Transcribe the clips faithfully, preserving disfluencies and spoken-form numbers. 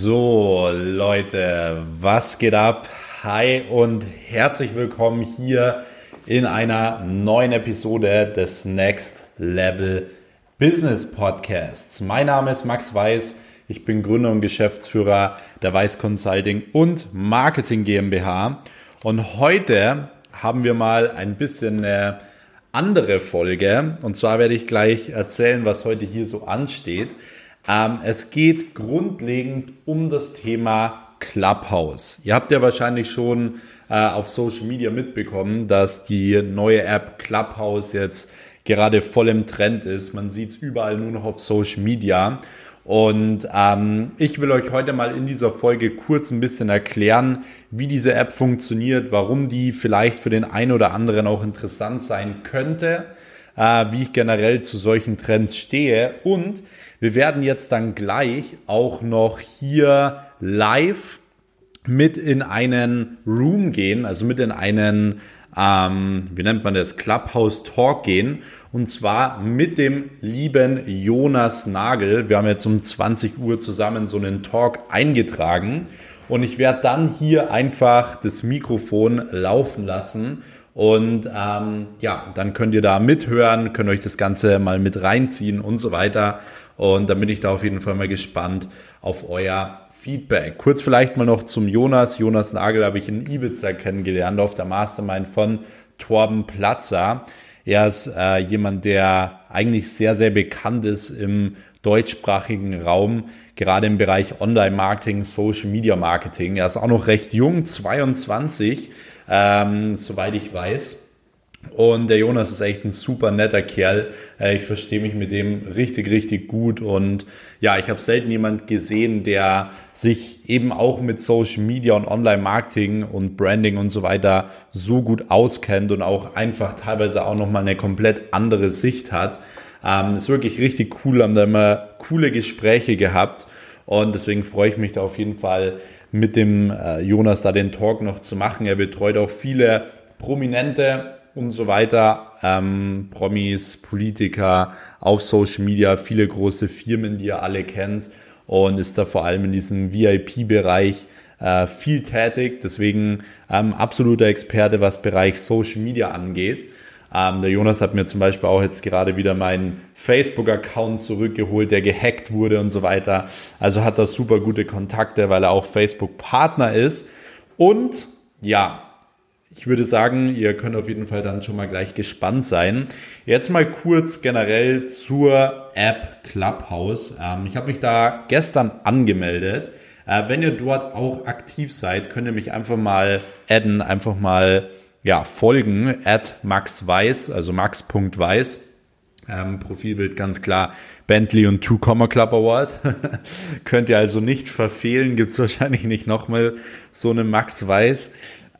So, Leute, was geht ab? Hi und herzlich willkommen hier in einer neuen Episode des Next Level Business Podcasts. Mein Name ist Max Weiß, ich bin Gründer und Geschäftsführer der Weiß Consulting und Marketing GmbH und heute haben wir mal ein bisschen eine andere Folge und zwar werde ich gleich erzählen, was heute hier so ansteht. Ähm, es geht grundlegend um das Thema Clubhouse. Ihr habt ja wahrscheinlich schon äh, auf Social Media mitbekommen, dass die neue App Clubhouse jetzt gerade voll im Trend ist. Man sieht es überall nur noch auf Social Media. Und ähm, ich will euch heute mal in dieser Folge kurz ein bisschen erklären, wie diese App funktioniert, warum die vielleicht für den einen oder anderen auch interessant sein könnte, äh, wie ich generell zu solchen Trends stehe. Und wir werden jetzt dann gleich auch noch hier live mit in einen Room gehen, also mit in einen, ähm, wie nennt man das, Clubhouse Talk gehen. Und zwar mit dem lieben Jonas Nagel. Wir haben jetzt um zwanzig Uhr zusammen so einen Talk eingetragen. Und ich werde dann hier einfach das Mikrofon laufen lassen. Und ähm, ja, dann könnt ihr da mithören, könnt euch das Ganze mal mit reinziehen und so weiter. Und dann bin ich da auf jeden Fall mal gespannt auf euer Feedback. Kurz vielleicht mal noch zum Jonas. Jonas Nagel habe ich in Ibiza kennengelernt auf der Mastermind von Torben Platzer. Er ist äh, jemand, der eigentlich sehr, sehr bekannt ist im deutschsprachigen Raum, gerade im Bereich Online-Marketing, Social-Media-Marketing. Er ist auch noch recht jung, zweiundzwanzig, ähm, soweit ich weiß. Und der Jonas ist echt ein super netter Kerl. Ich verstehe mich mit dem richtig, richtig gut. Und ja, ich habe selten jemand gesehen, der sich eben auch mit Social Media und Online-Marketing und Branding und so weiter so gut auskennt und auch einfach teilweise auch nochmal eine komplett andere Sicht hat. Ähm, ist wirklich richtig cool, haben da immer coole Gespräche gehabt. Und deswegen freue ich mich da auf jeden Fall mit dem äh, Jonas da den Talk noch zu machen. Er betreut auch viele Prominente und so weiter, ähm, Promis, Politiker auf Social Media, viele große Firmen, die ihr alle kennt und ist da vor allem in diesem V I P-Bereich äh, viel tätig. Deswegen ähm, absoluter Experte, was Bereich Social Media angeht. Ähm, der Jonas hat mir zum Beispiel auch jetzt gerade wieder meinen Facebook-Account zurückgeholt, der gehackt wurde und so weiter. Also hat da super gute Kontakte, weil er auch Facebook-Partner ist. Und ja, ich würde sagen, ihr könnt auf jeden Fall dann schon mal gleich gespannt sein. Jetzt mal kurz generell zur App Clubhouse. Ähm, ich habe mich da gestern angemeldet. Äh, wenn ihr dort auch aktiv seid, könnt ihr mich einfach mal adden, einfach mal ja folgen, at Max Weiß, also max.weiß. Ähm, Profilbild ganz klar Bentley und Two Comma Club Award. Könnt ihr also nicht verfehlen, gibt's wahrscheinlich nicht nochmal so eine Max Weiß.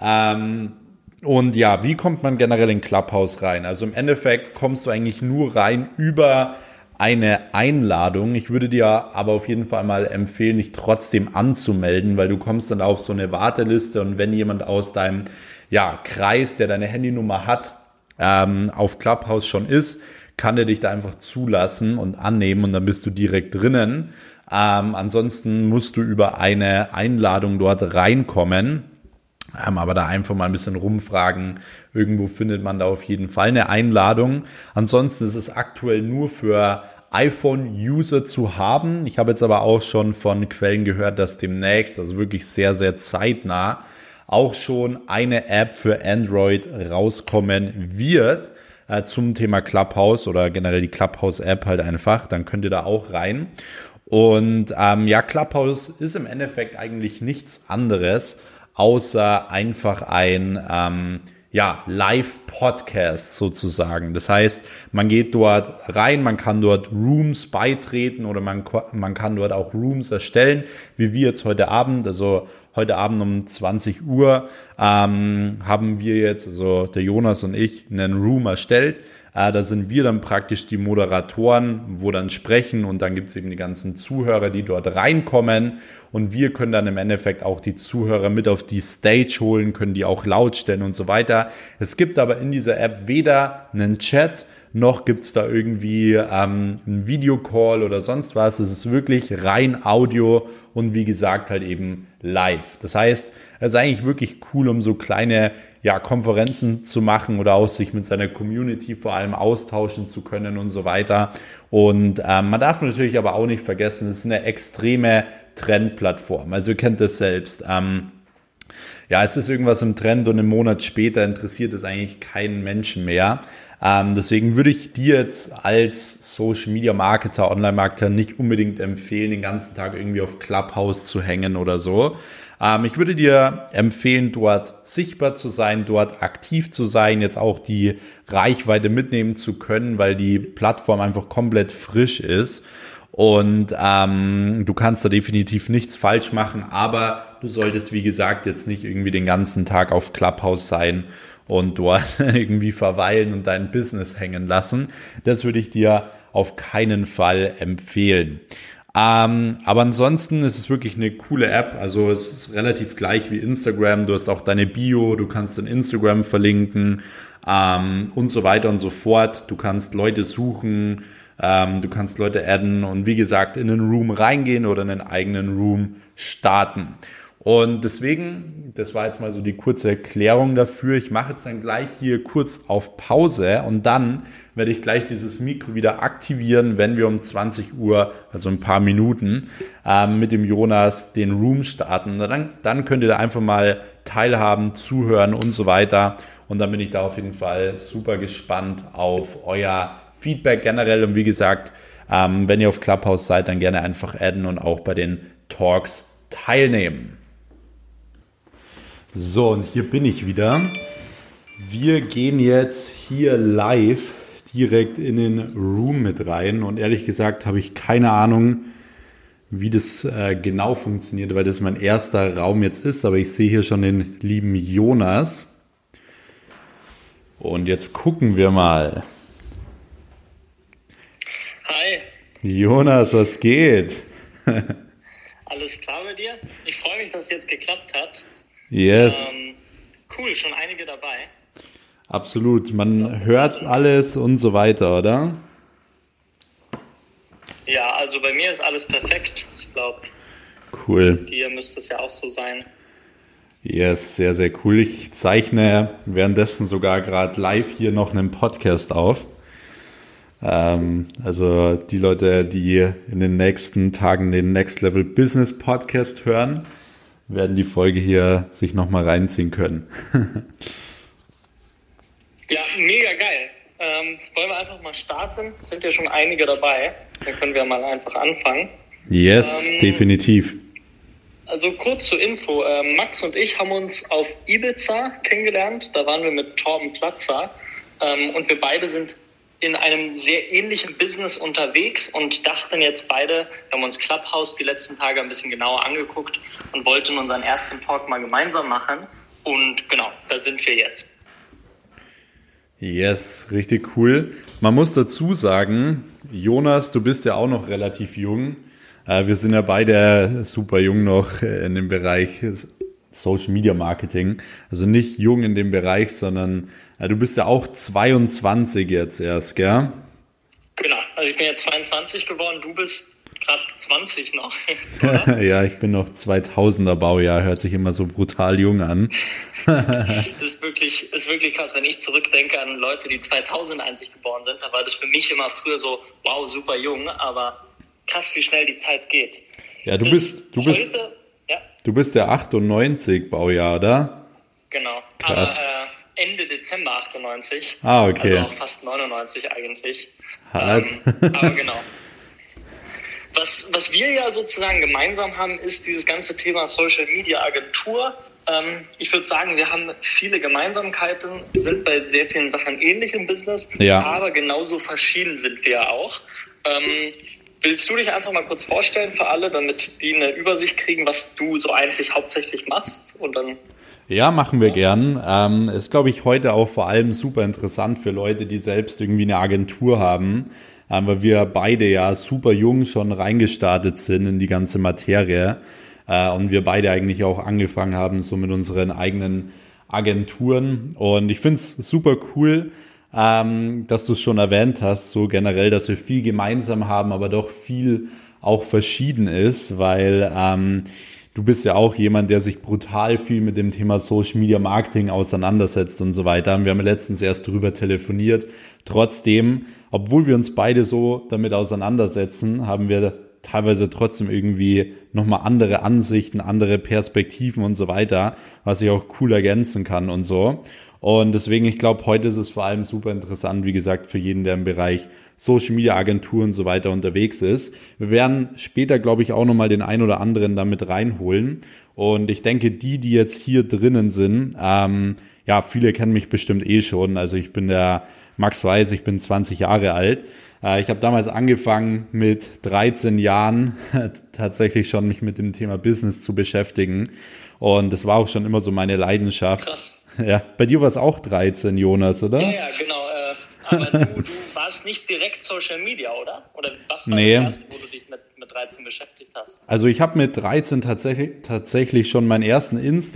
Ähm, Und ja, wie kommt man generell in Clubhouse rein? Also im Endeffekt kommst du eigentlich nur rein über eine Einladung. Ich würde dir aber auf jeden Fall mal empfehlen, dich trotzdem anzumelden, weil du kommst dann auf so eine Warteliste und wenn jemand aus deinem ja, Kreis, der deine Handynummer hat, ähm, auf Clubhouse schon ist, kann der dich da einfach zulassen und annehmen und dann bist du direkt drinnen. Ähm, ansonsten musst du über eine Einladung dort reinkommen. Ähm, aber da einfach mal ein bisschen rumfragen. Irgendwo findet man da auf jeden Fall eine Einladung. Ansonsten ist es aktuell nur für iPhone-User zu haben. Ich habe jetzt aber auch schon von Quellen gehört, dass demnächst, also wirklich sehr, sehr zeitnah, auch schon eine App für Android rauskommen wird äh, zum Thema Clubhouse oder generell die Clubhouse-App halt einfach. Dann könnt ihr da auch rein. Und ähm, ja, Clubhouse ist im Endeffekt eigentlich nichts anderes, außer einfach ein ähm, ja, Live-Podcast sozusagen. Das heißt, man geht dort rein, man kann dort Rooms beitreten oder man, man kann dort auch Rooms erstellen, wie wir jetzt heute Abend. Also heute Abend um zwanzig Uhr ähm, haben wir jetzt, also der Jonas und ich, einen Room erstellt. Äh, da sind wir dann praktisch die Moderatoren, wo dann sprechen und dann gibt es eben die ganzen Zuhörer, die dort reinkommen und wir können dann im Endeffekt auch die Zuhörer mit auf die Stage holen, können die auch laut stellen und so weiter. Es gibt aber in dieser App weder einen Chat noch gibt's da irgendwie ähm, einen Videocall oder sonst was. Es ist wirklich rein Audio und wie gesagt halt eben live. Das heißt, es ist eigentlich wirklich cool, um so kleine ja, Konferenzen zu machen oder auch sich mit seiner Community vor allem austauschen zu können und so weiter. Und ähm, man darf natürlich aber auch nicht vergessen, es ist eine extreme Trendplattform. Also ihr kennt das selbst. Ähm, ja, es ist irgendwas im Trend und einen Monat später interessiert es eigentlich keinen Menschen mehr. Ähm, deswegen würde ich dir jetzt als Social Media Marketer, Online-Marketer nicht unbedingt empfehlen, den ganzen Tag irgendwie auf Clubhouse zu hängen oder so. Ähm, ich würde dir empfehlen, dort sichtbar zu sein, dort aktiv zu sein, jetzt auch die Reichweite mitnehmen zu können, weil die Plattform einfach komplett frisch ist. Und ähm, du kannst da definitiv nichts falsch machen, aber du solltest, wie gesagt, jetzt nicht irgendwie den ganzen Tag auf Clubhouse sein und dort irgendwie verweilen und dein Business hängen lassen. Das würde ich dir auf keinen Fall empfehlen. Ähm, aber ansonsten ist es wirklich eine coole App. Also es ist relativ gleich wie Instagram. Du hast auch deine Bio, du kannst in Instagram verlinken ähm, und so weiter und so fort. Du kannst Leute suchen, ähm, du kannst Leute adden und wie gesagt in einen Room reingehen oder in einen eigenen Room starten. Und deswegen, das war jetzt mal so die kurze Erklärung dafür. Ich mache jetzt dann gleich hier kurz auf Pause und dann werde ich gleich dieses Mikro wieder aktivieren, wenn wir um zwanzig Uhr, also ein paar Minuten, ähm, mit dem Jonas den Room starten. Dann, dann könnt ihr da einfach mal teilhaben, zuhören und so weiter. Und dann bin ich da auf jeden Fall super gespannt auf euer Feedback generell. Und wie gesagt, ähm, wenn ihr auf Clubhouse seid, dann gerne einfach adden und auch bei den Talks teilnehmen. So, und hier bin ich wieder. Wir gehen jetzt hier live direkt in den Room mit rein. Und ehrlich gesagt habe ich keine Ahnung, wie das äh, genau funktioniert, weil das mein erster Raum jetzt ist. Aber ich sehe hier schon den lieben Jonas. Und jetzt gucken wir mal. Hi. Jonas, was geht? Alles klar bei dir? Ich freue mich, dass es jetzt geklappt hat. Yes. Ähm, cool, schon einige dabei. Absolut, man hört alles und so weiter, oder? Ja, also bei mir ist alles perfekt. Ich glaube, cool. Dir müsste es ja auch so sein. Yes, sehr, sehr cool. Ich zeichne währenddessen sogar gerade live hier noch einen Podcast auf. Ähm, also die Leute, die in den nächsten Tagen den Next Level Business Podcast hören, werden die Folge hier sich nochmal reinziehen können. Ja, mega geil. Ähm, wollen wir einfach mal starten? Sind ja schon einige dabei. Dann können wir mal einfach anfangen. Yes, ähm, definitiv. Also kurz zur Info. Äh, Max und ich haben uns auf Ibiza kennengelernt. Da waren wir mit Torben Platzer. Ähm, und wir beide sind in einem sehr ähnlichen Business unterwegs und dachten jetzt beide, wir haben uns Clubhouse die letzten Tage ein bisschen genauer angeguckt und wollten unseren ersten Talk mal gemeinsam machen. Und genau, da sind wir jetzt. Yes, richtig cool. Man muss dazu sagen, Jonas, du bist ja auch noch relativ jung. Wir sind ja beide super jung noch in dem Bereich Social Media Marketing. Also nicht jung in dem Bereich, sondern du bist ja auch zweiundzwanzig jetzt erst, gell? Genau, also ich bin jetzt zweiundzwanzig geworden, du bist gerade zwanzig noch. Ja, ich bin noch zweitausender Baujahr, hört sich immer so brutal jung an. Das ist wirklich, ist wirklich krass, wenn ich zurückdenke an Leute, die zweitausendeinzig geboren sind, da war das für mich immer früher so, wow, super jung, aber krass, wie schnell die Zeit geht. Ja, du das bist, du bist, heute, ja. Du bist ja achtundneunzig Baujahr, oder? Genau, krass. Aber äh, Ende Dezember achtundneunzig. Ah, okay. Also auch fast neunundneunzig eigentlich. Hart. Ähm, aber genau. Was, was wir ja sozusagen gemeinsam haben, ist dieses ganze Thema Social Media Agentur. Ähm, ich würde sagen, wir haben viele Gemeinsamkeiten, sind bei sehr vielen Sachen ähnlich im Business, ja. aber genauso verschieden sind wir auch. Ähm, willst du dich einfach mal kurz vorstellen für alle, damit die eine Übersicht kriegen, was du so eigentlich hauptsächlich machst? Und dann Ja, machen wir gern. Ähm, ist, glaube ich, heute auch vor allem super interessant für Leute, die selbst irgendwie eine Agentur haben, ähm, weil wir beide ja super jung schon reingestartet sind in die ganze Materie äh, und wir beide eigentlich auch angefangen haben so mit unseren eigenen Agenturen. Und ich finde es super cool, ähm, dass du es schon erwähnt hast, so generell, dass wir viel gemeinsam haben, aber doch viel auch verschieden ist, weil ähm, du bist ja auch jemand, der sich brutal viel mit dem Thema Social Media Marketing auseinandersetzt und so weiter. Wir haben letztens erst drüber telefoniert. Trotzdem, obwohl wir uns beide so damit auseinandersetzen, haben wir teilweise trotzdem irgendwie nochmal andere Ansichten, andere Perspektiven und so weiter, was ich auch cool ergänzen kann und so. Und deswegen, ich glaube, heute ist es vor allem super interessant, wie gesagt, für jeden, der im Bereich Social Media Agentur und so weiter unterwegs ist. Wir werden später, glaube ich, auch nochmal den ein oder anderen damit reinholen. Und ich denke, die, die jetzt hier drinnen sind, ähm, ja, viele kennen mich bestimmt eh schon. Also ich bin der Max Weiß, ich bin zwanzig Jahre alt. Äh, ich habe damals angefangen mit dreizehn Jahren tatsächlich schon mich mit dem Thema Business zu beschäftigen. Und das war auch schon immer so meine Leidenschaft. Krass. Ja, bei dir war es auch dreizehn, Jonas, oder? Ja, ja, genau. Äh, aber du, du warst nicht direkt Social Media, oder? Oder was war Nee. das erste, wo du dich mit, mit dreizehn beschäftigt hast? Also ich habe mit dreizehn tatsächlich, tatsächlich schon meinen ersten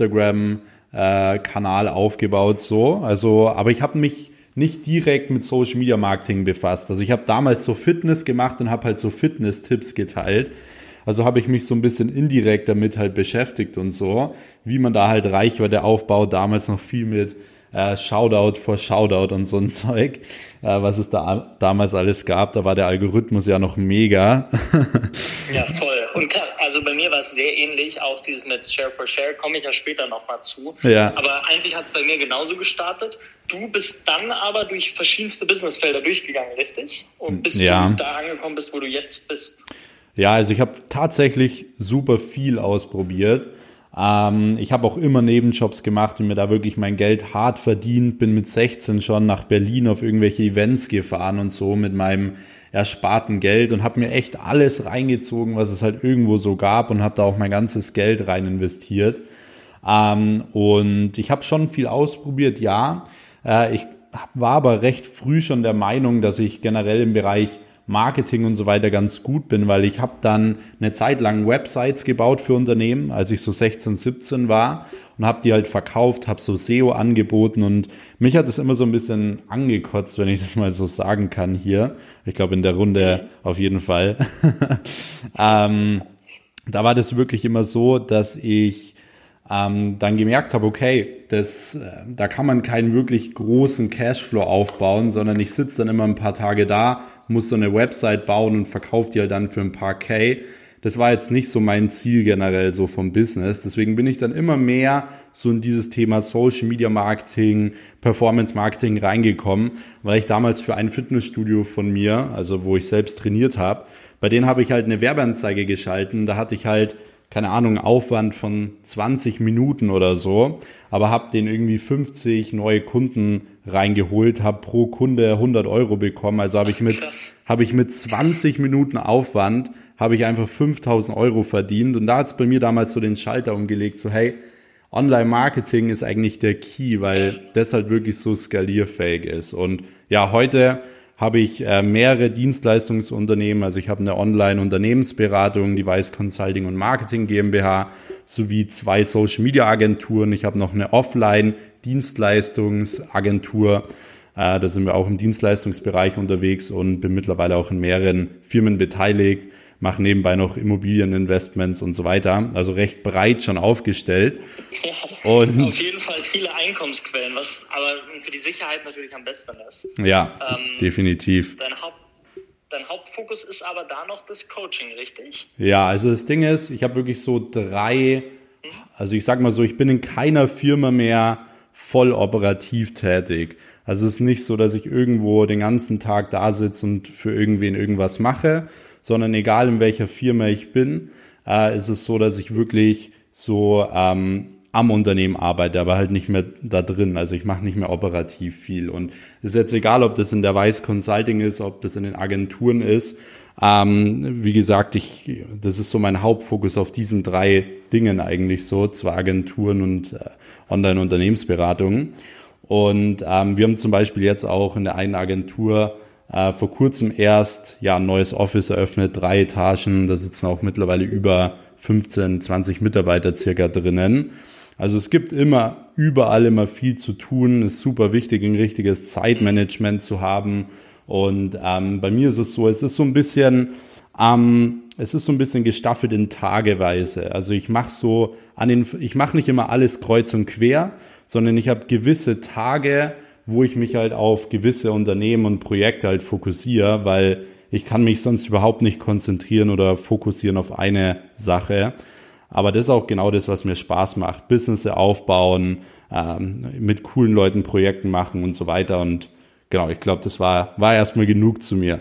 Instagram-Kanal aufgebaut, so. Also, aber ich habe mich nicht direkt mit Social Media Marketing befasst. Also ich habe damals so Fitness gemacht und habe halt so Fitness-Tipps geteilt. Also habe ich mich so ein bisschen indirekt damit halt beschäftigt und so, wie man da halt Reichweite aufbaut. Damals noch viel mit äh, Shoutout vor Shoutout und so ein Zeug, äh, was es da damals alles gab. Da war der Algorithmus ja noch mega. Ja, voll. Und klar, also bei mir war es sehr ähnlich, auch dieses mit Share for Share, komme ich ja später nochmal zu. Ja. Aber eigentlich hat es bei mir genauso gestartet. Du bist dann aber durch verschiedenste Businessfelder durchgegangen, richtig? Und bis Ja. du da angekommen bist, wo du jetzt bist. Ja, also ich habe tatsächlich super viel ausprobiert. Ähm, ich habe auch immer Nebenjobs gemacht und mir da wirklich mein Geld hart verdient. Bin mit sechzehn schon nach Berlin auf irgendwelche Events gefahren und so mit meinem ersparten Geld und habe mir echt alles reingezogen, was es halt irgendwo so gab und habe da auch mein ganzes Geld rein investiert. Ähm, und ich habe schon viel ausprobiert, ja. Äh, ich war aber recht früh schon der Meinung, dass ich generell im Bereich Marketing und so weiter ganz gut bin, weil ich habe dann eine Zeit lang Websites gebaut für Unternehmen, als ich so sechzehn, siebzehn war und habe die halt verkauft, habe so S E O angeboten und mich hat es immer so ein bisschen angekotzt, wenn ich das mal so sagen kann hier. Ich glaube in der Runde auf jeden Fall. ähm, da war das wirklich immer so, dass ich ähm, dann gemerkt habe, okay, das, äh, da kann man keinen wirklich großen Cashflow aufbauen, sondern ich sitze dann immer ein paar Tage da, muss so eine Website bauen und verkaufe die halt dann für ein paar K. Das war jetzt nicht so mein Ziel generell so vom Business. Deswegen bin ich dann immer mehr so in dieses Thema Social Media Marketing, Performance Marketing reingekommen, weil ich damals für ein Fitnessstudio von mir, also wo ich selbst trainiert habe, bei denen habe ich halt eine Werbeanzeige geschalten. Da hatte ich halt keine Ahnung, Aufwand von zwanzig Minuten oder so, aber habe den irgendwie fünfzig neue Kunden reingeholt, habe pro Kunde hundert Euro bekommen, also habe ich mit habe ich mit zwanzig Minuten Aufwand, habe ich einfach fünftausend Euro verdient und da hat es bei mir damals so den Schalter umgelegt, so hey, Online-Marketing ist eigentlich der Key, weil das halt wirklich so skalierfähig ist und ja, heute habe ich äh, mehrere Dienstleistungsunternehmen, also ich habe eine Online-Unternehmensberatung, die Weiß Consulting und Marketing GmbH, sowie zwei Social-Media-Agenturen. Ich habe noch eine Offline-Dienstleistungsagentur, äh, da sind wir auch im Dienstleistungsbereich unterwegs und bin mittlerweile auch in mehreren Firmen beteiligt, mache nebenbei noch Immobilieninvestments und so weiter, also recht breit schon aufgestellt. Ja, und auf jeden Fall viele Einkommensquellen, was aber für die Sicherheit natürlich am besten ist. Ja, ähm, definitiv. Dein, Haupt, dein Hauptfokus ist aber da noch das Coaching, richtig? Ja, also das Ding ist, ich habe wirklich so drei, also ich sag mal so, ich bin in keiner Firma mehr voll operativ tätig. Also es ist nicht so, dass ich irgendwo den ganzen Tag da sitze und für irgendwen irgendwas mache, sondern egal in welcher Firma ich bin, äh, ist es so, dass ich wirklich so ähm, am Unternehmen arbeite, aber halt nicht mehr da drin. Also ich mache nicht mehr operativ viel. Und es ist jetzt egal, ob das in der Weiß Consulting ist, ob das in den Agenturen ist. Ähm, wie gesagt, ich, das ist so mein Hauptfokus auf diesen drei Dingen eigentlich so, zwei Agenturen und äh, Online-Unternehmensberatungen. Und ähm, wir haben zum Beispiel jetzt auch in der einen Agentur äh, vor kurzem erst ja ein neues Office eröffnet, drei Etagen. Da sitzen auch mittlerweile über fünfzehn, zwanzig Mitarbeiter circa drinnen. Also es gibt immer, überall immer viel zu tun. Es ist super wichtig, ein richtiges Zeitmanagement zu haben. Und ähm, bei mir ist es so, es ist so ein bisschen, ähm, es ist so ein bisschen gestaffelt in Tageweise. Also ich mache so an den, ich mache nicht immer alles kreuz und quer, sondern ich habe gewisse Tage, wo ich mich halt auf gewisse Unternehmen und Projekte halt fokussiere, weil ich kann mich sonst überhaupt nicht konzentrieren oder fokussieren auf eine Sache. Aber das ist auch genau das, was mir Spaß macht. Business aufbauen, ähm, mit coolen Leuten Projekten machen und so weiter. Und genau, ich glaube, das war, war erstmal genug zu mir.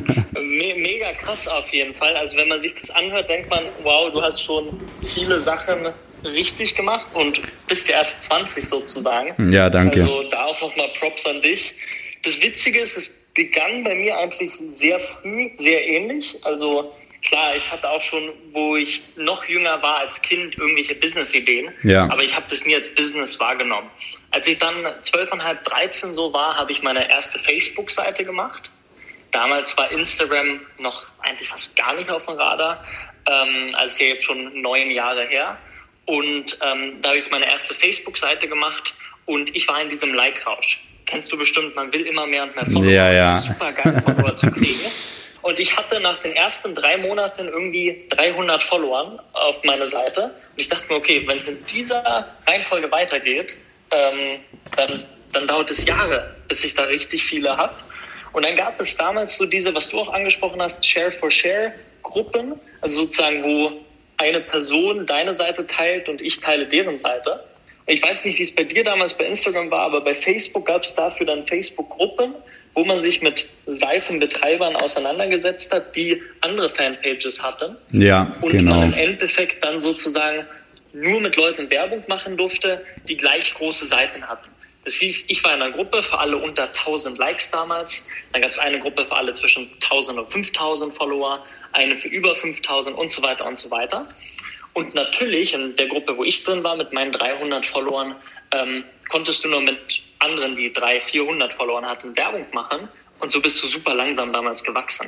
Me- mega krass auf jeden Fall. Also wenn man sich das anhört, denkt man, wow, du hast schon viele Sachen richtig gemacht und bist ja erst zwanzig sozusagen. Ja, danke. Also da auch nochmal Props an dich. Das Witzige ist, es begann bei mir eigentlich sehr früh, sehr ähnlich. Also klar, ich hatte auch schon, wo ich noch jünger war als Kind, irgendwelche Business-Ideen. Ja. Aber ich habe das nie als Business wahrgenommen. Als ich dann zwölfeinhalb, dreizehn so war, habe ich meine erste Facebook-Seite gemacht. Damals war Instagram noch eigentlich fast gar nicht auf dem Radar. Ähm, also ist ja jetzt schon neun Jahre her. Und ähm, da habe ich meine erste Facebook-Seite gemacht und ich war in diesem Like-Rausch. Kennst du bestimmt, man will immer mehr und mehr Follower. Ja, ja. Das ist super geil, Follower zu kriegen. Und ich hatte nach den ersten drei Monaten irgendwie dreihundert Followern auf meiner Seite. Und ich dachte mir, okay, wenn es in dieser Reihenfolge weitergeht, ähm, dann, dann dauert es Jahre, bis ich da richtig viele habe. Und dann gab es damals so diese, was du auch angesprochen hast, Share-for-Share-Gruppen. Also sozusagen, wo eine Person deine Seite teilt und ich teile deren Seite. Und ich weiß nicht, wie es bei dir damals bei Instagram war, aber bei Facebook gab es dafür dann Facebook-Gruppen, wo man sich mit Seitenbetreibern auseinandergesetzt hat, die andere Fanpages hatten. Ja, und genau. man im Endeffekt dann sozusagen nur mit Leuten Werbung machen durfte, die gleich große Seiten hatten. Das hieß, ich war in einer Gruppe für alle unter tausend Likes damals. Dann gab es eine Gruppe für alle zwischen tausend und fünftausend Follower, eine für über fünftausend und so weiter und so weiter. Und natürlich in der Gruppe, wo ich drin war, mit meinen dreihundert Followern, ähm, konntest du nur mit anderen, die dreihundert, vierhundert Followern hatten, Werbung machen. Und so bist du super langsam damals gewachsen.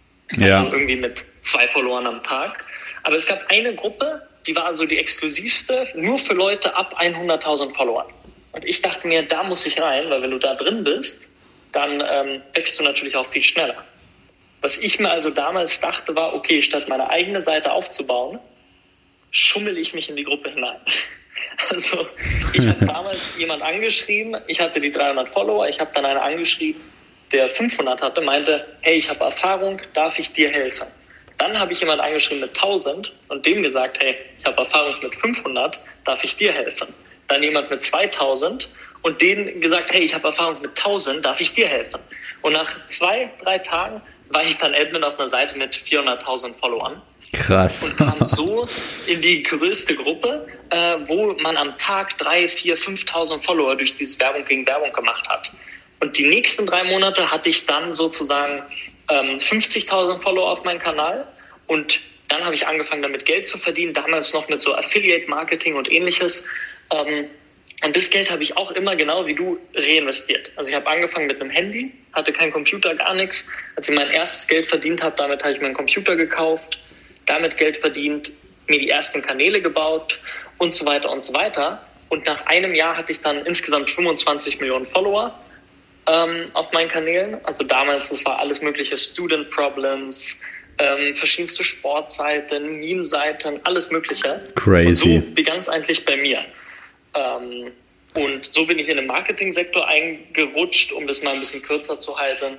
Ja. Also irgendwie mit zwei Followern am Tag. Aber es gab eine Gruppe, die war also die exklusivste, nur für Leute ab hunderttausend Followern. Und ich dachte mir, da muss ich rein, weil wenn du da drin bist, dann ähm, wächst du natürlich auch viel schneller. Was ich mir also damals dachte, war, okay, statt meine eigene Seite aufzubauen, schummel ich mich in die Gruppe hinein. Also ich habe damals jemand angeschrieben, ich hatte die dreihundert Follower, ich habe dann einen angeschrieben, der fünfhundert hatte, meinte, hey, ich habe Erfahrung, darf ich dir helfen? Dann habe ich jemand angeschrieben mit tausend und dem gesagt, hey, ich habe Erfahrung mit fünfhundert, darf ich dir helfen? Dann jemand mit zweitausend und denen gesagt, hey, ich habe Erfahrung mit tausend, darf ich dir helfen? Und nach zwei, drei Tagen war ich dann Admin auf einer Seite mit vierhunderttausend Followern. Krass. Und kam so in die größte Gruppe, äh, wo man am Tag drei, vier, fünftausend Follower durch diese Werbung gegen Werbung gemacht hat. Und die nächsten drei Monate hatte ich dann sozusagen ähm, fünfzigtausend Follower auf meinem Kanal. Und dann habe ich angefangen, damit Geld zu verdienen, damals noch mit so Affiliate-Marketing und ähnliches. Ähm, und das Geld habe ich auch immer genau wie du reinvestiert. Also ich habe angefangen mit einem Handy, hatte keinen Computer, gar nichts. Als ich mein erstes Geld verdient habe, damit habe ich mir einen Computer gekauft, damit Geld verdient, mir die ersten Kanäle gebaut und so weiter und so weiter. Und nach einem Jahr hatte ich dann insgesamt fünfundzwanzig Millionen Follower ähm, auf meinen Kanälen. Also damals, das war alles mögliche, Student Problems, ähm, verschiedenste Sportseiten, Meme-Seiten, alles mögliche. Crazy. Und so begann es eigentlich bei mir. Ähm, und so bin ich in den Marketingsektor eingerutscht, um das mal ein bisschen kürzer zu halten.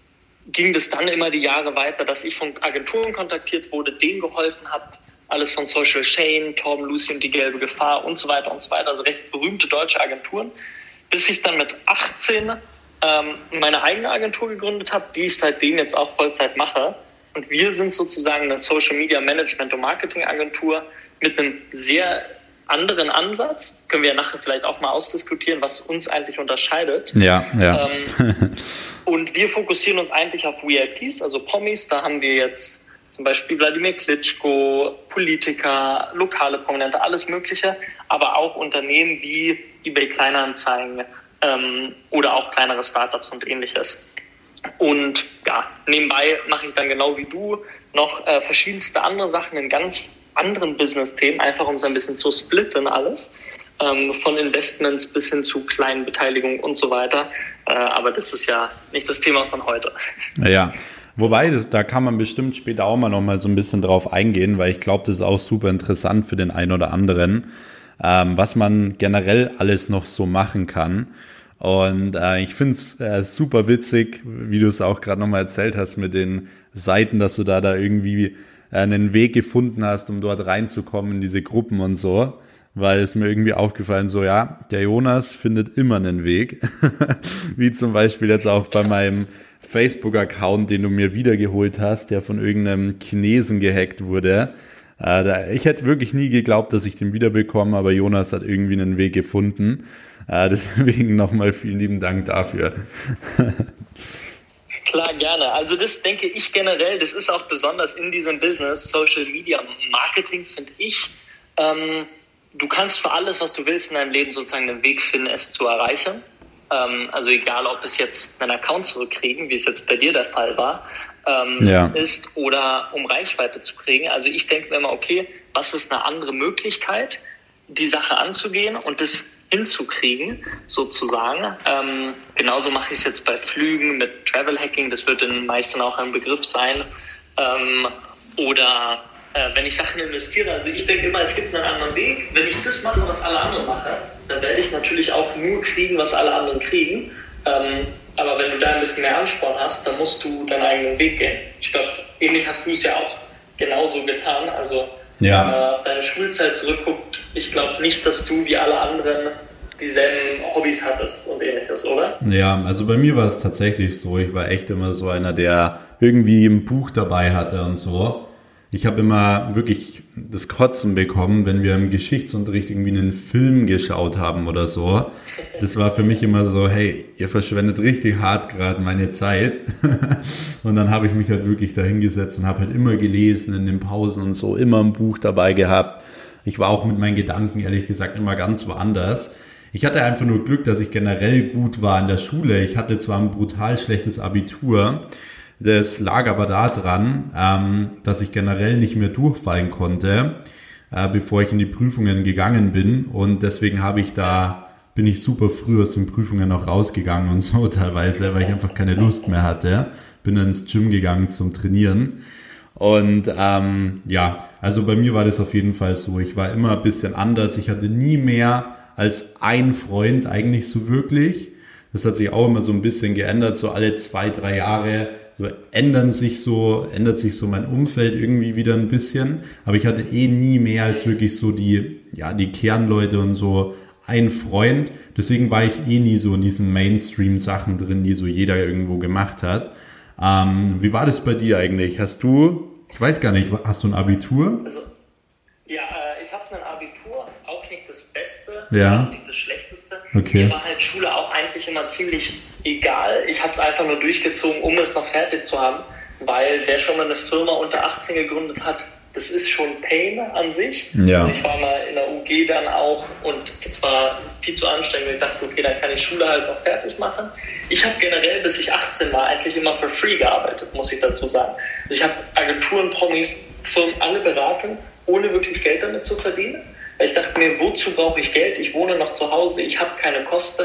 Ging das dann immer die Jahre weiter, dass ich von Agenturen kontaktiert wurde, denen geholfen habe, alles von Social Chain, Torben, Lucy und die gelbe Gefahr und so weiter und so weiter, also recht berühmte deutsche Agenturen, bis ich dann mit achtzehn ähm, meine eigene Agentur gegründet habe, die ich seitdem jetzt auch Vollzeit mache. Und wir sind sozusagen eine Social Media Management und Marketing Agentur mit einem sehr anderen Ansatz. Können wir nachher vielleicht auch mal ausdiskutieren, was uns eigentlich unterscheidet. Ja, ja. Ähm, und wir fokussieren uns eigentlich auf V I Ps, also Promis. Da haben wir jetzt zum Beispiel Wladimir Klitschko, Politiker, lokale Prominente, alles Mögliche, aber auch Unternehmen wie eBay Kleinanzeigen ähm, oder auch kleinere Startups und ähnliches. Und ja, nebenbei mache ich dann genau wie du noch äh, verschiedenste andere Sachen in ganz anderen Business-Themen, einfach um es ein bisschen zu splitten alles. ähm, von Investments bis hin zu kleinen Beteiligungen und so weiter. Äh, aber das ist ja nicht das Thema von heute. Ja, wobei, das, da kann man bestimmt später auch mal noch mal so ein bisschen drauf eingehen, weil ich glaube, das ist auch super interessant für den einen oder anderen, ähm, was man generell alles noch so machen kann. Und äh, ich finde es äh, super witzig, wie du es auch gerade nochmal erzählt hast mit den Seiten, dass du da da irgendwie äh, einen Weg gefunden hast, um dort reinzukommen in diese Gruppen und so. Weil es mir irgendwie aufgefallen, so ja, der Jonas findet immer einen Weg. Wie zum Beispiel jetzt auch bei meinem Facebook-Account, den du mir wiedergeholt hast, der von irgendeinem Chinesen gehackt wurde. Äh, da, ich hätte wirklich nie geglaubt, dass ich den wiederbekomme, aber Jonas hat irgendwie einen Weg gefunden. Äh, deswegen nochmal vielen lieben Dank dafür. Klar, gerne. Also das denke ich generell, das ist auch besonders in diesem Business, Social Media Marketing, finde ich, ähm, du kannst für alles, was du willst in deinem Leben sozusagen einen Weg finden, es zu erreichen. Ähm, also egal, ob es jetzt einen Account zurückkriegen, wie es jetzt bei dir der Fall war, ähm, ja. ist, oder um Reichweite zu kriegen. Also ich denke mir immer, okay, was ist eine andere Möglichkeit, die Sache anzugehen und das hinzukriegen, sozusagen. Ähm, genauso mache ich es jetzt bei Flügen mit Travel Hacking, das wird den meisten auch ein Begriff sein. Ähm, oder äh, wenn ich Sachen investiere, also ich denke immer, es gibt einen anderen Weg. Wenn ich das mache, was alle anderen machen, dann werde ich natürlich auch nur kriegen, was alle anderen kriegen. Ähm, aber wenn du da ein bisschen mehr Ansporn hast, dann musst du deinen eigenen Weg gehen. Ich glaube, ähnlich hast du es ja auch genauso getan. Also ja. Wenn man auf deine Schulzeit zurückguckt, ich glaube nicht, dass du wie alle anderen dieselben Hobbys hattest und ähnliches, oder? Ja, also bei mir war es tatsächlich so. Ich war echt immer so einer, der irgendwie ein Buch dabei hatte und so. Ich habe immer wirklich das Kotzen bekommen, wenn wir im Geschichtsunterricht irgendwie einen Film geschaut haben oder so. Das war für mich immer so, hey, ihr verschwendet richtig hart gerade meine Zeit. Und dann habe ich mich halt wirklich da hingesetzt und habe halt immer gelesen in den Pausen und so, immer ein Buch dabei gehabt. Ich war auch mit meinen Gedanken, ehrlich gesagt, immer ganz woanders. Ich hatte einfach nur Glück, dass ich generell gut war in der Schule. Ich hatte zwar ein brutal schlechtes Abitur, das lag aber daran, ähm, dass ich generell nicht mehr durchfallen konnte, äh, bevor ich in die Prüfungen gegangen bin. Und deswegen habe ich da, bin ich super früh aus den Prüfungen auch rausgegangen und so teilweise, weil ich einfach keine Lust mehr hatte. Bin dann ins Gym gegangen zum Trainieren. Und ähm, ja, also bei mir war das auf jeden Fall so. Ich war immer ein bisschen anders. Ich hatte nie mehr als ein Freund eigentlich so wirklich. Das hat sich auch immer so ein bisschen geändert, so alle zwei, drei Jahre so ändern sich so, ändert sich so mein Umfeld irgendwie wieder ein bisschen. Aber ich hatte eh nie mehr als wirklich so die, ja, die Kernleute und so ein Freund. Deswegen war ich eh nie so in diesen Mainstream-Sachen drin, die so jeder irgendwo gemacht hat. Ähm, wie war das bei dir eigentlich? Hast du, ich weiß gar nicht, hast du ein Abitur? Also, ja, äh, ich habe ein Abitur, auch nicht das Beste, ja. auch nicht das Schlechteste. Okay. Mir war halt Schule auch eigentlich immer ziemlich egal. Ich habe es einfach nur durchgezogen, um es noch fertig zu haben, weil wer schon mal eine Firma unter achtzehn gegründet hat, das ist schon Pain an sich. Ja. Und ich war mal in der U G dann auch und das war viel zu anstrengend. Ich dachte, okay, dann kann ich Schule halt noch fertig machen. Ich habe generell, bis ich achtzehn war, eigentlich immer for free gearbeitet, muss ich dazu sagen. Also ich habe Agenturen, Promis, Firmen alle beraten, ohne wirklich Geld damit zu verdienen. Weil ich dachte mir, wozu brauche ich Geld? Ich wohne noch zu Hause, ich habe keine Kosten.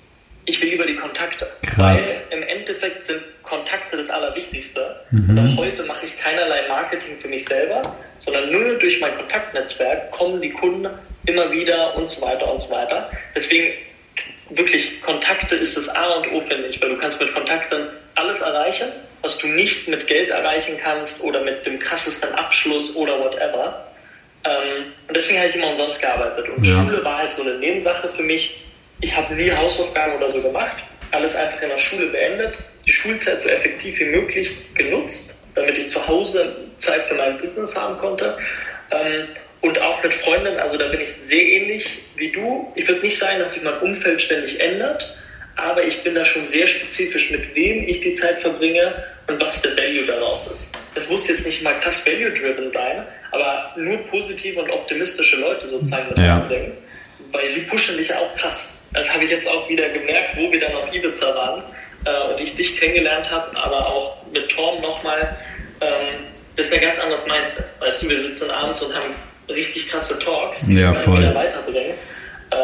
Ich will lieber die Kontakte. Krass. Weil im Endeffekt sind Kontakte das Allerwichtigste. Mhm. Und auch heute mache ich keinerlei Marketing für mich selber, sondern nur durch mein Kontaktnetzwerk kommen die Kunden immer wieder und so weiter und so weiter. Deswegen wirklich, Kontakte ist das A und O, finde ich, weil du kannst mit Kontakten alles erreichen, was du nicht mit Geld erreichen kannst oder mit dem krassesten Abschluss oder whatever. Ähm, und deswegen habe ich immer umsonst gearbeitet. Und ja. Schule war halt so eine Nebensache für mich. Ich habe nie Hausaufgaben oder so gemacht. Alles einfach in der Schule beendet. Die Schulzeit so effektiv wie möglich genutzt, damit ich zu Hause Zeit für mein Business haben konnte. Ähm, und auch mit Freunden, also da bin ich sehr ähnlich wie du. Ich würde nicht sagen, dass sich mein Umfeld ständig ändert, aber ich bin da schon sehr spezifisch, mit wem ich die Zeit verbringe und was der Value daraus ist. Es muss jetzt nicht mal krass value-driven sein, aber nur positive und optimistische Leute sozusagen mit ja. reinbringen, weil die pushen dich ja auch krass. Das habe ich jetzt auch wieder gemerkt, wo wir dann auf Ibiza waren äh, und ich dich kennengelernt habe, aber auch mit Torm nochmal. Ähm, das ist ein ganz anderes Mindset. Weißt du, wir sitzen abends und haben richtig krasse Talks, die ja, uns voll. wieder weiterbringen. Ähm,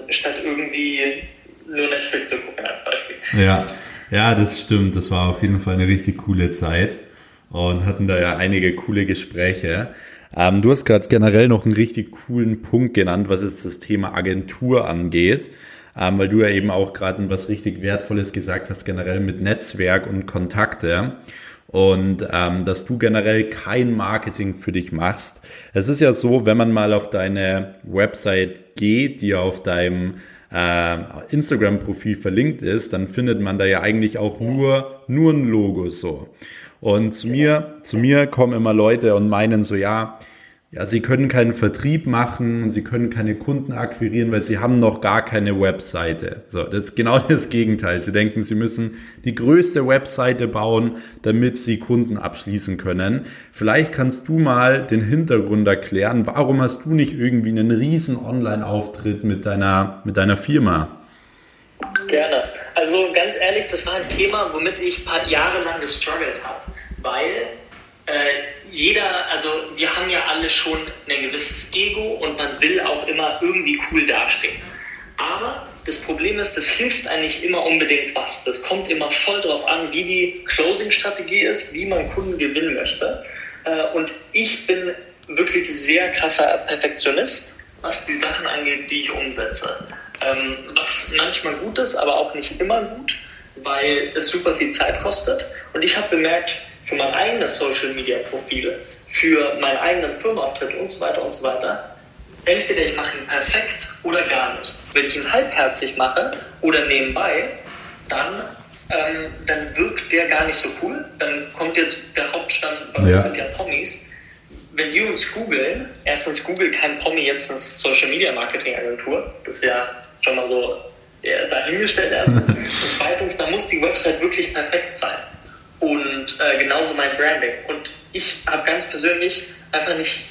statt irgendwie nur Netflix zu gucken als Beispiel. Ja, ja, das stimmt. Das war auf jeden Fall eine richtig coole Zeit und hatten da ja einige coole Gespräche. Ähm, du hast gerade generell noch einen richtig coolen Punkt genannt, was jetzt das Thema Agentur angeht, ähm, weil du ja eben auch gerade was richtig Wertvolles gesagt hast, generell mit Netzwerk und Kontakte. Und ähm, dass du generell kein Marketing für dich machst. Es ist ja so, wenn man mal auf deine Website geht, die auf deinem äh, Instagram-Profil verlinkt ist, dann findet man da ja eigentlich auch nur nur ein Logo so. Und zu mir zu mir kommen immer Leute und meinen so, ja, ja, sie können keinen Vertrieb machen, sie können keine Kunden akquirieren, weil sie haben noch gar keine Webseite. So, das ist genau das Gegenteil. Sie denken, sie müssen die größte Webseite bauen, damit sie Kunden abschließen können. Vielleicht kannst du mal den Hintergrund erklären. Warum hast du nicht irgendwie einen riesen Online-Auftritt mit deiner, mit deiner Firma? Gerne. Also ganz ehrlich, das war ein Thema, womit ich ein paar Jahre lang gestruggelt habe, weil äh, jeder, also wir haben ja alle schon ein gewisses Ego und man will auch immer irgendwie cool dastehen. Aber das Problem ist, das hilft eigentlich immer unbedingt was. Das kommt immer voll drauf an, wie die Closing-Strategie ist, wie man Kunden gewinnen möchte. Und ich bin wirklich sehr krasser Perfektionist, was die Sachen angeht, die ich umsetze. Was manchmal gut ist, aber auch nicht immer gut, weil es super viel Zeit kostet. Und ich habe bemerkt, für mein eigenes Social-Media-Profil, für meinen eigenen Firmenauftritt und so weiter und so weiter, entweder ich mache ihn perfekt oder gar nicht. Wenn ich ihn halbherzig mache oder nebenbei, dann, ähm, dann wirkt der gar nicht so cool. Dann kommt jetzt der Hauptstand, bei uns ja. sind ja Promis. Wenn die uns googeln, erstens googelt kein Promi jetzt eine Social-Media-Marketing-Agentur, das ist ja schon mal so ja, dahingestellt erstens. Und zweitens, da muss die Website wirklich perfekt sein. Und äh, genauso mein Branding. Und ich habe ganz persönlich einfach nicht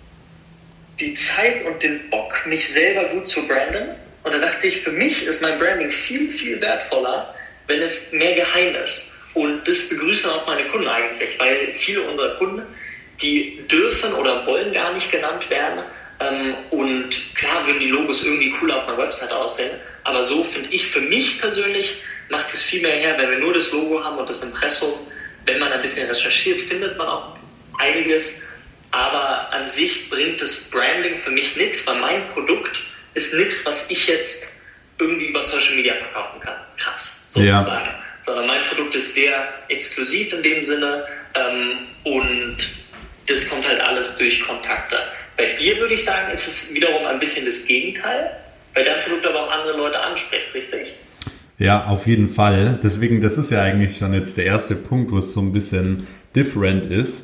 die Zeit und den Bock, mich selber gut zu branden. Und da dachte ich, für mich ist mein Branding viel, viel wertvoller, wenn es mehr geheim ist. Und das begrüßen auch meine Kunden eigentlich, weil viele unserer Kunden, die dürfen oder wollen gar nicht genannt werden. Ähm, und klar würden die Logos irgendwie cool auf einer Website aussehen. Aber so finde ich für mich persönlich, macht es viel mehr her, wenn wir nur das Logo haben und das Impressum. Wenn man ein bisschen recherchiert, findet man auch einiges. Aber an sich bringt das Branding für mich nichts, weil mein Produkt ist nichts, was ich jetzt irgendwie über Social Media verkaufen kann. Krass, sozusagen. Ja. Sondern mein Produkt ist sehr exklusiv in dem Sinne ähm, und das kommt halt alles durch Kontakte. Bei dir würde ich sagen, ist es wiederum ein bisschen das Gegenteil, weil dein Produkt aber auch andere Leute anspricht, richtig? Ja, auf jeden Fall. Deswegen, das ist ja eigentlich schon jetzt der erste Punkt, wo es so ein bisschen different ist.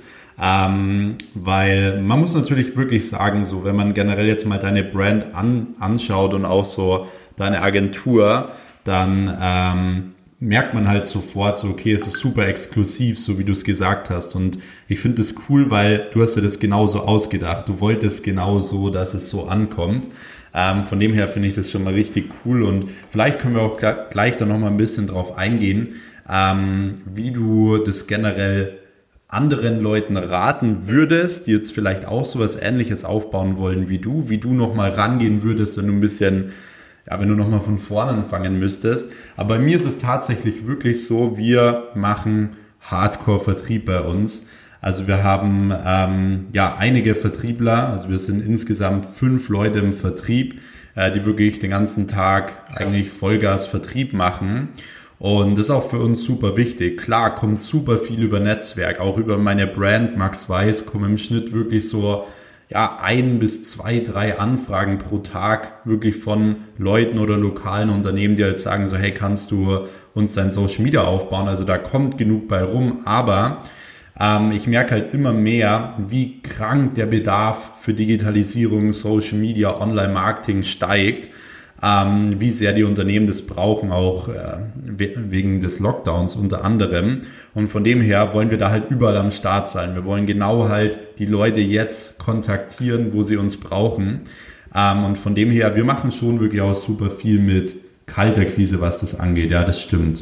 Ähm, weil man muss natürlich wirklich sagen, so wenn man generell jetzt mal deine Brand an, anschaut und auch so deine Agentur, dann ähm, merkt man halt sofort so, okay, es ist super exklusiv, so wie du es gesagt hast. Und ich finde das cool, weil du hast dir das genauso ausgedacht. Du wolltest genau so, dass es so ankommt. Ähm, von dem her finde ich das schon mal richtig cool. Und vielleicht können wir auch gleich da nochmal ein bisschen drauf eingehen, ähm, wie du das generell anderen Leuten raten würdest, die jetzt vielleicht auch sowas Ähnliches aufbauen wollen wie du, wie du nochmal rangehen würdest, wenn du ein bisschen, ja, wenn du nochmal von vorne anfangen müsstest. Aber bei mir ist es tatsächlich wirklich so, wir machen Hardcore-Vertrieb bei uns. Also wir haben ähm, ja einige Vertriebler, also wir sind insgesamt fünf Leute im Vertrieb, äh, die wirklich den ganzen Tag eigentlich Vollgas Vertrieb machen. Und das ist auch für uns super wichtig. Klar, kommt super viel über Netzwerk, auch über meine Brand Max Weiß kommen im Schnitt wirklich so ja ein bis zwei, drei Anfragen pro Tag wirklich von Leuten oder lokalen Unternehmen, die halt sagen so, hey, kannst du uns dein Social Media aufbauen? Also da kommt genug bei rum, aber ähm, ich merke halt immer mehr, wie krank der Bedarf für Digitalisierung, Social Media, Online-Marketing steigt. Ähm, wie sehr die Unternehmen das brauchen, auch äh, wegen des Lockdowns unter anderem. Und von dem her wollen wir da halt überall am Start sein. Wir wollen genau halt die Leute jetzt kontaktieren, wo sie uns brauchen. Ähm, und von dem her, wir machen schon wirklich auch super viel mit Kaltakquise, was das angeht. Ja, das stimmt.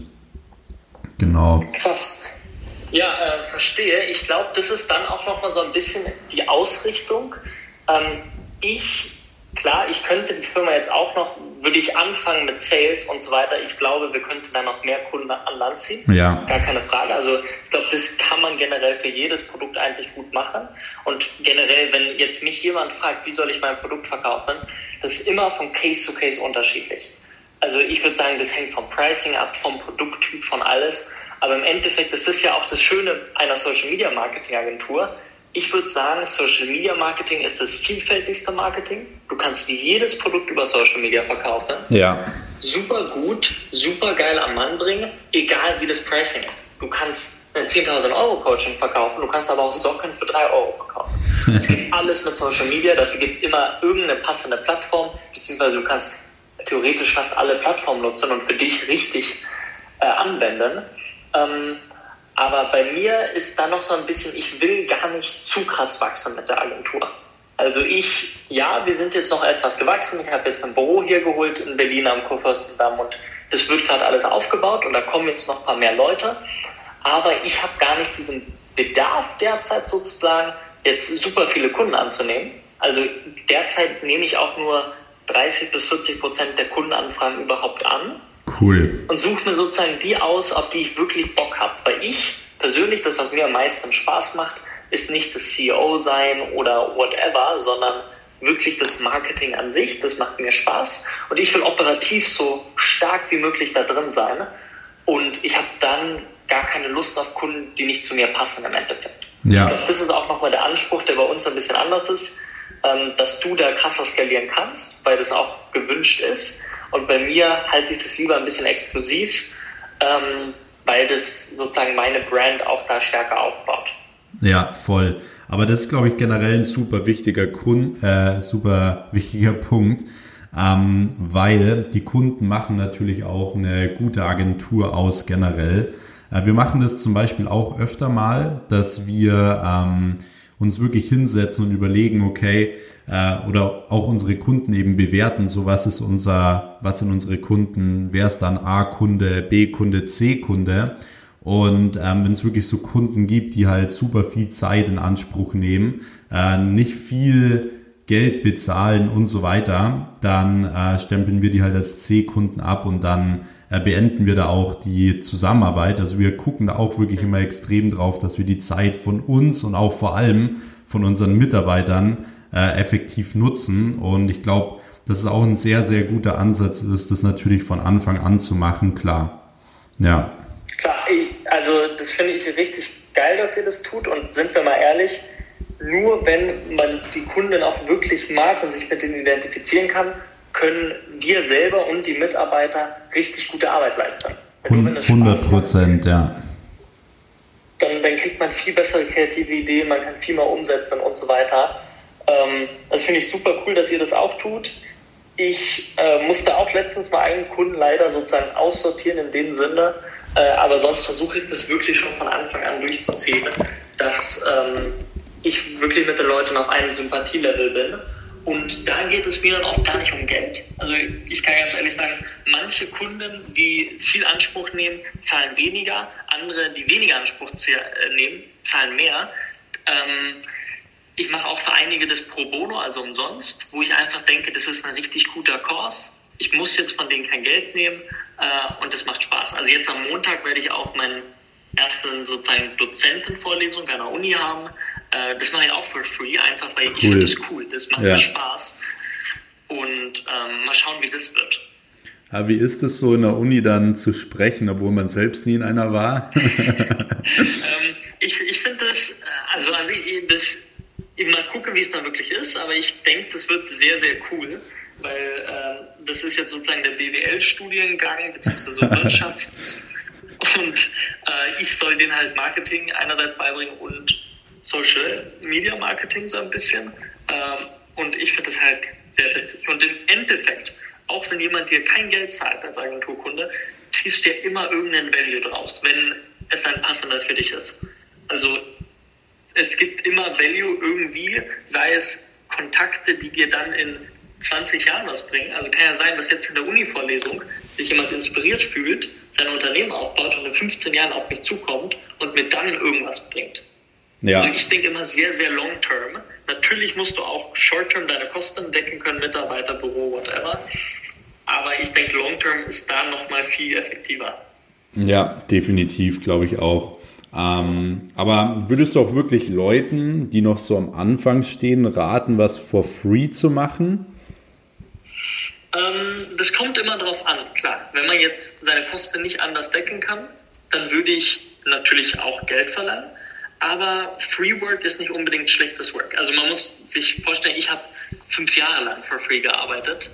Genau. Krass. Ja, äh, verstehe. Ich glaube, das ist dann auch nochmal so ein bisschen die Ausrichtung. Ähm, ich klar, ich könnte die Firma jetzt auch noch, würde ich anfangen mit Sales und so weiter. Ich glaube, wir könnten da noch mehr Kunden an Land ziehen. Ja. Gar keine Frage. Also ich glaube, das kann man generell für jedes Produkt eigentlich gut machen. Und generell, wenn jetzt mich jemand fragt, wie soll ich mein Produkt verkaufen, das ist immer von Case zu Case unterschiedlich. Also ich würde sagen, das hängt vom Pricing ab, vom Produkttyp, von alles. Aber im Endeffekt, das ist ja auch das Schöne einer Social Media Marketing Agentur. Ich würde sagen, Social Media Marketing ist das vielfältigste Marketing. Du kannst jedes Produkt über Social Media verkaufen. Ja. Super gut, super geil am Mann bringen, egal wie das Pricing ist. Du kannst ein zehntausend Euro Coaching verkaufen, du kannst aber auch Socken für drei Euro verkaufen. Es geht alles mit Social Media, dafür gibt es immer irgendeine passende Plattform, beziehungsweise du kannst theoretisch fast alle Plattformen nutzen und für dich richtig äh, anwenden. Ähm, Aber bei mir ist da noch so ein bisschen, ich will gar nicht zu krass wachsen mit der Agentur. Also ich, ja, wir sind jetzt noch etwas gewachsen. Ich habe jetzt ein Büro hier geholt in Berlin am Kurfürstendamm und das wird gerade alles aufgebaut und da kommen jetzt noch ein paar mehr Leute. Aber ich habe gar nicht diesen Bedarf derzeit sozusagen, jetzt super viele Kunden anzunehmen. Also derzeit nehme ich auch nur dreißig bis vierzig Prozent der Kundenanfragen überhaupt an. Cool. Und suche mir sozusagen die aus, auf die ich wirklich Bock habe. Weil ich persönlich, das, was mir am meisten Spaß macht, ist nicht das C E O sein oder whatever, sondern wirklich das Marketing an sich. Das macht mir Spaß. Und ich will operativ so stark wie möglich da drin sein. Und ich habe dann gar keine Lust auf Kunden, die nicht zu mir passen im Endeffekt. Ja. Ich glaube, das ist auch nochmal der Anspruch, der bei uns ein bisschen anders ist, dass du da krasser skalieren kannst, weil das auch gewünscht ist. Und bei mir halte ich das lieber ein bisschen exklusiv, ähm, weil das sozusagen meine Brand auch da stärker aufbaut. Ja, voll. Aber das ist, glaube ich, generell ein super wichtiger Kund, äh, super wichtiger Punkt, ähm, weil die Kunden machen natürlich auch eine gute Agentur aus generell. Äh, wir machen das zum Beispiel auch öfter mal, dass wir ähm, uns wirklich hinsetzen und überlegen, okay, oder auch unsere Kunden eben bewerten, so was ist unser, was sind unsere Kunden, wer ist dann A-Kunde, B-Kunde, C-Kunde und ähm, wenn es wirklich so Kunden gibt, die halt super viel Zeit in Anspruch nehmen, äh, nicht viel Geld bezahlen und so weiter, dann äh, stempeln wir die halt als C-Kunden ab und dann äh, beenden wir da auch die Zusammenarbeit. Also wir gucken da auch wirklich immer extrem drauf, dass wir die Zeit von uns und auch vor allem von unseren Mitarbeitern Äh, effektiv nutzen und ich glaube, dass es auch ein sehr, sehr guter Ansatz ist, das natürlich von Anfang an zu machen, klar. Ja. Klar, ich, also das finde ich richtig geil, dass ihr das tut und sind wir mal ehrlich, nur wenn man die Kunden auch wirklich mag und sich mit denen identifizieren kann, können wir selber und die Mitarbeiter richtig gute Arbeit leisten. hundert Prozent, ja. Dann, dann kriegt man viel bessere kreative Ideen, man kann viel mehr umsetzen und so weiter. Ähm, das finde ich super cool, dass ihr das auch tut. Ich äh, musste auch letztens mal einen Kunden leider sozusagen aussortieren in dem Sinne, äh, aber sonst versuche ich das wirklich schon von Anfang an durchzuziehen, dass ähm, ich wirklich mit den Leuten auf einem Sympathielevel bin. Und da geht es mir dann auch gar nicht um Geld. Also ich kann ganz ehrlich sagen, manche Kunden, die viel Anspruch nehmen, zahlen weniger, andere, die weniger Anspruch nehmen, zahlen mehr. Ähm, Ich mache auch für einige das Pro Bono, also umsonst, wo ich einfach denke, das ist ein richtig guter Kurs. Ich muss jetzt von denen kein Geld nehmen äh, und das macht Spaß. Also jetzt am Montag werde ich auch meine erste sozusagen Dozentenvorlesung an der Uni haben. Äh, das mache ich auch for free, einfach weil cool. Ich finde das cool, das macht ja. mir Spaß. Und ähm, mal schauen, wie das wird. Aber wie ist es so in der Uni dann zu sprechen, obwohl man selbst nie in einer war? ähm, ich ich finde das, also, also das... Mal gucken, wie es dann wirklich ist, aber ich denke, das wird sehr, sehr cool, weil äh, das ist jetzt sozusagen der B W L-Studiengang, beziehungsweise Wirtschafts- und äh, ich soll denen halt Marketing einerseits beibringen und Social Media Marketing so ein bisschen ähm, und ich finde das halt sehr witzig. Und im Endeffekt, auch wenn jemand dir kein Geld zahlt als Agenturkunde, ziehst du ja immer irgendeinen Value draus, wenn es ein passender für dich ist. Also es gibt immer Value irgendwie, sei es Kontakte, die dir dann in zwanzig Jahren was bringen. Also kann ja sein, dass jetzt in der Uni-Vorlesung sich jemand inspiriert fühlt, sein Unternehmen aufbaut und in fünfzehn Jahren auf mich zukommt und mir dann irgendwas bringt. Ja. Also ich denke immer sehr, sehr long-term. Natürlich musst du auch short-term deine Kosten decken können, Mitarbeiter, Büro, whatever. Aber ich denke, long-term ist da nochmal viel effektiver. Ja, definitiv, glaube ich auch. Ähm, aber würdest du auch wirklich Leuten, die noch so am Anfang stehen, raten, was for free zu machen? Ähm, das kommt immer drauf an, klar. Wenn man jetzt seine Kosten nicht anders decken kann, dann würde ich natürlich auch Geld verlangen. Aber Free Work ist nicht unbedingt schlechtes Work. Also man muss sich vorstellen, ich habe fünf Jahre lang for free gearbeitet,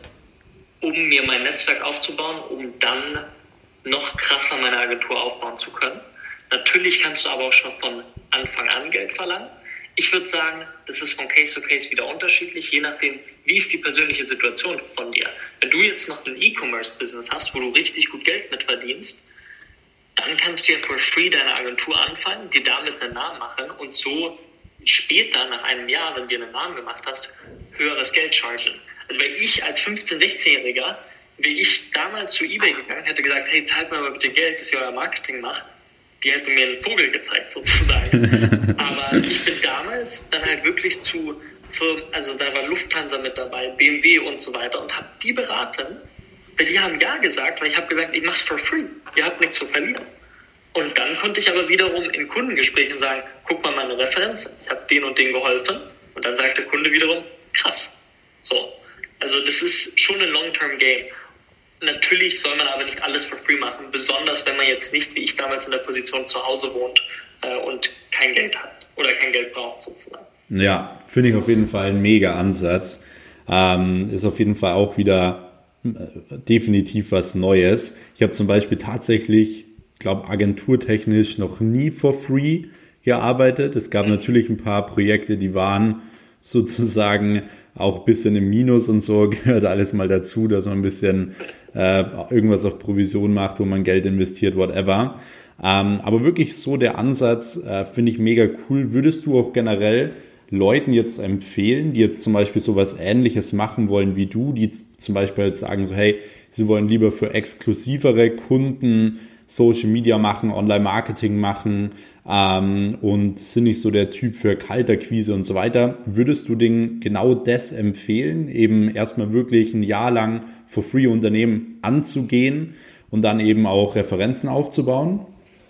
um mir mein Netzwerk aufzubauen, um dann noch krasser meine Agentur aufbauen zu können. Natürlich kannst du aber auch schon von Anfang an Geld verlangen. Ich würde sagen, das ist von Case to Case wieder unterschiedlich, je nachdem, wie ist die persönliche Situation von dir. Wenn du jetzt noch ein E-Commerce-Business hast, wo du richtig gut Geld mit verdienst, dann kannst du ja for free deine Agentur anfangen, dir damit einen Namen machen und so später, nach einem Jahr, wenn du dir einen Namen gemacht hast, höheres Geld chargen. Also weil ich als fünfzehn-, sechzehnjähriger, wie ich damals zu eBay gegangen, hätte gesagt, hey, zahlt mir mal bitte Geld, dass ihr euer Marketing macht. Die hätte mir einen Vogel gezeigt, sozusagen. Aber ich bin damals dann halt wirklich zu Firmen, also da war Lufthansa mit dabei, B M W und so weiter und habe die beraten, weil die haben ja gesagt, weil ich habe gesagt, ich mach's for free, ihr habt nichts zu verlieren. Und dann konnte ich aber wiederum in Kundengesprächen sagen, guck mal meine Referenzen, ich habe den und den geholfen und dann sagt der Kunde wiederum, krass. So, also das ist schon ein Long-Term-Game. Natürlich soll man aber nicht alles for free machen, besonders wenn man jetzt nicht, wie ich damals in der Position zu Hause wohnt äh, und kein Geld hat oder kein Geld braucht sozusagen. Ja, finde ich auf jeden Fall ein mega Ansatz. Ähm, ist auf jeden Fall auch wieder äh, definitiv was Neues. Ich habe zum Beispiel tatsächlich, ich glaube agenturtechnisch noch nie for free gearbeitet. Es gab mhm. natürlich ein paar Projekte, die waren sozusagen auch ein bisschen im Minus und so, gehört alles mal dazu, dass man ein bisschen äh, irgendwas auf Provision macht, wo man Geld investiert, whatever. Ähm, aber wirklich so der Ansatz äh, finde ich mega cool. Würdest du auch generell Leuten jetzt empfehlen, die jetzt zum Beispiel sowas Ähnliches machen wollen wie du, die zum Beispiel jetzt sagen so, hey, sie wollen lieber für exklusivere Kunden Social Media machen, Online-Marketing machen ähm, und sind nicht so der Typ für Kaltakquise und so weiter. Würdest du denen genau das empfehlen, eben erstmal wirklich ein Jahr lang for free Unternehmen anzugehen und dann eben auch Referenzen aufzubauen?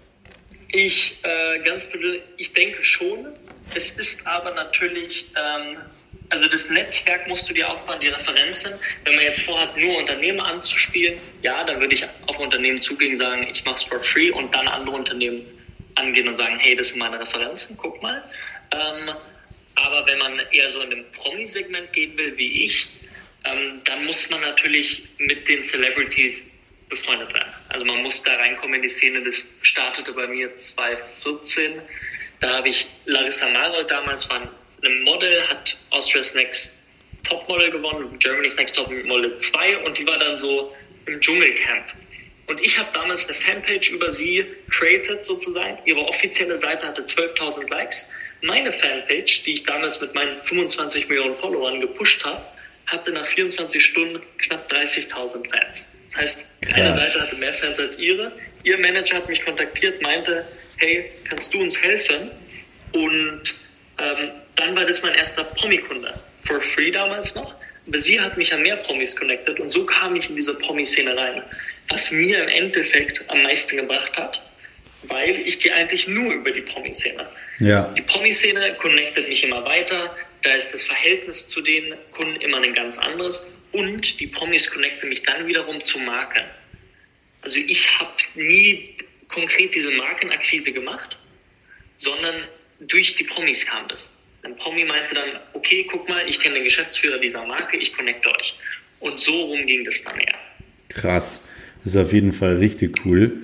Ich, äh, ganz ich denke schon. Es ist aber natürlich, ähm, also das Netzwerk musst du dir aufbauen, die Referenzen. Wenn man jetzt vorhat, nur Unternehmen anzuspielen, ja, dann würde ich auf Unternehmen zugehen, sagen, ich mache es for free und dann andere Unternehmen angehen und sagen, hey, das sind meine Referenzen, guck mal. Ähm, aber wenn man eher so in dem Promi-Segment gehen will, wie ich, ähm, dann muss man natürlich mit den Celebrities befreundet werden. Also man muss da reinkommen in die Szene. Das startete bei mir zwanzig vierzehn. Da habe ich Larissa Marold damals, war ein Model, hat Austria's Next Topmodel gewonnen, Germany's Next Topmodel zwei und die war dann so im Dschungelcamp. Und ich habe damals eine Fanpage über sie created sozusagen. Ihre offizielle Seite hatte zwölftausend Likes. Meine Fanpage, die ich damals mit meinen fünfundzwanzig Millionen Followern gepusht habe, hatte nach vierundzwanzig Stunden knapp dreißigtausend Fans. Das heißt, Krass. Eine Seite hatte mehr Fans als ihre. Ihr Manager hat mich kontaktiert, meinte, hey, kannst du uns helfen? Und ähm, dann war das mein erster Promi-Kunde. For free damals noch. Aber sie hat mich an mehr Promis connected und so kam ich in diese Promi-Szene rein. Was mir im Endeffekt am meisten gebracht hat, weil ich gehe eigentlich nur über die Promi-Szene. Ja. Die Promi-Szene connectet mich immer weiter. Da ist das Verhältnis zu den Kunden immer ein ganz anderes. Und die Promis connecten mich dann wiederum zu Marken. Also ich habe nie konkret diese Markenakquise gemacht, sondern durch die Promis kam das. Ein Promi meinte dann, okay, guck mal, ich kenne den Geschäftsführer dieser Marke, ich connecte euch. Und so rum ging das dann eher. Krass, das ist auf jeden Fall richtig cool.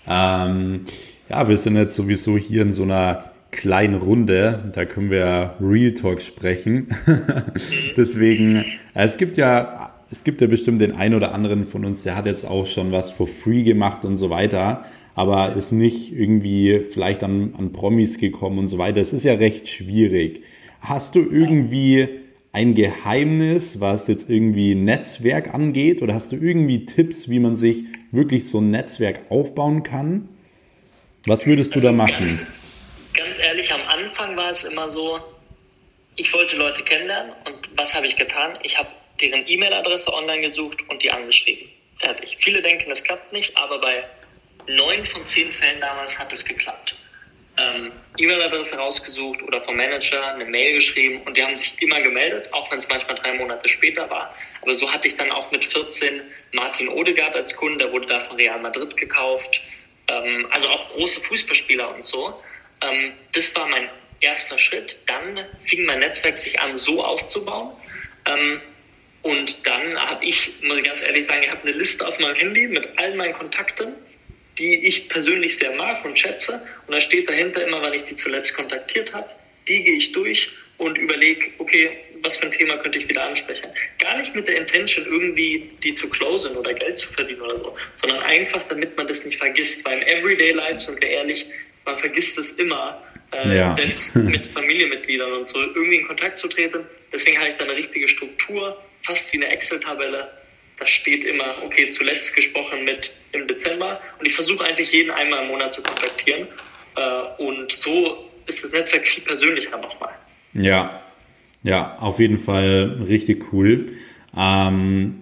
Ähm, ja, wir sind jetzt sowieso hier in so einer kleinen Runde, da können wir Real Talk sprechen. Mhm. Deswegen, äh, es gibt ja es gibt ja bestimmt den einen oder anderen von uns, der hat jetzt auch schon was for free gemacht und so weiter, aber ist nicht irgendwie vielleicht an, an Promis gekommen und so weiter. Es ist ja recht schwierig. Hast du irgendwie ein Geheimnis, was jetzt irgendwie Netzwerk angeht, oder hast du irgendwie Tipps, wie man sich wirklich so ein Netzwerk aufbauen kann? Was würdest du also da machen? Ganz, ganz ehrlich, am Anfang war es immer so, ich wollte Leute kennenlernen und was habe ich getan? Ich habe deren E-Mail-Adresse online gesucht und die angeschrieben. Fertig. Viele denken, das klappt nicht, aber bei neun von zehn Fällen damals hat es geklappt. Ähm, E-Mail-Adresse rausgesucht oder vom Manager eine Mail geschrieben und die haben sich immer gemeldet, auch wenn es manchmal drei Monate später war. Aber so hatte ich dann auch mit vierzehn Martin Odegaard als Kunde, der wurde da von Real Madrid gekauft. Ähm, also auch große Fußballspieler und so. Ähm, das war mein erster Schritt. Dann fing mein Netzwerk sich an, so aufzubauen. Ähm, und dann habe ich, muss ich ganz ehrlich sagen, ich habe eine Liste auf meinem Handy mit all meinen Kontakten, die ich persönlich sehr mag und schätze. Und da steht dahinter immer, wann ich die zuletzt kontaktiert habe. Die gehe ich durch und überlege, okay, was für ein Thema könnte ich wieder ansprechen. Gar nicht mit der Intention, irgendwie die zu closen oder Geld zu verdienen oder so, sondern einfach, damit man das nicht vergisst. Weil im Everyday Life, sind wir ehrlich, man vergisst es immer, äh, ja. selbst mit Familienmitgliedern und so, irgendwie in Kontakt zu treten. Deswegen habe ich da eine richtige Struktur, fast wie eine Excel-Tabelle. Da steht immer, okay, zuletzt gesprochen mit im Dezember. Und ich versuche eigentlich jeden einmal im Monat zu kontaktieren. Äh, und so ist das Netzwerk viel persönlicher nochmal. Ja, ja, auf jeden Fall richtig cool. Ähm,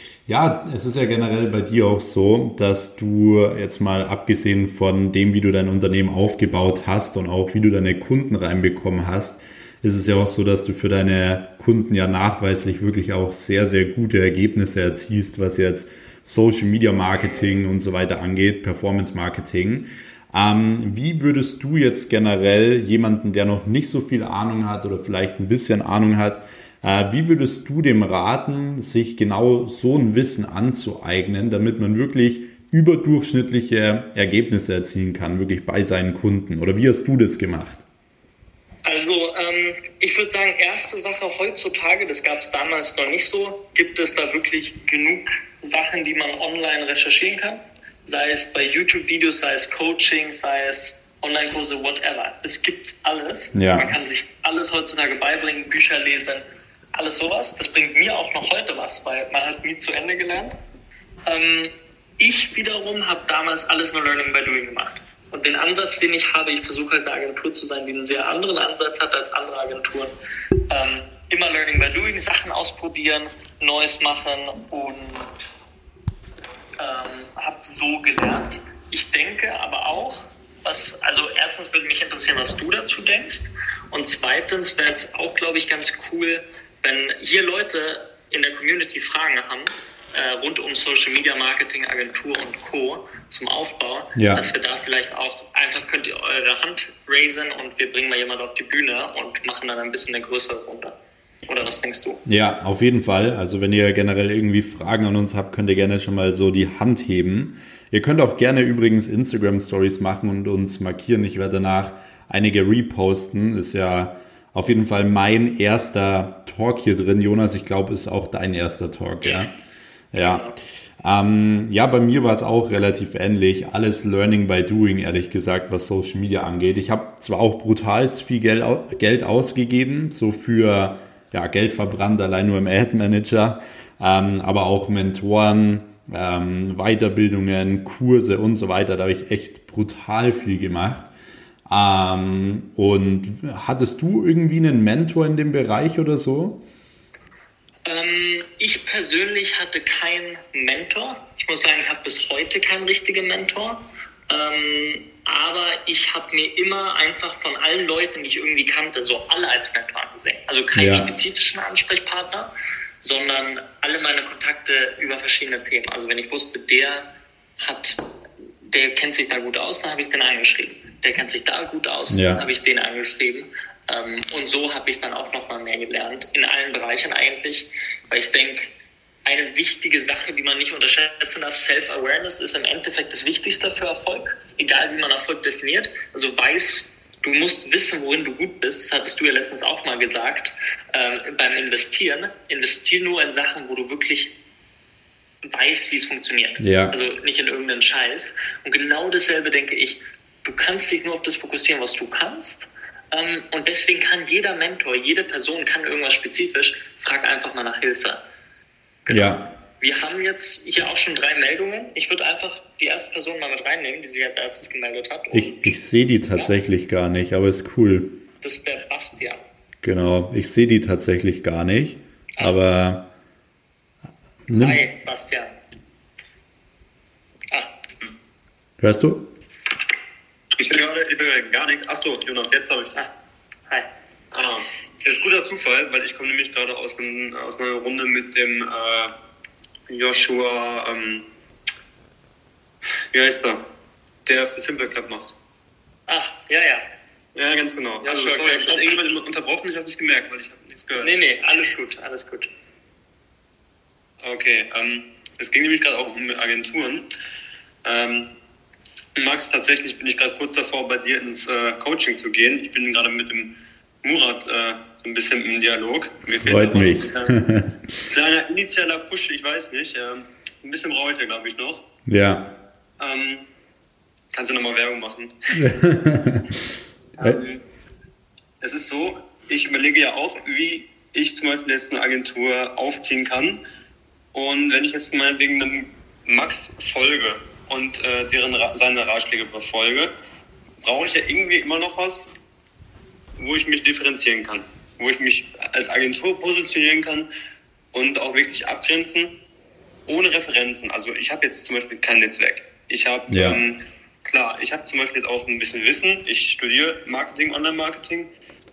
ja, es ist ja generell bei dir auch so, dass du jetzt mal abgesehen von dem, wie du dein Unternehmen aufgebaut hast und auch wie du deine Kunden reinbekommen hast, ist es ja auch so, dass du für deine Kunden ja nachweislich wirklich auch sehr, sehr gute Ergebnisse erzielst, was jetzt Social Media Marketing und so weiter angeht, Performance Marketing. Ähm, wie würdest du jetzt generell jemanden, der noch nicht so viel Ahnung hat oder vielleicht ein bisschen Ahnung hat, äh, wie würdest du dem raten, sich genau so ein Wissen anzueignen, damit man wirklich überdurchschnittliche Ergebnisse erzielen kann, wirklich bei seinen Kunden? Oder wie hast du das gemacht? Also ähm, ich würde sagen, erste Sache heutzutage, das gab es damals noch nicht so, gibt es da wirklich genug Sachen, die man online recherchieren kann. Sei es bei YouTube-Videos, sei es Coaching, sei es Online-Kurse, whatever. Es gibt alles. Ja. Man kann sich alles heutzutage beibringen, Bücher lesen, alles sowas. Das bringt mir auch noch heute was, weil man hat nie zu Ende gelernt. Ähm, ich wiederum habe damals alles nur Learning by Doing gemacht. Und den Ansatz, den ich habe, ich versuche halt eine Agentur zu sein, die einen sehr anderen Ansatz hat als andere Agenturen. Ähm, immer Learning by Doing, Sachen ausprobieren, Neues machen und ähm, habe so gelernt. Ich denke aber auch, was, also erstens würde mich interessieren, was du dazu denkst. Und zweitens wäre es auch, glaube ich, ganz cool, wenn hier Leute in der Community Fragen haben, äh, rund um Social Media Marketing, Agentur und Co. zum Aufbau, ja. dass wir da vielleicht auch einfach könnt ihr eure Hand raisen und wir bringen mal jemanden auf die Bühne und machen dann ein bisschen eine größere Runde. Oder was denkst du? Ja, auf jeden Fall. Also wenn ihr generell irgendwie Fragen an uns habt, könnt ihr gerne schon mal so die Hand heben. Ihr könnt auch gerne übrigens Instagram-Stories machen und uns markieren. Ich werde danach einige reposten. Ist ja auf jeden Fall mein erster Talk hier drin. Jonas, ich glaube, ist auch dein erster Talk, ja? Ja. Ähm, ja, bei mir war es auch relativ ähnlich. Alles Learning by Doing, ehrlich gesagt, was Social Media angeht. Ich habe zwar auch brutal viel Geld, Geld ausgegeben, so für ja, Geld verbrannt, allein nur im Ad Manager, ähm, aber auch Mentoren, ähm, Weiterbildungen, Kurse und so weiter. Da habe ich echt brutal viel gemacht. Ähm, und hattest du irgendwie einen Mentor in dem Bereich oder so? Ähm, ich persönlich hatte keinen Mentor. Ich muss sagen, ich habe bis heute keinen richtigen Mentor. Ähm, aber ich habe mir immer einfach von allen Leuten, die ich irgendwie kannte, so alle als Mentor angesehen. Also keinen ja. spezifischen Ansprechpartner, sondern alle meine Kontakte über verschiedene Themen. Also wenn ich wusste, der hat, der kennt sich da gut aus, dann habe ich den angeschrieben. Der kennt sich da gut aus, ja. dann habe ich den angeschrieben. Ähm, und so habe ich dann auch nochmal mehr gelernt, in allen Bereichen eigentlich, weil ich denke, eine wichtige Sache, die man nicht unterschätzen darf, Self-Awareness ist im Endeffekt das Wichtigste für Erfolg, egal wie man Erfolg definiert. Also weiß, du musst wissen, worin du gut bist, das hattest du ja letztens auch mal gesagt, ähm, beim Investieren. Investier nur in Sachen, wo du wirklich weißt, wie es funktioniert. Ja. Also nicht in irgendeinen Scheiß. Und genau dasselbe denke ich, du kannst dich nur auf das fokussieren, was du kannst. Ähm, und deswegen kann jeder Mentor, jede Person kann irgendwas spezifisch, frag einfach mal nach Hilfe. Genau. Ja. Wir haben jetzt hier auch schon drei Meldungen. Ich würde einfach die erste Person mal mit reinnehmen, die sich als erstes gemeldet hat. Ich, ich sehe die tatsächlich ja. gar nicht, aber ist cool. Das ist der Bastian. Genau, ich sehe die tatsächlich gar nicht, aber nimm. Hi, Bastian. Ah. Hörst du? Ich bin gerade, ich bin gar nicht. Achso, Jonas, jetzt habe ich. Ah. Hi. Ah, das ist ein guter Zufall, weil ich komme nämlich gerade aus, einem, aus einer Runde mit dem äh, Joshua, ähm, wie heißt er? Der für Simple Club macht. Ah, ja, ja. Ja, ganz genau. Ja, also, sure, sorry, okay. ich habe irgendjemand unterbrochen, ich habe es nicht gemerkt, weil ich habe nichts gehört. Nee, nee, alles gut, alles gut. Okay, ähm, es ging nämlich gerade auch um Agenturen. Ähm, Max, tatsächlich bin ich gerade kurz davor, bei dir ins äh, Coaching zu gehen. Ich bin gerade mit dem Murat äh, so ein bisschen im Dialog. Mir Freut mich. Ein kleiner initieller Push, ich weiß nicht. Ähm, ein bisschen brauche ich ja, glaube ich, noch. Ja. Ähm, kannst du nochmal Werbung machen? Äh. ähm, es ist so, ich überlege ja auch, wie ich zum Beispiel jetzt eine Agentur aufziehen kann. Und wenn ich jetzt meinetwegen einem Max folge und äh, deren seine Ratschläge befolge, brauche ich ja irgendwie immer noch was, wo ich mich differenzieren kann, wo ich mich als Agentur positionieren kann und auch wirklich abgrenzen, ohne Referenzen. Also ich habe jetzt zum Beispiel kein Netzwerk. Ich habe, ja. ähm, klar, ich habe zum Beispiel jetzt auch ein bisschen Wissen. Ich studiere Marketing, Online-Marketing,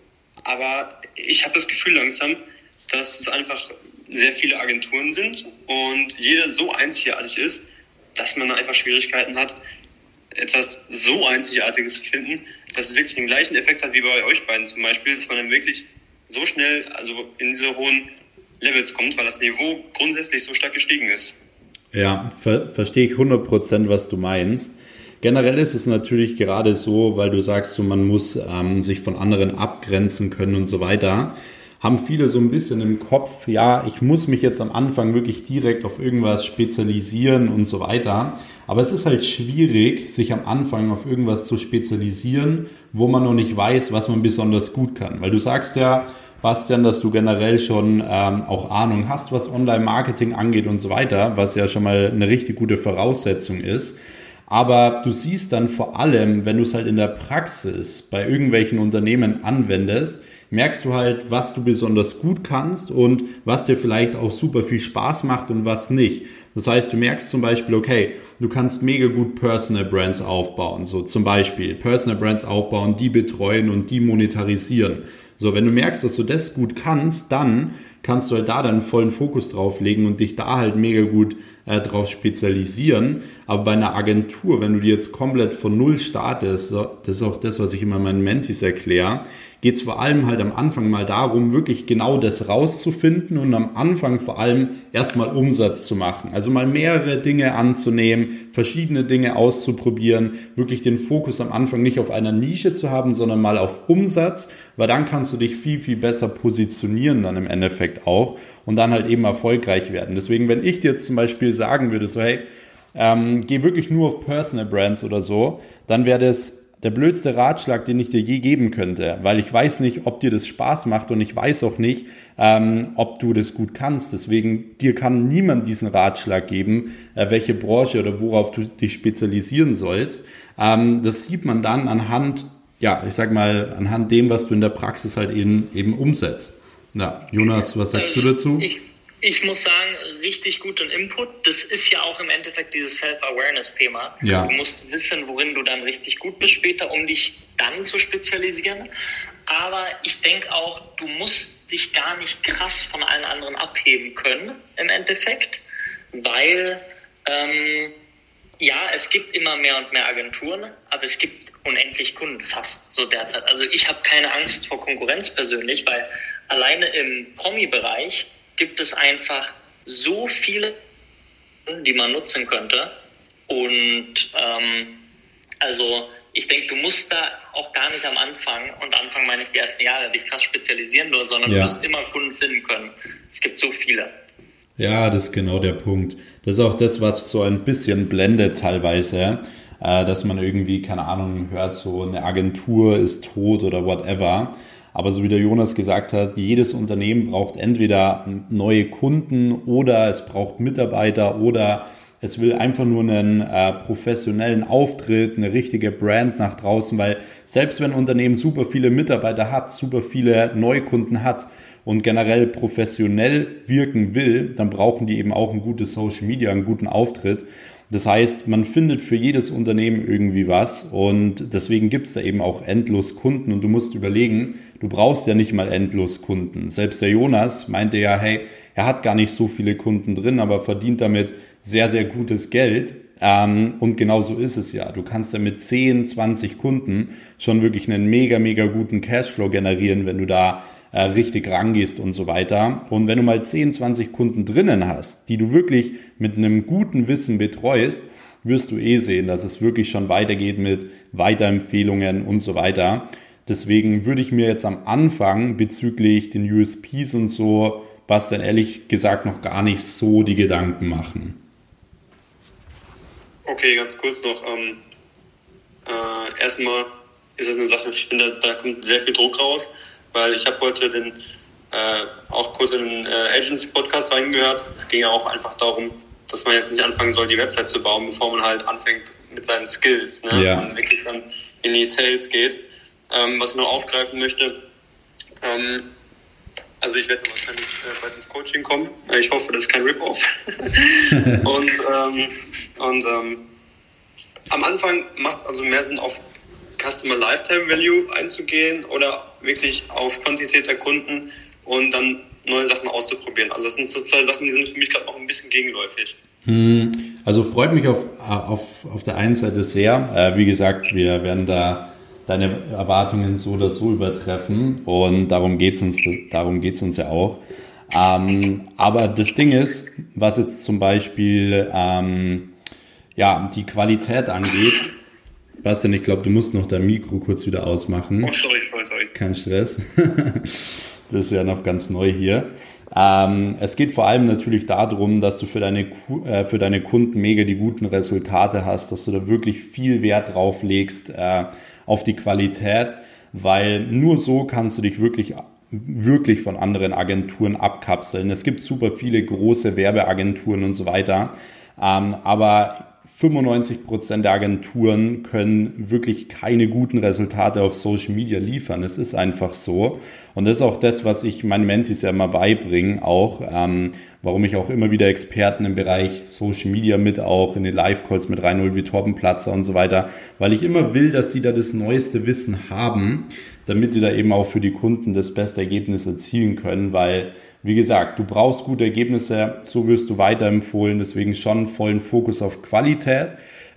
aber ich habe das Gefühl langsam, dass es einfach sehr viele Agenturen sind und jede so einzigartig ist, dass man einfach Schwierigkeiten hat, etwas so Einzigartiges zu finden, dass es wirklich den gleichen Effekt hat wie bei euch beiden zum Beispiel, dass man dann wirklich so schnell also in diese hohen Levels kommt, weil das Niveau grundsätzlich so stark gestiegen ist. Ja, ver- verstehe ich hundert Prozent, was du meinst. Generell ist es natürlich gerade so, weil du sagst, so, man muss ähm, sich von anderen abgrenzen können und so weiter, haben viele so ein bisschen im Kopf, ja, ich muss mich jetzt am Anfang wirklich direkt auf irgendwas spezialisieren und so weiter. Aber es ist halt schwierig, sich am Anfang auf irgendwas zu spezialisieren, wo man noch nicht weiß, was man besonders gut kann. Weil du sagst ja, Bastian, dass du generell schon ähm, auch Ahnung hast, was Online-Marketing angeht und so weiter, was ja schon mal eine richtig gute Voraussetzung ist. Aber du siehst dann vor allem, wenn du es halt in der Praxis bei irgendwelchen Unternehmen anwendest, merkst du halt, was du besonders gut kannst und was dir vielleicht auch super viel Spaß macht und was nicht. Das heißt, du merkst zum Beispiel, okay, du kannst mega gut Personal Brands aufbauen. So zum Beispiel Personal Brands aufbauen, die betreuen und die monetarisieren. So, wenn du merkst, dass du das gut kannst, dann kannst du halt da deinen vollen Fokus drauf legen und dich da halt mega gut äh, drauf spezialisieren. Aber bei einer Agentur, wenn du die jetzt komplett von Null startest, das ist auch das, was ich immer meinen Mentees erkläre, geht es vor allem halt am Anfang mal darum, wirklich genau das rauszufinden und am Anfang vor allem erstmal Umsatz zu machen. Also mal mehrere Dinge anzunehmen, verschiedene Dinge auszuprobieren, wirklich den Fokus am Anfang nicht auf einer Nische zu haben, sondern mal auf Umsatz, weil dann kannst du dich viel, viel besser positionieren dann im Endeffekt auch und dann halt eben erfolgreich werden. Deswegen, wenn ich dir jetzt zum Beispiel sagen würde, so hey, ähm, geh wirklich nur auf Personal Brands oder so, dann wäre das der blödste Ratschlag, den ich dir je geben könnte, weil ich weiß nicht, ob dir das Spaß macht und ich weiß auch nicht, ähm, ob du das gut kannst. Deswegen, dir kann niemand diesen Ratschlag geben, äh, welche Branche oder worauf du dich spezialisieren sollst. Ähm, das sieht man dann anhand, ja, ich sag mal, anhand dem, was du in der Praxis halt eben, eben umsetzt. Ja, Jonas, was sagst du dazu? Ich, ich muss sagen, richtig guten Input. Das ist ja auch im Endeffekt dieses Self-Awareness-Thema. Ja. Du musst wissen, worin du dann richtig gut bist später, um dich dann zu spezialisieren. Aber ich denke auch, du musst dich gar nicht krass von allen anderen abheben können im Endeffekt, weil ähm, ja, es gibt immer mehr und mehr Agenturen, aber es gibt unendlich Kunden fast so derzeit. Also ich habe keine Angst vor Konkurrenz persönlich, weil alleine im Promi-Bereich gibt es einfach so viele, die man nutzen könnte. Und ähm, also ich denke, du musst da auch gar nicht am Anfang, und Anfang meine ich die ersten Jahre, dich krass spezialisieren, sondern ja. Du musst immer Kunden finden können. Es gibt so viele. Ja, das ist genau der Punkt. Das ist auch das, was so ein bisschen blendet teilweise, äh, dass man irgendwie, keine Ahnung, hört, so eine Agentur ist tot oder whatever. Aber so wie der Jonas gesagt hat, jedes Unternehmen braucht entweder neue Kunden oder es braucht Mitarbeiter oder es will einfach nur einen äh, professionellen Auftritt, eine richtige Brand nach draußen, weil selbst wenn ein Unternehmen super viele Mitarbeiter hat, super viele Neukunden hat und generell professionell wirken will, dann brauchen die eben auch ein gutes Social Media, einen guten Auftritt. Das heißt, man findet für jedes Unternehmen irgendwie was und deswegen gibt es da eben auch endlos Kunden und du musst überlegen, du brauchst ja nicht mal endlos Kunden. Selbst der Jonas meinte ja, hey, er hat gar nicht so viele Kunden drin, aber verdient damit sehr, sehr gutes Geld. Ähm, und genau so ist es ja. Du kannst ja mit zehn, zwanzig Kunden schon wirklich einen mega, mega guten Cashflow generieren, wenn du da äh, richtig rangehst und so weiter. Und wenn du mal zehn, zwanzig Kunden drinnen hast, die du wirklich mit einem guten Wissen betreust, wirst du eh sehen, dass es wirklich schon weitergeht mit Weiterempfehlungen und so weiter. Deswegen würde ich mir jetzt am Anfang bezüglich den U S Ps und so, Bastian, ehrlich gesagt noch gar nicht so die Gedanken machen. Okay, ganz kurz noch. Ähm, äh, erstmal ist das eine Sache, ich finde, da kommt sehr viel Druck raus, weil ich habe heute den, äh, auch kurz in den äh, Agency-Podcast reingehört. Es ging ja auch einfach darum, dass man jetzt nicht anfangen soll, die Website zu bauen, bevor man halt anfängt mit seinen Skills, ne? Ja. Und wirklich dann in die Sales geht. Ähm, was ich noch aufgreifen möchte, ähm, also ich werde wahrscheinlich äh, bald ins Coaching kommen. Ich hoffe, das ist kein Rip-Off. und ähm, und ähm, am Anfang macht es also mehr Sinn, auf Customer Lifetime Value einzugehen oder wirklich auf Quantität der Kunden und dann neue Sachen auszuprobieren. Also das sind so zwei Sachen, die sind für mich gerade noch ein bisschen gegenläufig. Also freut mich auf, auf, auf der einen Seite sehr. Äh, wie gesagt, wir werden da deine Erwartungen so oder so übertreffen und darum geht's uns, darum geht's uns ja auch. Ähm, aber das Ding ist, was jetzt zum Beispiel ähm, ja, die Qualität angeht, Bastian, ich glaube, du musst noch dein Mikro kurz wieder ausmachen. Oh, sorry, sorry, sorry. Kein Stress. Das ist ja noch ganz neu hier. Ähm, es geht vor allem natürlich darum, dass du für deine, äh, für deine Kunden mega die guten Resultate hast, dass du da wirklich viel Wert drauf legst äh, auf die Qualität, weil nur so kannst du dich wirklich wirklich von anderen Agenturen abkapseln. Es gibt super viele große Werbeagenturen und so weiter, ähm, aber fünfundneunzig Prozent der Agenturen können wirklich keine guten Resultate auf Social Media liefern. Es ist einfach so. Und das ist auch das, was ich meinen Mentees ja immer beibringe, auch, ähm, warum ich auch immer wieder Experten im Bereich Social Media mit auch in den Live-Calls mit reinhole, wie Torben Platzer und so weiter, weil ich immer will, dass sie da das neueste Wissen haben, damit die da eben auch für die Kunden das beste Ergebnis erzielen können, weil wie gesagt, du brauchst gute Ergebnisse, so wirst du weiterempfohlen, deswegen schon vollen Fokus auf Qualität.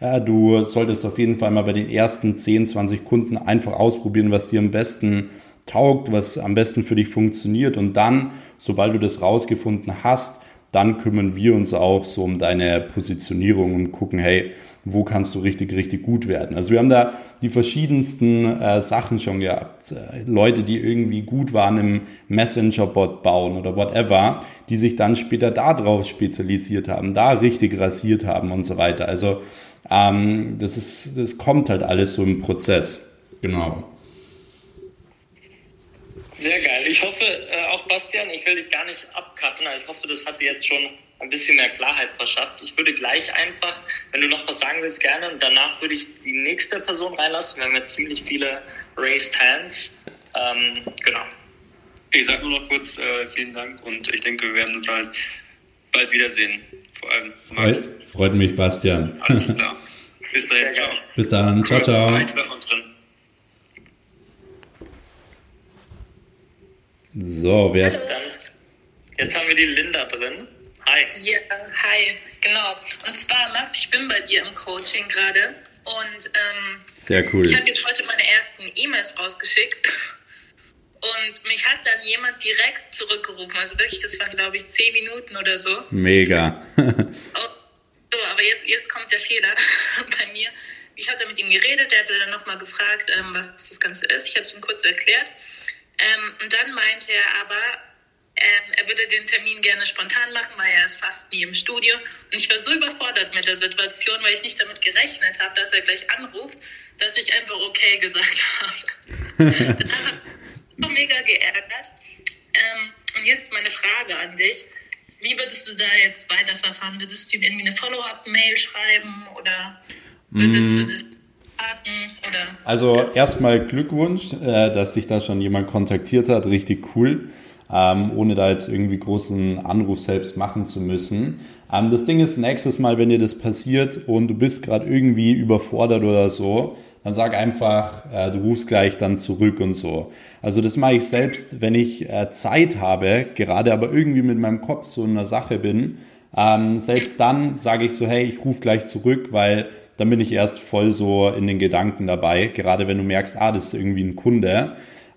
Du solltest auf jeden Fall mal bei den ersten zehn, zwanzig Kunden einfach ausprobieren, was dir am besten taugt, was am besten für dich funktioniert und dann, sobald du das rausgefunden hast, dann kümmern wir uns auch so um deine Positionierung und gucken, hey, wo kannst du richtig, richtig gut werden. Also wir haben da die verschiedensten äh, Sachen schon gehabt. Äh, Leute, die irgendwie gut waren im Messenger-Bot bauen oder whatever, die sich dann später darauf spezialisiert haben, da richtig rasiert haben und so weiter. Also ähm, das ist, das kommt halt alles so im Prozess. Genau. Sehr geil. Ich hoffe, äh, auch Bastian, ich will dich gar nicht abcutten, aber ich hoffe, das hat dir jetzt schon ein bisschen mehr Klarheit verschafft. Ich würde gleich einfach, wenn du noch was sagen willst, gerne, und danach würde ich die nächste Person reinlassen. Wir haben jetzt ziemlich viele Raised Hands. Ähm, genau. Ich sage nur noch kurz äh, vielen Dank und ich denke, wir werden uns halt bald wiedersehen. Vor allem Freut, freut mich, Bastian. Alles klar. Bis dahin. Ciao. Bis dann. Ciao, ciao. So, wer ist... Jetzt haben wir die Linda drin. Hi. Ja, hi, genau. Und zwar, Max, ich bin bei dir im Coaching gerade und ähm, sehr cool. Ich habe jetzt heute meine ersten E-Mails rausgeschickt und mich hat dann jemand direkt zurückgerufen. Also wirklich, das waren, glaube ich, zehn Minuten oder so. Mega. Oh, so, aber jetzt, jetzt kommt der Fehler bei mir. Ich habe da mit ihm geredet, der hatte dann nochmal gefragt, ähm, was das Ganze ist. Ich habe es ihm kurz erklärt. Ähm, und dann meinte er aber, Ähm, er würde den Termin gerne spontan machen, weil er ist fast nie im Studio. Und ich war so überfordert mit der Situation, weil ich nicht damit gerechnet habe, dass er gleich anruft, dass ich einfach okay gesagt habe. Das hat mich so mega geärgert. Ähm, und jetzt meine Frage an dich. Wie würdest du da jetzt weiterverfahren? Würdest du ihm irgendwie eine Follow-up-Mail schreiben oder würdest mm. du das sagen? Oder? Also erstmal Glückwunsch, äh, dass dich da schon jemand kontaktiert hat, richtig cool. Ähm, ohne da jetzt irgendwie großen Anruf selbst machen zu müssen. Ähm, das Ding ist, nächstes Mal, wenn dir das passiert und du bist gerade irgendwie überfordert oder so, dann sag einfach, äh, du rufst gleich dann zurück und so. Also das mache ich selbst, wenn ich äh, Zeit habe, gerade aber irgendwie mit meinem Kopf so in einer Sache bin. Ähm, selbst dann sage ich so, hey, ich rufe gleich zurück, weil dann bin ich erst voll so in den Gedanken dabei. Gerade wenn du merkst, ah, das ist irgendwie ein Kunde.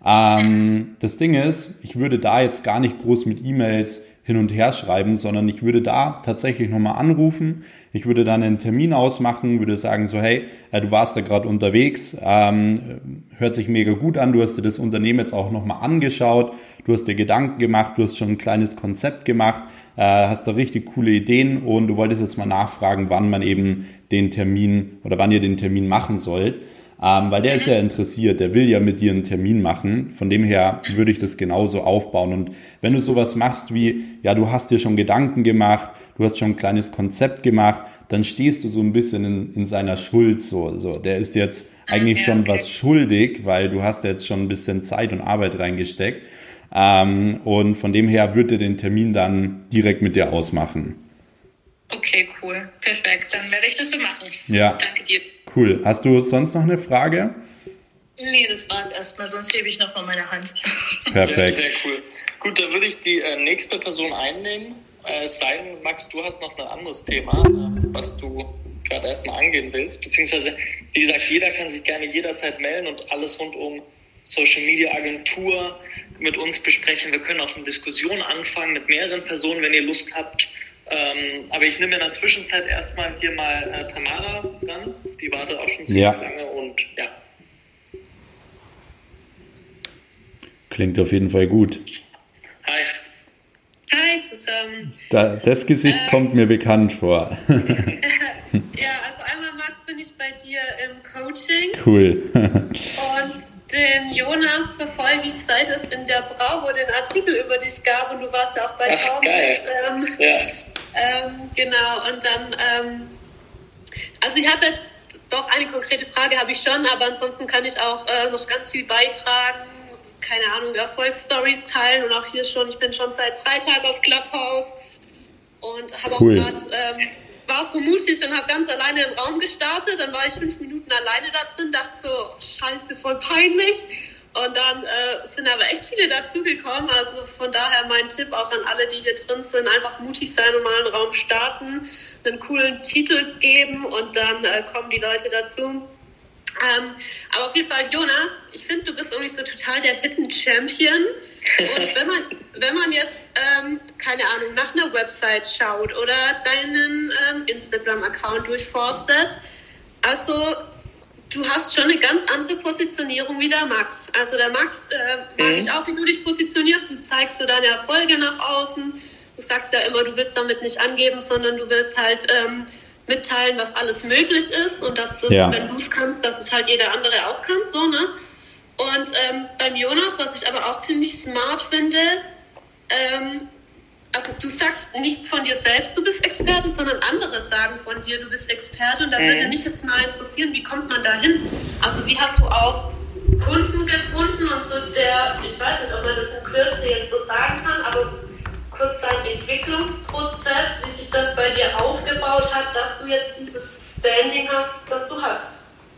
Ähm, das Ding ist, ich würde da jetzt gar nicht groß mit E-Mails hin und her schreiben, sondern ich würde da tatsächlich nochmal anrufen. Ich würde dann einen Termin ausmachen, würde sagen so, hey, äh, du warst da gerade unterwegs, ähm, hört sich mega gut an, du hast dir das Unternehmen jetzt auch nochmal angeschaut, du hast dir Gedanken gemacht, du hast schon ein kleines Konzept gemacht, äh, hast da richtig coole Ideen und du wolltest jetzt mal nachfragen, wann man eben den Termin oder wann ihr den Termin machen sollt. Ähm, weil der ist ja interessiert, der will ja mit dir einen Termin machen. Von dem her würde ich das genauso aufbauen. Und wenn du sowas machst wie, ja, du hast dir schon Gedanken gemacht, du hast schon ein kleines Konzept gemacht, dann stehst du so ein bisschen in, in seiner Schuld. So, so. Der ist jetzt eigentlich ja, schon okay. was schuldig, weil du hast jetzt schon ein bisschen Zeit und Arbeit reingesteckt. Ähm, und von dem her wird er den Termin dann direkt mit dir ausmachen. Okay, cool. Perfekt. Dann werde ich das so machen. Ja. Danke dir. Cool. Hast du sonst noch eine Frage? Nee, das war es erstmal, sonst hebe ich nochmal meine Hand. Perfekt. Sehr, sehr cool. Gut, dann würde ich die äh, nächste Person einnehmen. Äh, es sei denn, Max, du hast noch ein anderes Thema, äh, was du gerade erstmal angehen willst. Beziehungsweise, wie gesagt, jeder kann sich gerne jederzeit melden und alles rund um Social Media Agentur mit uns besprechen. Wir können auch eine Diskussion anfangen mit mehreren Personen, wenn ihr Lust habt. Ähm, aber ich nehme in der Zwischenzeit erstmal hier mal äh, Tamara ran. Die wartet auch schon ziemlich ja. lange und ja. Klingt auf jeden Fall gut. Hi. Hi zusammen. Da, das Gesicht ähm, kommt mir bekannt vor. Ja, also einmal, Max, bin ich bei dir im Coaching. Cool. Und den Jonas verfolge ich, seit es in der Bravo den Artikel über dich gab und du warst ja auch bei Ach, Torben. Ähm, ja. ähm, genau, und dann, ähm, also ich habe jetzt doch eine konkrete Frage, habe ich schon, aber ansonsten kann ich auch äh, noch ganz viel beitragen, keine Ahnung, Erfolgsstories teilen und auch hier schon, ich bin schon seit Freitag auf Clubhouse und habe cool. auch gerade, ähm, war so mutig und habe ganz alleine im Raum gestartet, dann war ich fünf Minuten alleine da drin, dachte so, scheiße, voll peinlich. Und dann äh, sind aber echt viele dazugekommen. Also von daher mein Tipp auch an alle, die hier drin sind, einfach mutig sein und mal einen Raum starten, einen coolen Titel geben und dann äh, kommen die Leute dazu. Ähm, aber auf jeden Fall, Jonas, ich finde, du bist irgendwie so total der Hidden Champion. Und wenn man, wenn man jetzt, ähm, keine Ahnung, nach einer Website schaut oder deinen ähm, Instagram-Account durchforstet, also du hast schon eine ganz andere Positionierung wie der Max. Also der Max, äh, mag mhm. ich auch, wie du dich positionierst. Du zeigst so deine Erfolge nach außen. Du sagst ja immer, du willst damit nicht angeben, sondern du willst halt ähm, mitteilen, was alles möglich ist. Und dass es, ja. wenn du es kannst, dass es halt jeder andere auch kann. So, ne? Und ähm, beim Jonas, was ich aber auch ziemlich smart finde, ähm, also du sagst nicht von dir selbst, du bist Experte, sondern andere sagen von dir, du bist Experte. Und da mhm. würde mich jetzt mal interessieren, wie kommt man da hin? Also wie hast du auch Kunden gefunden und so der, ich weiß nicht, ob man das in Kürze jetzt so sagen kann, aber kurz dein Entwicklungsprozess, wie sich das bei dir aufgebaut hat, dass du jetzt dieses Standing hast, das du hast.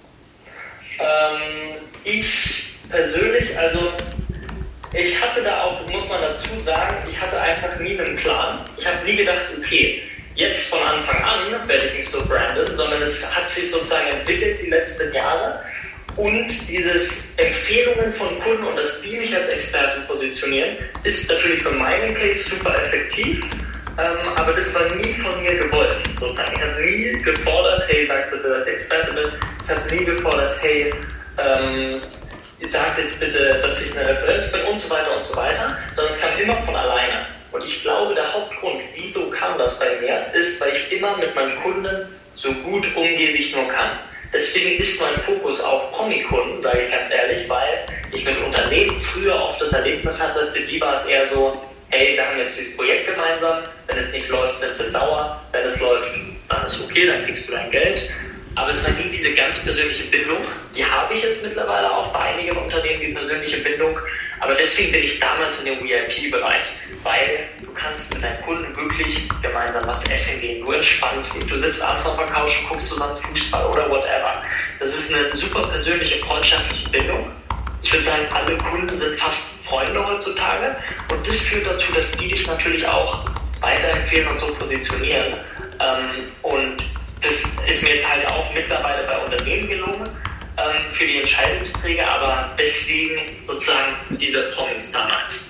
Ähm, ich persönlich, also ich hatte da auch, muss man dazu sagen, ich hatte einfach nie einen Plan. Ich habe nie gedacht, okay, jetzt von Anfang an werde ich mich so branden, sondern es hat sich sozusagen entwickelt die letzten Jahre. Und dieses Empfehlungen von Kunden und dass die mich als Experten positionieren, ist natürlich für meinen Case super effektiv. Ähm, aber das war nie von mir gewollt, sozusagen. Ich habe nie gefordert, hey, sag bitte, dass ich Experte bin. Ich habe nie gefordert, hey, ähm, sagt jetzt bitte, dass ich eine Referenz bin und so weiter und so weiter, sondern es kam immer von alleine. Und ich glaube, der Hauptgrund, wieso kam das bei mir, ist, weil ich immer mit meinen Kunden so gut umgehe, wie ich nur kann. Deswegen ist mein Fokus auf Promi-Kunden, sage ich ganz ehrlich, weil ich mit Unternehmen früher oft das Erlebnis hatte, für die war es eher so, hey, wir haben jetzt dieses Projekt gemeinsam, wenn es nicht läuft, sind wir sauer, wenn es läuft, dann ist okay, dann kriegst du dein Geld. Aber es war nie diese ganz persönliche Bindung, die habe ich jetzt mittlerweile auch bei einigen Unternehmen, die persönliche Bindung, aber deswegen bin ich damals in dem V I P-Bereich, weil du kannst mit deinen Kunden wirklich gemeinsam was essen gehen, du entspannst dich, du sitzt abends auf der Couch und guckst zusammen Fußball oder whatever. Das ist eine super persönliche, freundschaftliche Bindung. Ich würde sagen, alle Kunden sind fast Freunde heutzutage und das führt dazu, dass die dich natürlich auch weiterempfehlen und so positionieren. Ähm, und das ist mir jetzt halt auch mittlerweile bei Unternehmen gelungen, ähm, für die Entscheidungsträger, aber deswegen sozusagen diese Promis damals.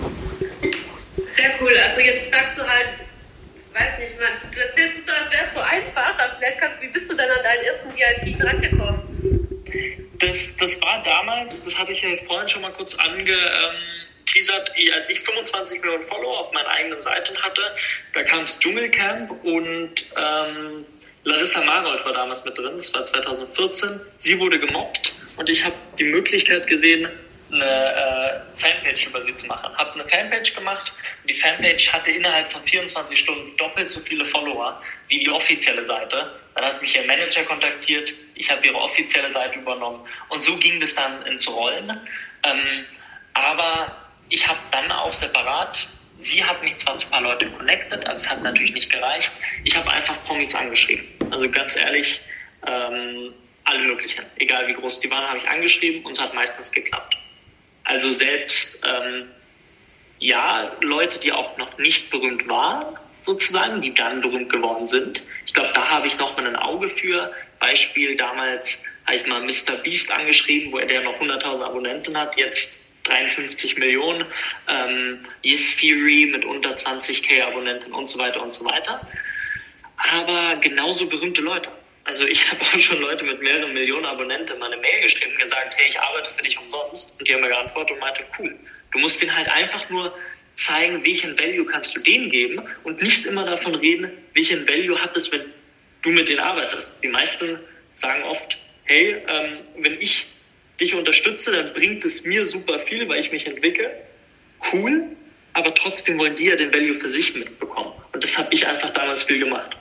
Sehr cool. Also jetzt sagst du halt, weiß nicht, man, du erzählst es so, als wäre es so einfach, aber vielleicht kannst du, wie bist du denn an deinen ersten V I P drangekommen? Das, das war damals, das hatte ich ja vorhin schon mal kurz angeteasert, als ich fünfundzwanzig Millionen Follower auf meiner eigenen Seite hatte, da kam das Dschungelcamp und ähm, Larissa Marold war damals mit drin, das war zwanzig vierzehn, sie wurde gemobbt und ich habe die Möglichkeit gesehen, eine äh, Fanpage über sie zu machen. Habe eine Fanpage gemacht und die Fanpage hatte innerhalb von vierundzwanzig Stunden doppelt so viele Follower wie die offizielle Seite. Dann hat mich ihr Manager kontaktiert, ich habe ihre offizielle Seite übernommen und so ging das dann ins Rollen. Ähm, aber ich habe dann auch separat, sie hat mich zwar zu ein paar Leute connected, aber es hat natürlich nicht gereicht. Ich habe einfach Promis angeschrieben. Also ganz ehrlich, ähm, alle möglichen, egal wie groß die waren, habe ich angeschrieben und es hat meistens geklappt. Also selbst, ähm, ja, Leute, die auch noch nicht berühmt waren, sozusagen, die dann berühmt geworden sind. Ich glaube, da habe ich noch mal ein Auge für. Beispiel, damals habe ich mal Mister Beast angeschrieben, wo er der noch hunderttausend Abonnenten hat, jetzt dreiundfünfzig Millionen. Ähm, Yes Theory mit unter zwanzigtausend Abonnenten und so weiter und so weiter. Aber genauso berühmte Leute. Also ich habe auch schon Leute mit mehreren Millionen Abonnenten mal eine Mail geschrieben und gesagt, hey, ich arbeite für dich umsonst. Und die haben mir geantwortet und meinte, cool. Du musst denen halt einfach nur zeigen, welchen Value kannst du denen geben und nicht immer davon reden, welchen Value hat es, wenn du mit denen arbeitest. Die meisten sagen oft, hey, ähm, wenn ich dich unterstütze, dann bringt es mir super viel, weil ich mich entwickle. Cool, aber trotzdem wollen die ja den Value für sich mitbekommen. Und das habe ich einfach damals viel gemacht.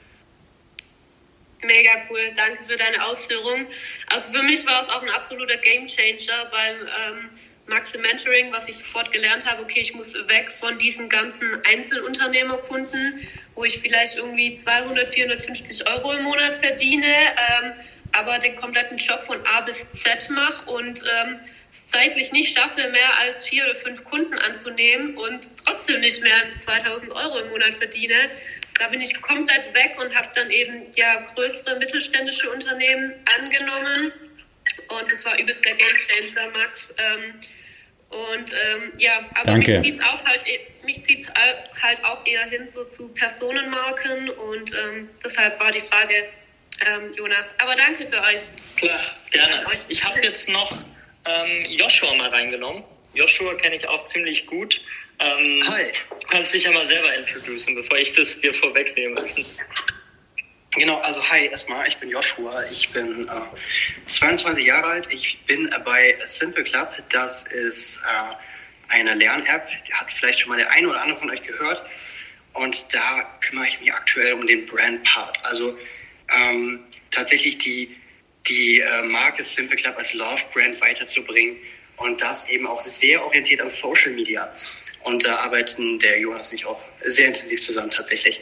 Mega cool, danke für deine Ausführung. Also für mich war es auch ein absoluter Gamechanger beim ähm, Maxim Mentoring, was ich sofort gelernt habe, okay, ich muss weg von diesen ganzen Einzelunternehmerkunden, wo ich vielleicht irgendwie zweihundert, vierhundertfünfzig Euro im Monat verdiene, ähm, aber den kompletten Job von A bis Z mache und ähm, es zeitlich nicht schaffe, mehr als vier oder fünf Kunden anzunehmen und trotzdem nicht mehr als zweitausend Euro im Monat verdiene. Da bin ich komplett weg und habe dann eben ja größere mittelständische Unternehmen angenommen. Und das war übelst der Gamechanger, Max. Ähm, und ähm, ja, aber Danke. mich zieht's auch halt, mich zieht's halt auch eher hin so zu Personenmarken und ähm, deshalb war die Frage, ähm, Jonas. Aber danke für euch. Klar, gerne. Ich habe jetzt noch ähm, Joshua mal reingenommen. Joshua kenne ich auch ziemlich gut. Ähm, Hi. Du kannst dich ja mal selber introducen, bevor ich das dir vorwegnehme. Genau, also hi erstmal, ich bin Joshua, ich bin äh, zweiundzwanzig Jahre alt, ich bin äh, bei Simple Club, das ist äh, eine Lern-App, die hat vielleicht schon mal der eine oder andere von euch gehört und da kümmere ich mich aktuell um den Brand-Part, also ähm, tatsächlich die, die äh, Marke Simple Club als Love-Brand weiterzubringen und das eben auch sehr orientiert an Social Media und da arbeiten der Jonas und ich auch sehr intensiv zusammen tatsächlich.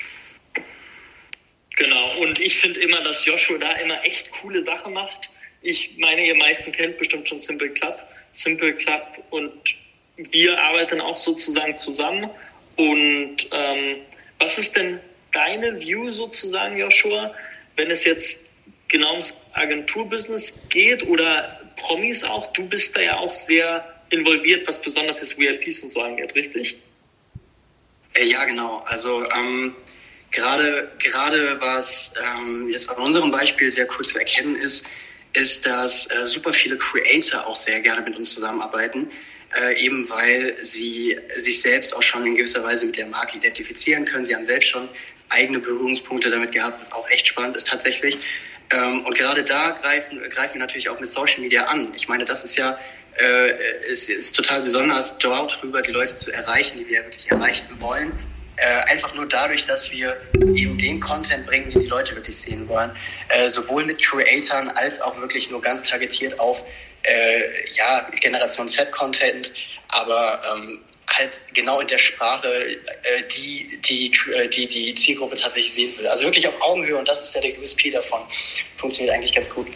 Genau, und ich finde immer, dass Joshua da immer echt coole Sachen macht. Ich meine, ihr meisten kennt bestimmt schon Simple Club. Simple Club und wir arbeiten auch sozusagen zusammen. Und ähm, was ist denn deine View sozusagen, Joshua, wenn es jetzt genau ums Agenturbusiness geht oder Promis auch? Du bist da ja auch sehr involviert, was besonders jetzt V I Ps und so angeht, richtig? Ja, genau. Also ähm, gerade, gerade was ähm, jetzt an unserem Beispiel sehr cool zu erkennen ist, ist, dass äh, super viele Creator auch sehr gerne mit uns zusammenarbeiten, äh, eben weil sie sich selbst auch schon in gewisser Weise mit der Marke identifizieren können. Sie haben selbst schon eigene Berührungspunkte damit gehabt, was auch echt spannend ist tatsächlich. Ähm, und gerade da greifen, greifen wir natürlich auch mit Social Media an. Ich meine, das ist ja äh, es ist total besonders, dort rüber die Leute zu erreichen, die wir wirklich erreichen wollen. Äh, einfach nur dadurch, dass wir eben den Content bringen, den die Leute wirklich sehen wollen. Äh, sowohl mit Creatoren als auch wirklich nur ganz targetiert auf äh, ja, Generation Z-Content, aber ähm, halt genau in der Sprache, äh, die, die, die die Zielgruppe tatsächlich sehen will. Also wirklich auf Augenhöhe, und das ist ja der U S P davon. Funktioniert eigentlich ganz gut.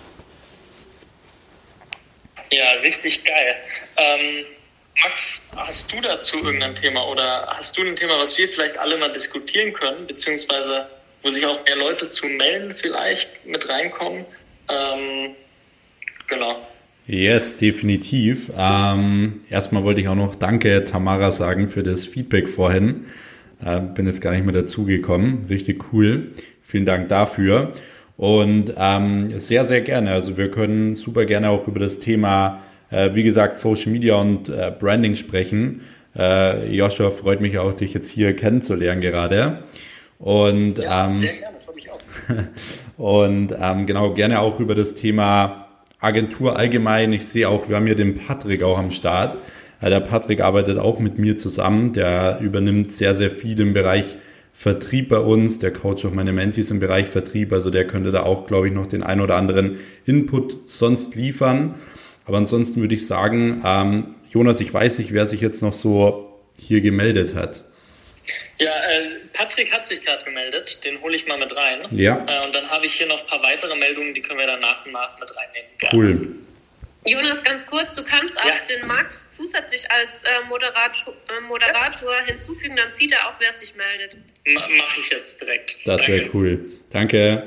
Ja, richtig geil. Ähm, Max, hast du dazu irgendein Thema oder hast du ein Thema, was wir vielleicht alle mal diskutieren können, beziehungsweise wo sich auch mehr Leute zu melden vielleicht mit reinkommen? Ähm, genau. Yes, definitiv. Ähm, erstmal wollte ich auch noch Danke, Tamara, sagen für das Feedback vorhin. Äh, bin jetzt gar nicht mehr dazugekommen. Richtig cool. Vielen Dank dafür. Und ähm, sehr, sehr gerne. Also wir können super gerne auch über das Thema, äh, wie gesagt, Social Media und äh, Branding sprechen. Äh, Joshua, freut mich auch, dich jetzt hier kennenzulernen gerade. Und ja, ähm, sehr gerne, freut mich auch. und ähm, genau, gerne auch über das Thema Agentur allgemein. Ich sehe auch, wir haben hier den Patrick auch am Start. Äh, der Patrick arbeitet auch mit mir zusammen. Der übernimmt sehr, sehr viel im Bereich Vertrieb bei uns, der coacht auch meine Mentees im Bereich Vertrieb, also der könnte da auch, glaube ich, noch den ein oder anderen Input sonst liefern. Aber ansonsten würde ich sagen, ähm, Jonas, ich weiß nicht, wer sich jetzt noch so hier gemeldet hat. Ja, äh, Patrick hat sich gerade gemeldet, den hole ich mal mit rein. Ja. Äh, und dann habe ich hier noch ein paar weitere Meldungen, die können wir dann nach und nach mit reinnehmen. Gerne. Cool. Jonas, ganz kurz, du kannst auch ja. den Max zusätzlich als äh, Moderator, äh, Moderator hinzufügen, dann sieht er auch, wer sich meldet. Mache ich jetzt direkt. Das wäre cool. Danke.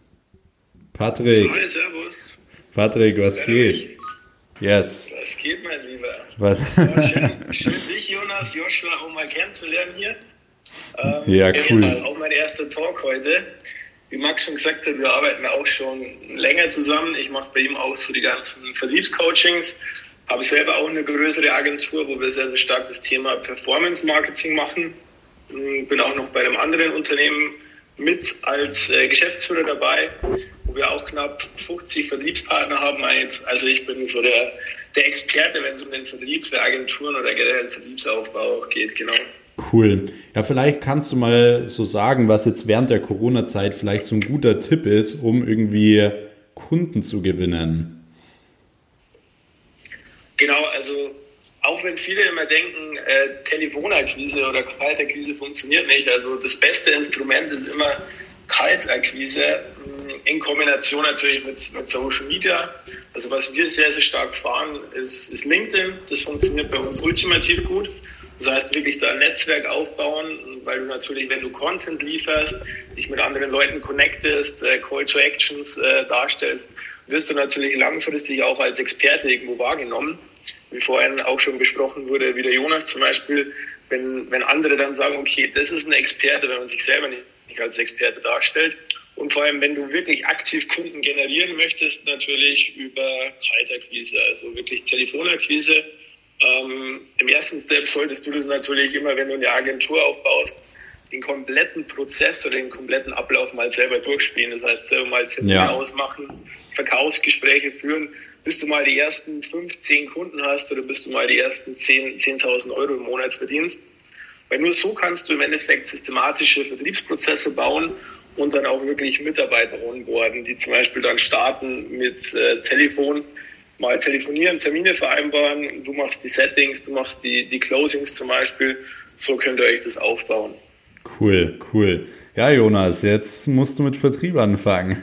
Patrick. Hi, servus. Patrick, was geht? Yes. Was geht, mein Lieber? Was? Ja, schön, schön, dich, Jonas, Joshua, auch mal kennenzulernen hier. Ähm, ja, cool. Auch mein erster Talk heute. Wie Max schon gesagt hat, wir arbeiten auch schon länger zusammen. Ich mache bei ihm auch so die ganzen Vertriebscoachings. Habe selber auch eine größere Agentur, wo wir sehr, sehr stark das Thema Performance Marketing machen. Bin auch noch bei einem anderen Unternehmen mit als äh, Geschäftsführer dabei, wo wir auch knapp fünfzig Vertriebspartner haben. Also ich bin so der, der Experte, wenn es um den Vertrieb für Agenturen oder generell den Vertriebsaufbau auch geht, genau. Cool. Ja, vielleicht kannst du mal so sagen, was jetzt während der Corona-Zeit vielleicht so ein guter Tipp ist, um irgendwie Kunden zu gewinnen. Genau, also auch wenn viele immer denken, äh, Telefonakquise oder Kaltakquise funktioniert nicht. Also das beste Instrument ist immer Kaltakquise in Kombination natürlich mit, mit Social Media. Also was wir sehr, sehr stark fahren, ist, ist LinkedIn. Das funktioniert bei uns ultimativ gut. Das heißt, wirklich da ein Netzwerk aufbauen, weil du natürlich, wenn du Content lieferst, dich mit anderen Leuten connectest, äh, Call to Actions äh, darstellst, wirst du natürlich langfristig auch als Experte irgendwo wahrgenommen. Wie vorhin auch schon besprochen wurde, wie der Jonas zum Beispiel, wenn, wenn andere dann sagen, okay, das ist ein Experte, wenn man sich selber nicht, nicht als Experte darstellt. Und vor allem, wenn du wirklich aktiv Kunden generieren möchtest, natürlich über Kaltakquise, also wirklich Telefonakquise. Ähm, Im ersten Step solltest du das natürlich immer, wenn du eine Agentur aufbaust, den kompletten Prozess oder den kompletten Ablauf mal selber durchspielen. Das heißt, selber mal Termine ja. ausmachen, Verkaufsgespräche führen, bis du mal die ersten fünf, zehn Kunden hast oder bis du mal die ersten zehn, zehntausend Euro im Monat verdienst. Weil nur so kannst du im Endeffekt systematische Vertriebsprozesse bauen und dann auch wirklich Mitarbeiter onboarden, die zum Beispiel dann starten mit äh, Telefon, mal telefonieren, Termine vereinbaren, du machst die Settings, du machst die, die Closings zum Beispiel. So könnt ihr euch das aufbauen. Cool, cool. Ja, Jonas, jetzt musst du mit Vertrieb anfangen.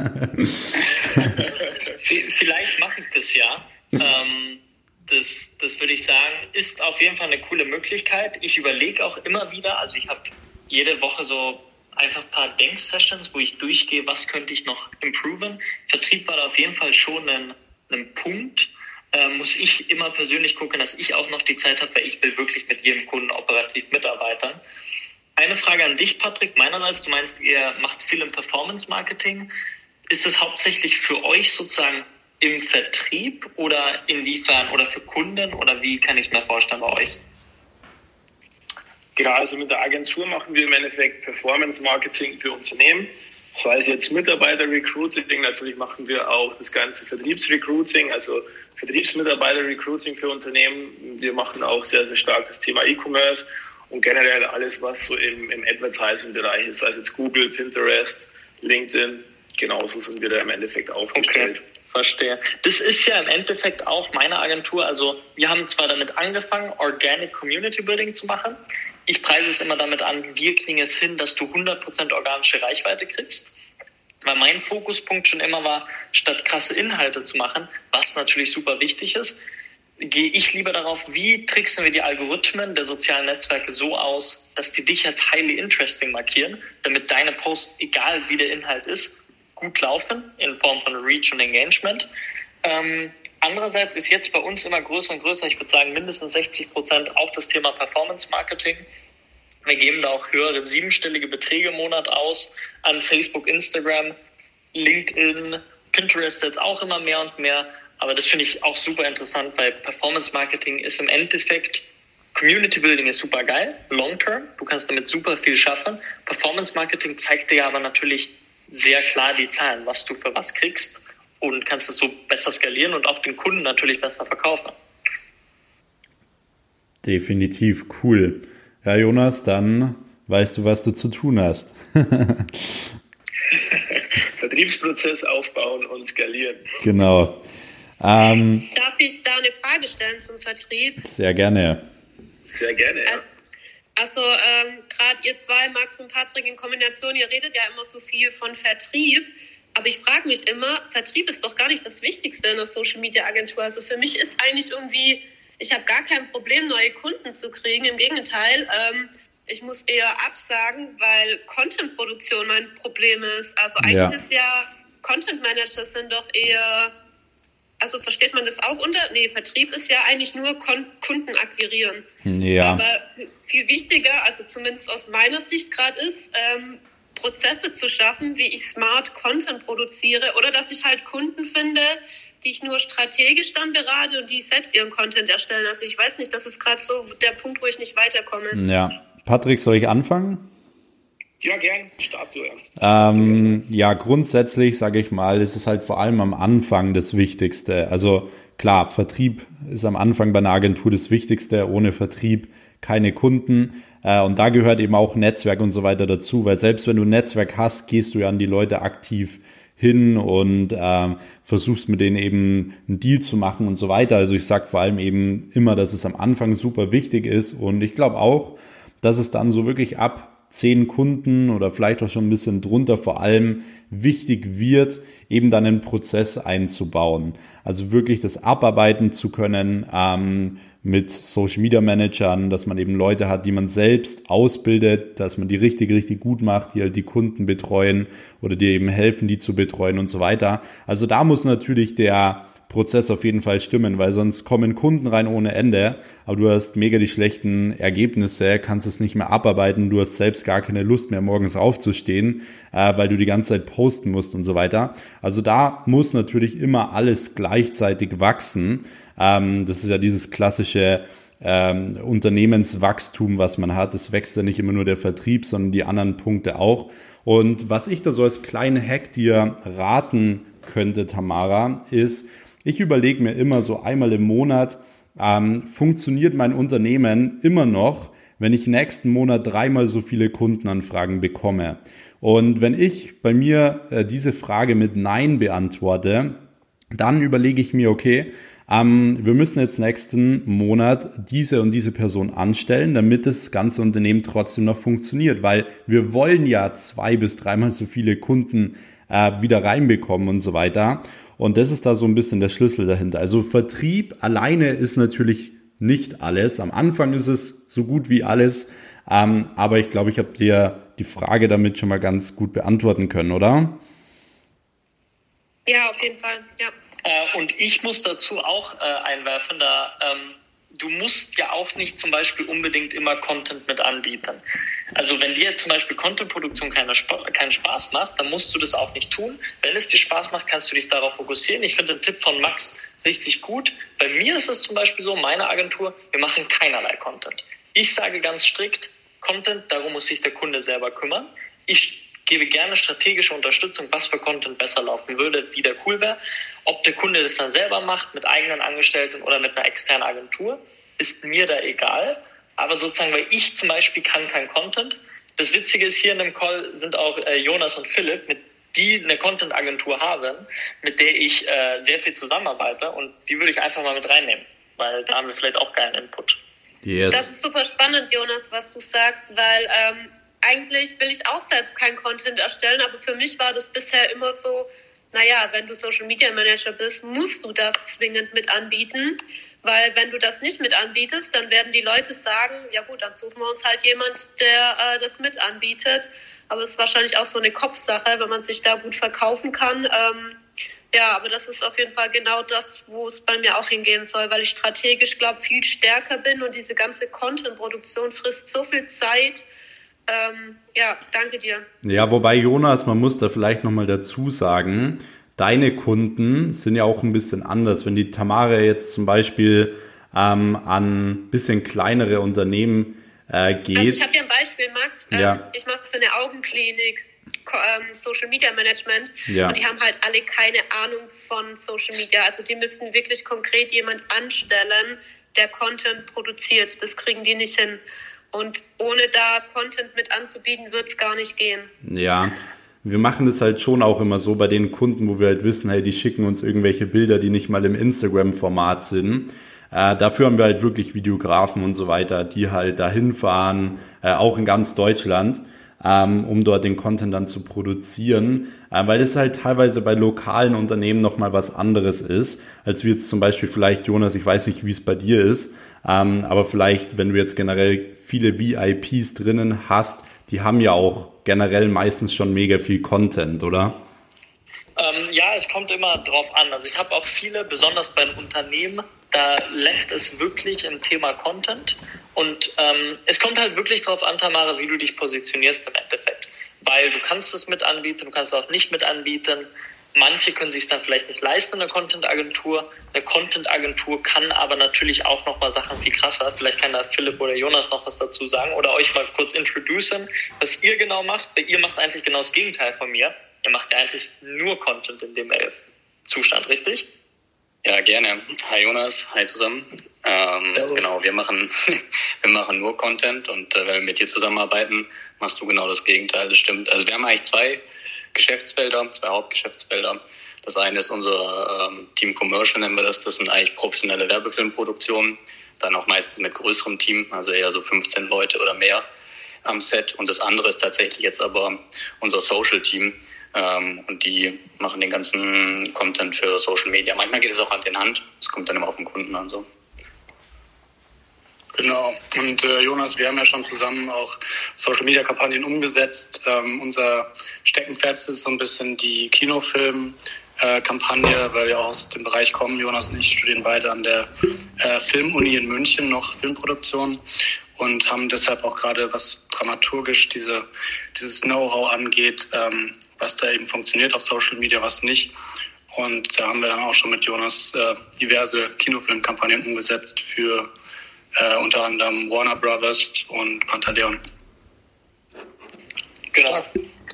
Vielleicht mache ich das ja. Ähm, das, das würde ich sagen, ist auf jeden Fall eine coole Möglichkeit. Ich überlege auch immer wieder, also ich habe jede Woche so einfach ein paar Denksessions, wo ich durchgehe, was könnte ich noch improven. Vertrieb war da auf jeden Fall schon ein, ein Punkt. Äh, muss ich immer persönlich gucken, dass ich auch noch die Zeit habe, weil ich will wirklich mit jedem Kunden operativ mitarbeiten. Eine Frage an dich, Patrick, meinerseits. Du meinst, ihr macht viel im Performance-Marketing. Ist es hauptsächlich für euch sozusagen im Vertrieb oder inwiefern oder für Kunden oder wie kann ich es mir vorstellen bei euch? Genau, also mit der Agentur machen wir im Endeffekt Performance-Marketing für Unternehmen. sei es jetzt Mitarbeiter-Recruiting, natürlich machen wir auch das ganze Vertriebsrecruiting, also Vertriebsmitarbeiter-Recruiting für Unternehmen. Wir machen auch sehr, sehr stark das Thema E-Commerce und generell alles, was so im, im Advertising-Bereich ist, sei es jetzt Google, Pinterest, LinkedIn, genauso sind wir da im Endeffekt aufgestellt. Okay. Verstehe. Das ist ja im Endeffekt auch meine Agentur. Also wir haben zwar damit angefangen, Organic Community Building zu machen. Ich preise es immer damit an, wir kriegen es hin, dass du hundert Prozent organische Reichweite kriegst. Weil mein Fokuspunkt schon immer war, statt krasse Inhalte zu machen, was natürlich super wichtig ist, gehe ich lieber darauf, wie tricksen wir die Algorithmen der sozialen Netzwerke so aus, dass die dich als highly interesting markieren, damit deine Posts, egal wie der Inhalt ist, gut laufen in Form von Reach und Engagement. Ähm, andererseits ist jetzt bei uns immer größer und größer, ich würde sagen mindestens sechzig Prozent auch das Thema Performance Marketing. Wir geben da auch höhere siebenstellige Beträge im Monat aus an Facebook, Instagram, LinkedIn, Pinterest jetzt auch immer mehr und mehr. Aber das finde ich auch super interessant, weil Performance Marketing ist im Endeffekt, Community Building ist super geil, long term, du kannst damit super viel schaffen. Performance Marketing zeigt dir aber natürlich sehr klar die Zahlen, was du für was kriegst und kannst es so besser skalieren und auch den Kunden natürlich besser verkaufen. Definitiv, cool. Ja, Jonas, dann weißt du, was du zu tun hast. Vertriebsprozess aufbauen und skalieren. Genau. Ähm, Darf ich da eine Frage stellen zum Vertrieb? Sehr gerne. Sehr gerne, ja. Als, also ähm, gerade ihr zwei, Max und Patrick in Kombination, ihr redet ja immer so viel von Vertrieb, aber ich frage mich immer, Vertrieb ist doch gar nicht das Wichtigste in der Social-Media-Agentur. Also für mich ist eigentlich irgendwie, ich habe gar kein Problem, neue Kunden zu kriegen. Im Gegenteil, ähm, ich muss eher absagen, weil Content-Produktion mein Problem ist. Also eigentlich Ja. ist ja, Content-Manager sind doch eher, also versteht man das auch unter? Nee, Vertrieb ist ja eigentlich nur Kon- Kunden akquirieren. Ja. Aber viel wichtiger, also zumindest aus meiner Sicht gerade ist, ähm, Prozesse zu schaffen, wie ich smart Content produziere oder dass ich halt Kunden finde, die ich nur strategisch dann berate und die selbst ihren Content erstellen. Also ich weiß nicht, das ist gerade so der Punkt, wo ich nicht weiterkomme. Ja. Patrick, soll ich anfangen? Ja, gern. Start du erst. Ähm, ja, grundsätzlich, sage ich mal, ist es halt vor allem am Anfang das Wichtigste. Also klar, Vertrieb ist am Anfang bei einer Agentur das Wichtigste. Ohne Vertrieb keine Kunden. Äh, und da gehört eben auch Netzwerk und so weiter dazu. Weil selbst wenn du ein Netzwerk hast, gehst du ja an die Leute aktiv hin und ähm, versuchst mit denen eben einen Deal zu machen und so weiter. Also ich sage vor allem eben immer, dass es am Anfang super wichtig ist. Und ich glaube auch, dass es dann so wirklich ab zehn Kunden oder vielleicht auch schon ein bisschen drunter vor allem wichtig wird, eben dann einen Prozess einzubauen. Also wirklich das abarbeiten zu können ähm, mit Social Media Managern, dass man eben Leute hat, die man selbst ausbildet, dass man die richtig, richtig gut macht, die halt die Kunden betreuen oder die eben helfen, die zu betreuen und so weiter. Also da muss natürlich der Prozess auf jeden Fall stimmen, weil sonst kommen Kunden rein ohne Ende, aber du hast mega die schlechten Ergebnisse, kannst es nicht mehr abarbeiten, du hast selbst gar keine Lust mehr morgens aufzustehen, äh, weil du die ganze Zeit posten musst und so weiter. Also da muss natürlich immer alles gleichzeitig wachsen. Ähm, das ist ja dieses klassische ähm, Unternehmenswachstum, was man hat. Es wächst ja nicht immer nur der Vertrieb, sondern die anderen Punkte auch. Und was ich da so als kleinen Hack dir raten könnte, Tamara, ist, ich überlege mir immer so einmal im Monat, ähm, funktioniert mein Unternehmen immer noch, wenn ich nächsten Monat dreimal so viele Kundenanfragen bekomme. Und wenn ich bei mir äh, diese Frage mit Nein beantworte, dann überlege ich mir, okay, ähm, wir müssen jetzt nächsten Monat diese und diese Person anstellen, damit das ganze Unternehmen trotzdem noch funktioniert, weil wir wollen ja zwei bis dreimal so viele Kunden äh, wieder reinbekommen und so weiter. Und das ist da so ein bisschen der Schlüssel dahinter. Also Vertrieb alleine ist natürlich nicht alles. Am Anfang ist es so gut wie alles. Ähm, aber ich glaube, ich habe dir die Frage damit schon mal ganz gut beantworten können, oder? Ja, auf jeden Fall, ja. Äh, und ich muss dazu auch äh, einwerfen, da ähm, du musst ja auch nicht zum Beispiel unbedingt immer Content mit anbieten. Also wenn dir zum Beispiel Content-Produktion keine Sp- keinen Spaß macht, dann musst du das auch nicht tun. Wenn es dir Spaß macht, kannst du dich darauf fokussieren. Ich finde den Tipp von Max richtig gut. Bei mir ist es zum Beispiel so, meine Agentur, wir machen keinerlei Content. Ich sage ganz strikt, Content, darum muss sich der Kunde selber kümmern. Ich gebe gerne strategische Unterstützung, was für Content besser laufen würde, wie der cool wäre. Ob der Kunde das dann selber macht, mit eigenen Angestellten oder mit einer externen Agentur, ist mir da egal. Aber sozusagen, weil ich zum Beispiel kann kein Content. Das Witzige ist, hier in dem Call sind auch äh, Jonas und Philipp, mit die eine Content-Agentur haben, mit der ich äh, sehr viel zusammenarbeite, und die würde ich einfach mal mit reinnehmen, weil da haben wir vielleicht auch geilen Input. Yes. Das ist super spannend, Jonas, was du sagst, weil ähm, eigentlich will ich auch selbst kein Content erstellen, aber für mich war das bisher immer so, naja, wenn du Social Media Manager bist, musst du das zwingend mit anbieten, weil wenn du das nicht mit anbietest, dann werden die Leute sagen, ja gut, dann suchen wir uns halt jemand, der äh, das mit anbietet. Aber es ist wahrscheinlich auch so eine Kopfsache, wenn man sich da gut verkaufen kann. Ähm, ja, aber das ist auf jeden Fall genau das, wo es bei mir auch hingehen soll, weil ich strategisch, glaube ich, viel stärker bin und diese ganze Content-Produktion frisst so viel Zeit. Ähm, ja, danke dir. Ja, wobei, Jonas, man muss da vielleicht nochmal dazu sagen, deine Kunden sind ja auch ein bisschen anders. Wenn die Tamara jetzt zum Beispiel ähm, an ein bisschen kleinere Unternehmen äh, geht. Also ich habe dir ein Beispiel, Max. Ähm, ja. Ich mache für eine Augenklinik ähm, Social Media Management ja. und die haben halt alle keine Ahnung von Social Media. Also die müssten wirklich konkret jemand anstellen, der Content produziert. Das kriegen die nicht hin. Und ohne da Content mit anzubieten, wird es gar nicht gehen. Ja, wir machen das halt schon auch immer so bei den Kunden, wo wir halt wissen, hey, die schicken uns irgendwelche Bilder, die nicht mal im Instagram-Format sind. Äh, dafür haben wir halt wirklich Videografen und so weiter, die halt dahin fahren, äh, auch in ganz Deutschland, ähm, um dort den Content dann zu produzieren, äh, weil das halt teilweise bei lokalen Unternehmen nochmal was anderes ist, als wie jetzt zum Beispiel vielleicht, Jonas, ich weiß nicht, wie es bei dir ist, ähm, aber vielleicht, wenn du jetzt generell viele V I Ps drinnen hast, die haben ja auch generell meistens schon mega viel Content, oder? Ähm, ja, es kommt immer drauf an. Also ich habe auch viele, besonders bei den Unternehmen, da leckt es wirklich im Thema Content. Und ähm, es kommt halt wirklich drauf an, Tamara, wie du dich positionierst im Endeffekt. Weil du kannst es mit anbieten, du kannst es auch nicht mit anbieten. Manche können sich es dann vielleicht nicht leisten, eine Content-Agentur. Eine Content-Agentur kann aber natürlich auch noch mal Sachen viel krasser. Vielleicht kann da Philipp oder Jonas noch was dazu sagen oder euch mal kurz introducen, was ihr genau macht. Weil ihr macht eigentlich genau das Gegenteil von mir. Ihr macht ja eigentlich nur Content in dem Zustand, richtig? Ja, gerne. Hi Jonas, hi zusammen. Ähm, genau, wir machen wir machen nur Content und äh, wenn wir mit dir zusammenarbeiten, machst du genau das Gegenteil, das stimmt. Also wir haben eigentlich zwei Geschäftsfelder, zwei Hauptgeschäftsfelder. Das eine ist unser ähm, Team Commercial, nennen wir das. Das sind eigentlich professionelle Werbefilmproduktionen. Dann auch meistens mit größerem Team, also eher so fünfzehn Leute oder mehr am Set. Und das andere ist tatsächlich jetzt aber unser Social-Team. Ähm, und die machen den ganzen Content für Social Media. Manchmal geht es auch Hand in Hand. Es kommt dann immer auf den Kunden an. So. Genau. Und äh, Jonas, wir haben ja schon zusammen auch Social-Media-Kampagnen umgesetzt. Ähm, unser Steckenpferd ist so ein bisschen die Kinofilm-Kampagne, weil wir auch aus dem Bereich kommen. Jonas und ich studieren beide an der äh, Filmuni in München noch Filmproduktion und haben deshalb auch gerade, was dramaturgisch diese, dieses Know-how angeht, ähm, was da eben funktioniert auf Social Media, was nicht. Und da haben wir dann auch schon mit Jonas äh, diverse Kinofilmkampagnen umgesetzt für äh, unter anderem Warner Brothers und Pantaleon. Genau.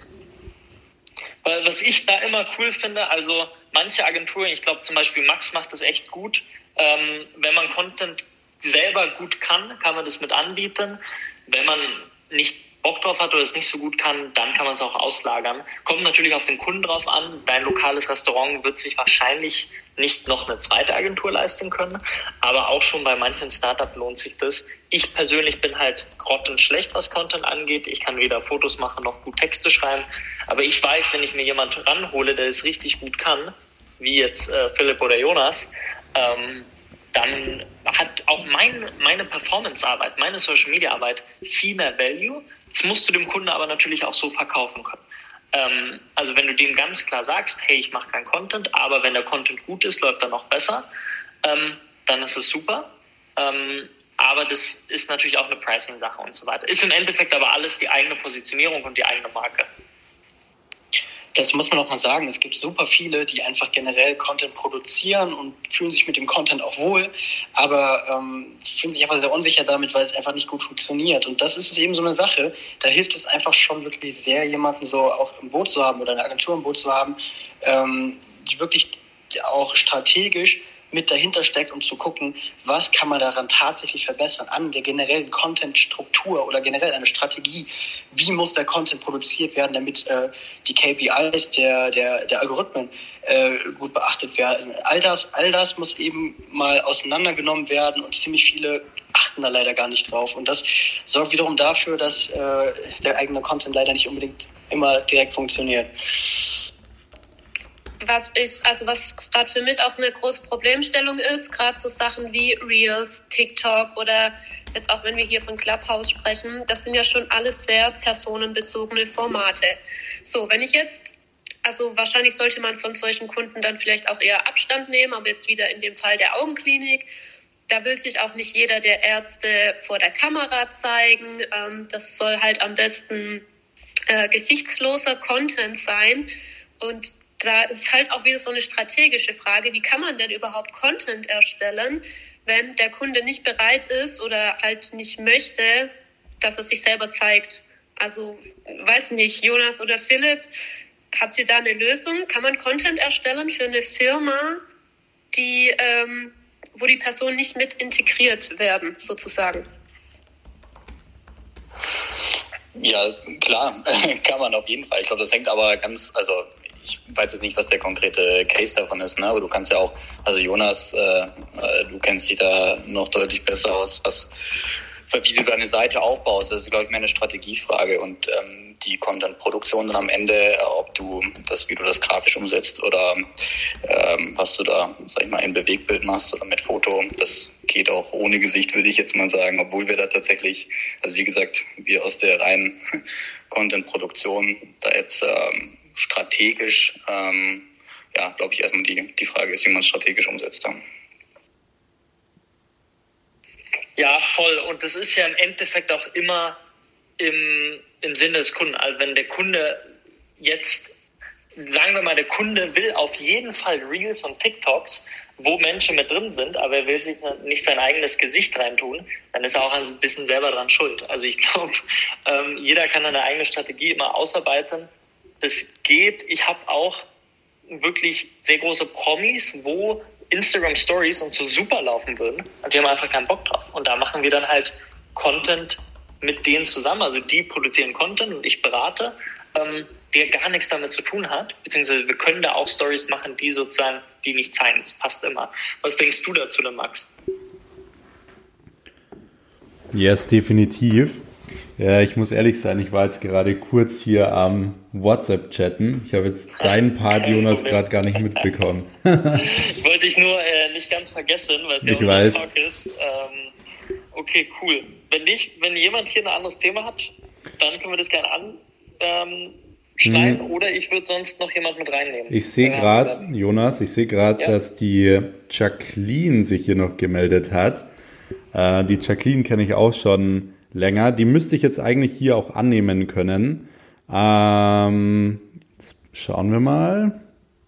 Weil was ich da immer cool finde, also manche Agenturen, ich glaube zum Beispiel Max macht das echt gut, ähm, wenn man Content selber gut kann, kann man das mit anbieten. Wenn man nicht Bock drauf hat oder es nicht so gut kann, dann kann man es auch auslagern. Kommt natürlich auf den Kunden drauf an. Dein lokales Restaurant wird sich wahrscheinlich nicht noch eine zweite Agentur leisten können, aber auch schon bei manchen Startups lohnt sich das. Ich persönlich bin halt grottenschlecht, was Content angeht. Ich kann weder Fotos machen noch gut Texte schreiben, aber ich weiß, wenn ich mir jemanden ranhole, der es richtig gut kann, wie jetzt äh, Philipp oder Jonas, ähm, dann hat auch mein, meine Performance-Arbeit, meine Social-Media-Arbeit viel mehr Value. Das musst du dem Kunden aber natürlich auch so verkaufen können. Ähm, also wenn du dem ganz klar sagst, hey, ich mache keinen Content, aber wenn der Content gut ist, läuft er noch besser, ähm, dann ist es super. Ähm, aber das ist natürlich auch eine Pricing-Sache und so weiter. Ist im Endeffekt aber alles die eigene Positionierung und die eigene Marke. das muss man auch mal sagen, es gibt super viele, die einfach generell Content produzieren und fühlen sich mit dem Content auch wohl, aber ähm, fühlen sich einfach sehr unsicher damit, weil es einfach nicht gut funktioniert. Und das ist eben so eine Sache, da hilft es einfach schon wirklich sehr, jemanden so auch im Boot zu haben oder eine Agentur im Boot zu haben, ähm, die wirklich auch strategisch mit dahinter steckt, um zu gucken, was kann man daran tatsächlich verbessern, an der generellen Content-Struktur oder generell eine Strategie. Wie muss der Content produziert werden, damit äh, die K P Is der, der, der Algorithmen äh, gut beachtet werden. All das, all das muss eben mal auseinandergenommen werden und ziemlich viele achten da leider gar nicht drauf. Und das sorgt wiederum dafür, dass äh, der eigene Content leider nicht unbedingt immer direkt funktioniert. Was ich, also was gerade für mich auch eine große Problemstellung ist, gerade so Sachen wie Reels, TikTok oder jetzt auch wenn wir hier von Clubhouse sprechen, das sind ja schon alles sehr personenbezogene Formate. So, wenn ich jetzt, also wahrscheinlich sollte man von solchen Kunden dann vielleicht auch eher Abstand nehmen, aber jetzt wieder in dem Fall der Augenklinik, da will sich auch nicht jeder der Ärzte vor der Kamera zeigen. Ähm, das soll halt am besten äh, gesichtsloser Content sein und da ist halt auch wieder so eine strategische Frage, wie kann man denn überhaupt Content erstellen, wenn der Kunde nicht bereit ist oder halt nicht möchte, dass er sich selber zeigt. Also, weiß nicht, Jonas oder Philipp, habt ihr da eine Lösung? Kann man Content erstellen für eine Firma, die, ähm, wo die Personen nicht mit integriert werden, sozusagen? Ja, klar, kann man auf jeden Fall. Ich glaube, das hängt aber ganz, also ich weiß jetzt nicht, was der konkrete Case davon ist, ne? Aber du kannst ja auch, also Jonas, äh, du kennst dich da noch deutlich besser aus, was, wie du deine Seite aufbaust. Das ist, glaube ich, mehr eine Strategiefrage und ähm, die Content-Produktion dann am Ende, ob du das, wie du das grafisch umsetzt oder ähm, was du da, sag ich mal, in Bewegtbild machst oder mit Foto, das geht auch ohne Gesicht, würde ich jetzt mal sagen, obwohl wir da tatsächlich, also wie gesagt, wir aus der reinen Content-Produktion da jetzt ähm, strategisch, ähm, ja, glaube ich, erstmal die, die Frage ist, wie man es strategisch umsetzt. Haben. Ja, voll. Und das ist ja im Endeffekt auch immer im, im Sinne des Kunden. Also wenn der Kunde jetzt, sagen wir mal, der Kunde will auf jeden Fall Reels und TikToks, wo Menschen mit drin sind, aber er will sich nicht sein eigenes Gesicht reintun, dann ist er auch ein bisschen selber dran schuld. Also ich glaube, ähm, jeder kann eine eigene Strategie immer ausarbeiten. Das geht. Ich habe auch wirklich sehr große Promis, wo Instagram Stories und so super laufen würden und die haben einfach keinen Bock drauf. Und da machen wir dann halt Content mit denen zusammen. Also die produzieren Content und ich berate, ähm, der gar nichts damit zu tun hat. Beziehungsweise wir können da auch Stories machen, die sozusagen, die nicht zeigen. Das passt immer. Was denkst du dazu denn, Max? Yes, definitiv. Ja, ich muss ehrlich sein, ich war jetzt gerade kurz hier am WhatsApp-Chatten. Ich habe jetzt deinen Part, Kein Jonas, Problem. gerade gar nicht mitbekommen. Wollte ich nur äh, nicht ganz vergessen, weil es ja Ich unser weiß. Talk ist. Ähm, okay, cool. Wenn nicht, wenn jemand hier ein anderes Thema hat, dann können wir das gerne anschneiden ähm, Hm. oder ich würde sonst noch jemand mit reinnehmen. Ich sehe Ja, gerade, dann- Jonas, ich sehe gerade, Ja. dass die Jacqueline sich hier noch gemeldet hat. Äh, die Jacqueline kenne ich auch schon länger. Die müsste ich jetzt eigentlich hier auch annehmen können. Ähm, jetzt schauen wir mal.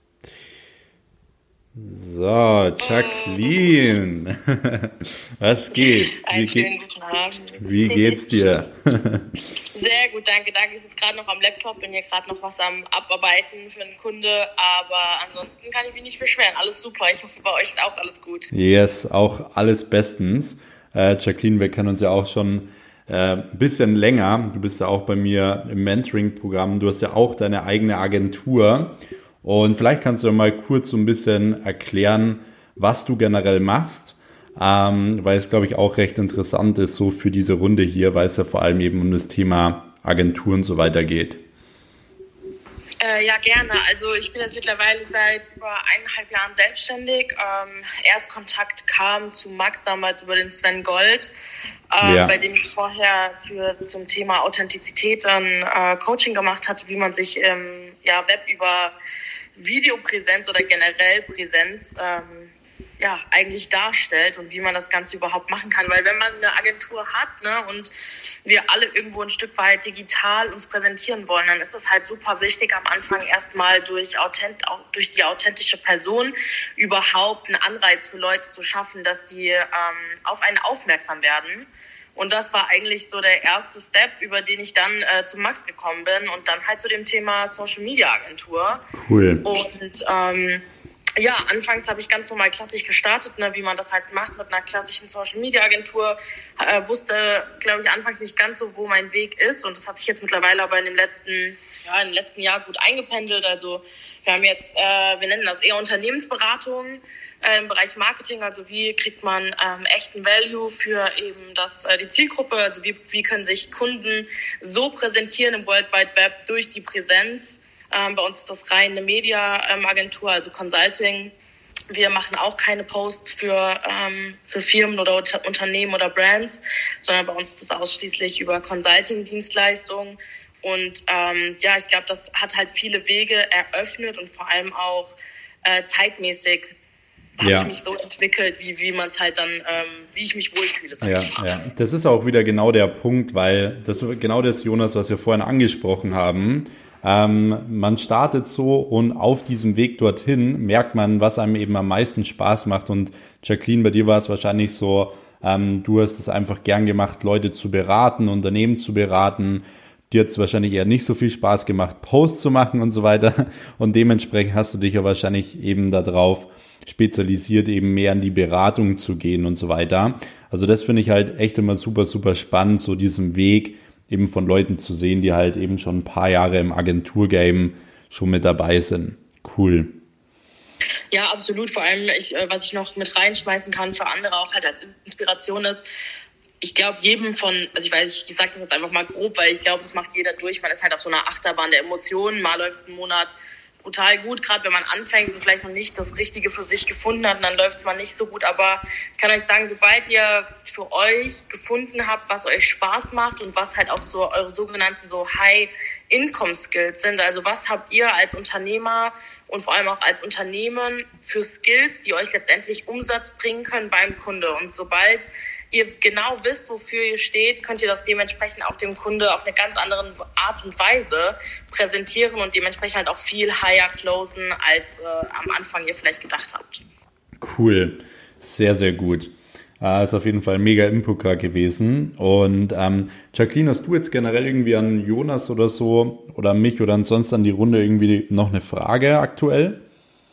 So, Jacqueline. Was geht? Wie, Einen schönen geht, guten Abend. wie geht's dir? Sehr gut, danke, danke. Ich sitze gerade noch am Laptop, bin hier gerade noch was am Abarbeiten für einen Kunde, aber ansonsten kann ich mich nicht beschweren. Alles super. Ich hoffe, bei euch ist auch alles gut. Yes, auch alles bestens. Äh, Jacqueline, wir kennen uns ja auch schon äh, ein bisschen länger. Du bist ja auch bei mir im Mentoring-Programm. Du hast ja auch deine eigene Agentur. Und vielleicht kannst du ja mal kurz so ein bisschen erklären, was du generell machst, ähm, weil es, glaube ich, auch recht interessant ist, so für diese Runde hier, weil es ja vor allem eben um das Thema Agentur und so weiter geht. Äh, ja, gerne. Also ich bin jetzt mittlerweile seit über eineinhalb Jahren selbstständig. Ähm, Erstkontakt kam zu Max damals über den Sven Gold, äh, Ja. bei dem ich vorher für zum Thema Authentizität dann äh, Coaching gemacht hatte, wie man sich im ja, Web über Videopräsenz oder generell Präsenz ähm, ja, eigentlich darstellt und wie man das Ganze überhaupt machen kann. Weil wenn man eine Agentur hat, ne, und wir alle irgendwo ein Stück weit digital uns präsentieren wollen, dann ist es halt super wichtig, am Anfang erstmal durch, authent- durch die authentische Person überhaupt einen Anreiz für Leute zu schaffen, dass die ähm, auf einen aufmerksam werden. Und das war eigentlich so der erste Step, über den ich dann äh, zu Max gekommen bin und dann halt zu dem Thema Social Media Agentur. Cool. Und ähm, ja, anfangs habe ich ganz normal klassisch gestartet, ne, wie man das halt macht mit einer klassischen Social-Media-Agentur. Äh, wusste, glaube ich, anfangs nicht ganz so, wo mein Weg ist. Und das hat sich jetzt mittlerweile aber in dem letzten, ja, im letzten Jahr gut eingependelt. Also wir haben jetzt, äh, wir nennen das eher Unternehmensberatung äh, im Bereich Marketing. Also wie kriegt man ähm, echten Value für eben das, äh, die Zielgruppe? Also wie, wie können sich Kunden so präsentieren im World Wide Web durch die Präsenz? Ähm, bei uns ist das rein eine Media-Agentur, also Consulting. Wir machen auch keine Posts für, ähm, für Firmen oder Unter- Unternehmen oder Brands, sondern bei uns ist das ausschließlich über Consulting-Dienstleistungen. Und ähm, ja, ich glaube, das hat halt viele Wege eröffnet und vor allem auch äh, zeitmäßig habe ja. ich mich so entwickelt, wie, wie man es halt dann, ähm, wie ich mich wohlfühle. Ja, ja, das ist auch wieder genau der Punkt, weil das ist genau das, Jonas, was wir vorhin angesprochen haben. Ähm, man startet so und auf diesem Weg dorthin merkt man, was einem eben am meisten Spaß macht. Und Jacqueline, bei dir war es wahrscheinlich so, ähm, du hast es einfach gern gemacht, Leute zu beraten, Unternehmen zu beraten. Dir hat es wahrscheinlich eher nicht so viel Spaß gemacht, Posts zu machen und so weiter. Und dementsprechend hast du dich ja wahrscheinlich eben darauf spezialisiert, eben mehr in die Beratung zu gehen und so weiter. Also das finde ich halt echt immer super, super spannend, so diesen Weg eben von Leuten zu sehen, die halt eben schon ein paar Jahre im Agenturgame schon mit dabei sind. Cool. Ja, absolut. Vor allem, ich, was ich noch mit reinschmeißen kann für andere auch halt als Inspiration ist, ich glaube, jedem von, also ich weiß, ich sage das jetzt einfach mal grob, weil ich glaube, das macht jeder durch. Man ist halt auf so einer Achterbahn der Emotionen. Mal läuft ein Monat brutal gut, gerade wenn man anfängt und vielleicht noch nicht das Richtige für sich gefunden hat, und dann läuft es mal nicht so gut. Aber ich kann euch sagen, sobald ihr für euch gefunden habt, was euch Spaß macht und was halt auch so eure sogenannten so High-Income-Skills sind, also was habt ihr als Unternehmer und vor allem auch als Unternehmen für Skills, die euch letztendlich Umsatz bringen können beim Kunde. Und sobald ihr genau wisst, wofür ihr steht, könnt ihr das dementsprechend auch dem Kunde auf eine ganz andere Art und Weise präsentieren und dementsprechend halt auch viel higher closen, als äh, am Anfang ihr vielleicht gedacht habt. Cool, sehr, sehr gut. Äh, ist auf jeden Fall mega Input gewesen. Und ähm, Jacqueline, hast du jetzt generell irgendwie an Jonas oder so oder mich oder ansonsten an die Runde irgendwie noch eine Frage aktuell?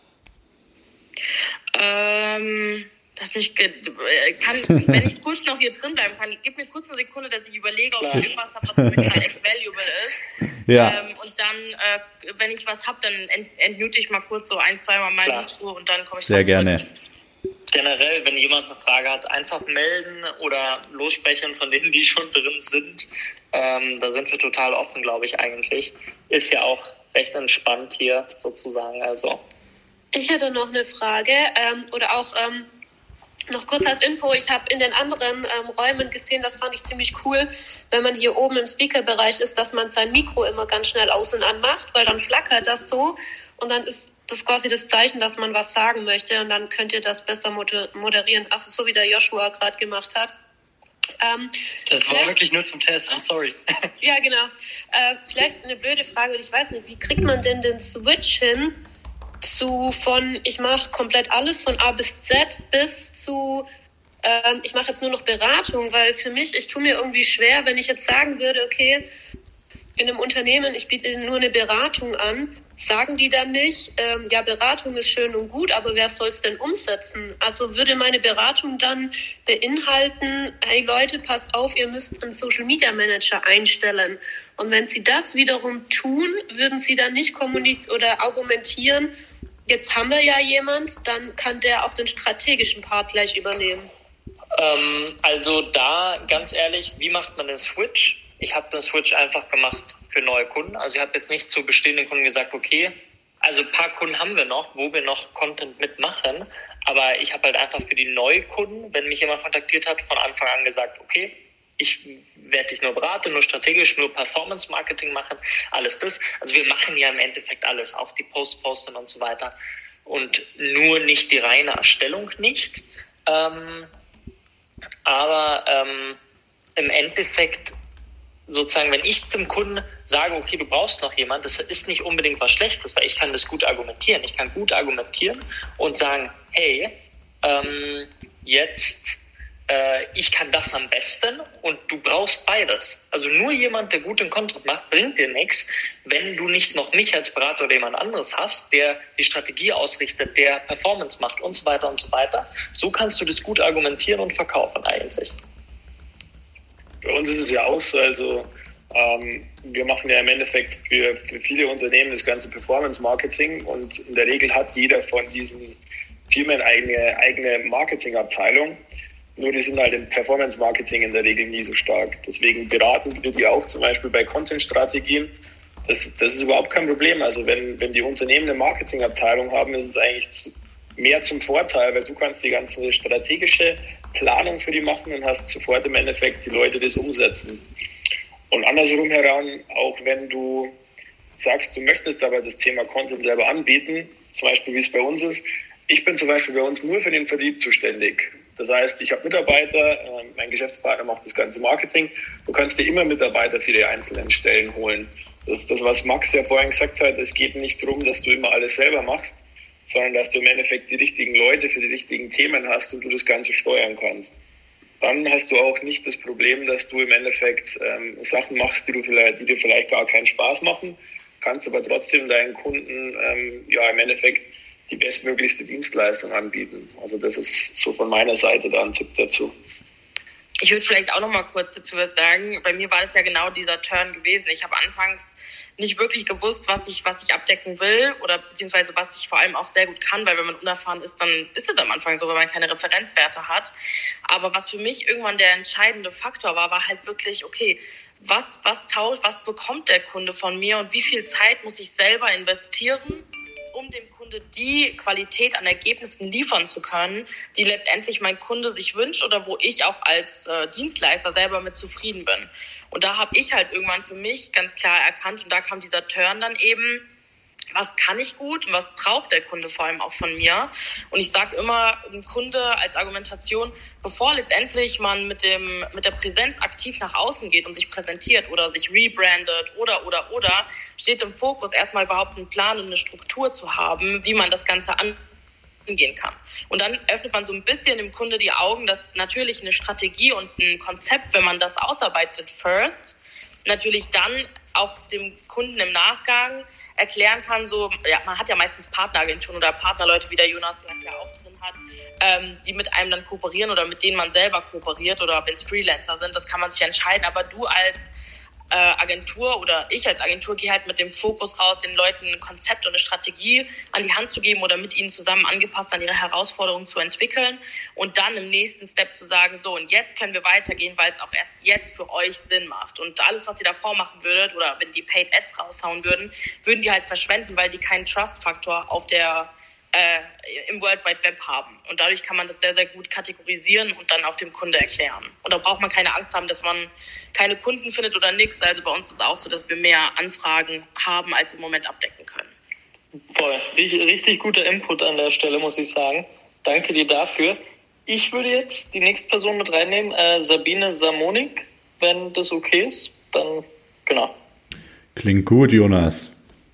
Ähm... Dass mich, kann, wenn ich kurz noch hier drin bleiben kann, gib mir kurz eine Sekunde, dass ich überlege, ob ich irgendwas habe, was für mich halt echt valuable ist. Ja. Ähm, und dann, äh, wenn ich was habe, dann ent, entmute ich mal kurz so ein, zweimal mein Intro und dann komme ich Sehr gerne. Generell, wenn jemand eine Frage hat, einfach melden oder lossprechen von denen, die schon drin sind. Ähm, da sind wir total offen, glaube ich, eigentlich. Ist ja auch recht entspannt hier sozusagen. Also. Ich hätte noch eine Frage ähm, oder auch ähm, noch kurz als Info, ich habe in den anderen ähm, Räumen gesehen, das fand ich ziemlich cool, wenn man hier oben im Speaker-Bereich ist, dass man sein Mikro immer ganz schnell aus und an macht, weil dann flackert das so und dann ist das quasi das Zeichen, dass man was sagen möchte und dann könnt ihr das besser moderieren, also so wie der Joshua gerade gemacht hat. Ähm, das war wirklich nur zum Test, I'm sorry. Ja, genau. Äh, vielleicht eine blöde Frage, und ich weiß nicht, wie kriegt man denn den Switch hin, zu von ich mache komplett alles von A bis Z bis zu ähm, ich mache jetzt nur noch Beratung, weil für mich, ich tue mir irgendwie schwer, wenn ich jetzt sagen würde, okay, in einem Unternehmen, ich biete nur eine Beratung an, sagen die dann nicht, ähm, ja, Beratung ist schön und gut, aber wer soll es denn umsetzen? Also würde meine Beratung dann beinhalten, hey Leute, passt auf, ihr müsst einen Social Media Manager einstellen. Und wenn sie das wiederum tun, würden sie dann nicht kommunizieren oder argumentieren, jetzt haben wir ja jemand, dann kann der auch den strategischen Part gleich übernehmen. Ähm, also da, ganz ehrlich, wie macht man den Switch? Ich habe den Switch einfach gemacht für neue Kunden. Also ich habe jetzt nicht zu bestehenden Kunden gesagt, okay, also ein paar Kunden haben wir noch, wo wir noch Content mitmachen. Aber ich habe halt einfach für die Neukunden, wenn mich jemand kontaktiert hat, von Anfang an gesagt, okay, ich werde dich nur beraten, nur strategisch, nur Performance-Marketing machen, alles das. Also wir machen ja im Endeffekt alles, auch die Post posten und so weiter. und nur nicht die reine Erstellung nicht. Ähm, aber ähm, im Endeffekt sozusagen, wenn ich dem Kunden sage, okay, du brauchst noch jemand, das ist nicht unbedingt was Schlechtes, weil ich kann das gut argumentieren. Ich kann gut argumentieren und sagen, hey, ähm, jetzt, äh, ich kann das am besten und du brauchst beides. Also nur jemand, der guten Content macht, bringt dir nichts, wenn du nicht noch mich als Berater oder jemand anderes hast, der die Strategie ausrichtet, der Performance macht und so weiter und so weiter. So kannst du das gut argumentieren und verkaufen eigentlich. Bei uns ist es ja auch so, also ähm, wir machen ja im Endeffekt für, für viele Unternehmen das ganze Performance-Marketing und in der Regel hat jeder von diesen Firmen eine eigene Marketingabteilung, nur die sind halt im Performance-Marketing in der Regel nie so stark. Deswegen beraten wir die auch zum Beispiel bei Content-Strategien. Das, das ist überhaupt kein Problem. Also wenn, wenn die Unternehmen eine Marketingabteilung haben, ist es eigentlich zu, mehr zum Vorteil, weil du kannst die ganze strategische Planung für die machen und hast sofort im Endeffekt die Leute, die das umsetzen. Und andersrum heran, auch wenn du sagst, du möchtest aber das Thema Content selber anbieten, zum Beispiel wie es bei uns ist, ich bin zum Beispiel bei uns nur für den Vertrieb zuständig. Das heißt, ich habe Mitarbeiter, äh, mein Geschäftspartner macht das ganze Marketing. Du kannst dir immer Mitarbeiter für die einzelnen Stellen holen. Das ist das, was Max ja vorhin gesagt hat. Es geht nicht darum, dass du immer alles selber machst, sondern dass du im Endeffekt die richtigen Leute für die richtigen Themen hast und du das Ganze steuern kannst. Dann hast du auch nicht das Problem, dass du im Endeffekt ähm, Sachen machst, die, du vielleicht, die dir vielleicht gar keinen Spaß machen, kannst aber trotzdem deinen Kunden ähm, ja im Endeffekt die bestmöglichste Dienstleistung anbieten. Also das ist so von meiner Seite da ein Tipp dazu. Ich würde vielleicht auch noch mal kurz dazu was sagen. Bei mir war das ja genau dieser Turn gewesen. Ich habe anfangs nicht wirklich gewusst, was ich, was ich abdecken will oder beziehungsweise was ich vor allem auch sehr gut kann, weil wenn man unerfahren ist, dann ist es am Anfang so, wenn man keine Referenzwerte hat. Aber was für mich irgendwann der entscheidende Faktor war, war halt wirklich, okay, was, was tauscht, was bekommt der Kunde von mir und wie viel Zeit muss ich selber investieren, um dem Kunde die Qualität an Ergebnissen liefern zu können, die letztendlich mein Kunde sich wünscht oder wo ich auch als äh, Dienstleister selber mit zufrieden bin. Und da habe ich halt irgendwann für mich ganz klar erkannt und da kam dieser Turn dann eben, was kann ich gut und was braucht der Kunde vor allem auch von mir. Und ich sage immer, ein Kunde als Argumentation, bevor letztendlich man mit dem mit der Präsenz aktiv nach außen geht und sich präsentiert oder sich rebrandet oder, oder, oder, steht im Fokus erstmal überhaupt einen Plan und eine Struktur zu haben, wie man das Ganze angehen kann. Und dann öffnet man so ein bisschen dem Kunde die Augen, dass natürlich eine Strategie und ein Konzept, wenn man das ausarbeitet first, natürlich dann auch dem Kunden im Nachgang erklären kann, so, ja, man hat ja meistens Partneragenturen oder Partnerleute, wie der Jonas ja auch drin hat, ähm, die mit einem dann kooperieren oder mit denen man selber kooperiert oder wenn es Freelancer sind, das kann man sich entscheiden, aber du als äh, Agentur oder ich als Agentur gehe halt mit dem Fokus raus, den Leuten ein Konzept und eine Strategie an die Hand zu geben oder mit ihnen zusammen angepasst an ihre Herausforderungen zu entwickeln und dann im nächsten Step zu sagen, so und jetzt können wir weitergehen, weil es auch erst jetzt für euch Sinn macht und alles, was ihr davor machen würdet oder wenn die Paid Ads raushauen würden, würden die halt verschwenden, weil die keinen Trust-Faktor auf der äh, im World Wide Web haben. Und dadurch kann man das sehr, sehr gut kategorisieren und dann auch dem Kunde erklären. Und da braucht man keine Angst haben, dass man keine Kunden findet oder nichts. Also bei uns ist es auch so, dass wir mehr Anfragen haben, als wir im Moment abdecken können. Voll. Richtig, richtig guter Input an der Stelle, muss ich sagen. Danke dir dafür. Ich würde jetzt die nächste Person mit reinnehmen, äh, Sabine Samonik, wenn das okay ist. Dann, genau. Klingt gut, Jonas.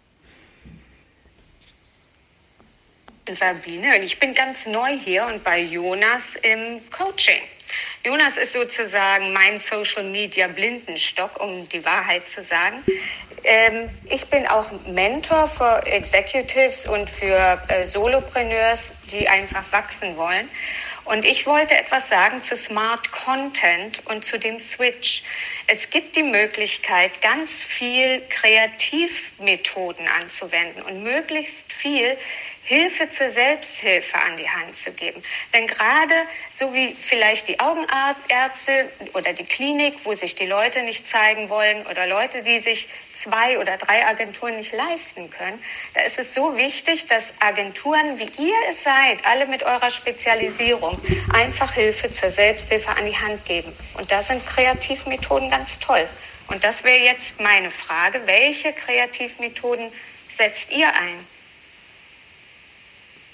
Sabine und ich bin ganz neu hier und bei Jonas im Coaching. Jonas ist sozusagen mein Social Media Blindenstock, um die Wahrheit zu sagen. Ähm, ich bin auch Mentor für Executives und für äh, Solopreneurs, die einfach wachsen wollen. Und ich wollte etwas sagen zu Smart Content und zu dem Switch. Es gibt die Möglichkeit, ganz viel Kreativmethoden anzuwenden und möglichst viel Hilfe zur Selbsthilfe an die Hand zu geben. Denn gerade so wie vielleicht die Augenärzte oder die Klinik, wo sich die Leute nicht zeigen wollen oder Leute, die sich zwei oder drei Agenturen nicht leisten können, da ist es so wichtig, dass Agenturen, wie ihr es seid, alle mit eurer Spezialisierung, einfach Hilfe zur Selbsthilfe an die Hand geben. Und da sind Kreativmethoden ganz toll. Und das wäre jetzt meine Frage, welche Kreativmethoden setzt ihr ein?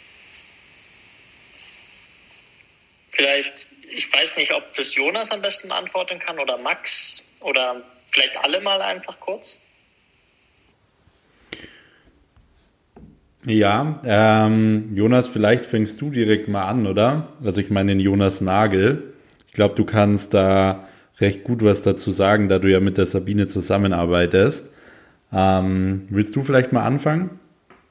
vielleicht, ich weiß nicht, ob das Jonas am besten beantworten kann oder Max oder vielleicht alle mal einfach kurz. Ja, ähm, Jonas, vielleicht fängst du direkt mal an, oder? Also ich meine den Jonas Nagel. Ich glaube, du kannst da recht gut was dazu sagen, da du ja mit der Sabine zusammenarbeitest. Ähm, willst du vielleicht mal anfangen?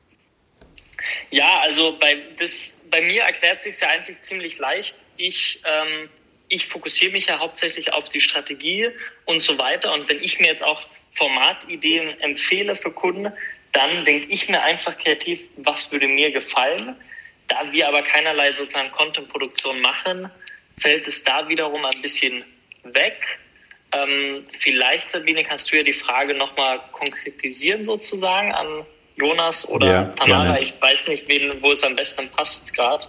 Ja, also bei, das, bei mir erklärt sich es ja eigentlich ziemlich leicht. Ich, ähm, ich fokussiere mich ja hauptsächlich auf die Strategie und so weiter. Und wenn ich mir jetzt auch Formatideen empfehle für Kunden, dann denke ich mir einfach kreativ, was würde mir gefallen. Da wir aber keinerlei sozusagen Content-Produktion machen, fällt es da wiederum ein bisschen weg. Ähm, vielleicht, Sabine, kannst du ja die Frage nochmal konkretisieren sozusagen an Jonas oder ja, Tamara. Gerne. Ich weiß nicht, wen, wo es am besten passt gerade.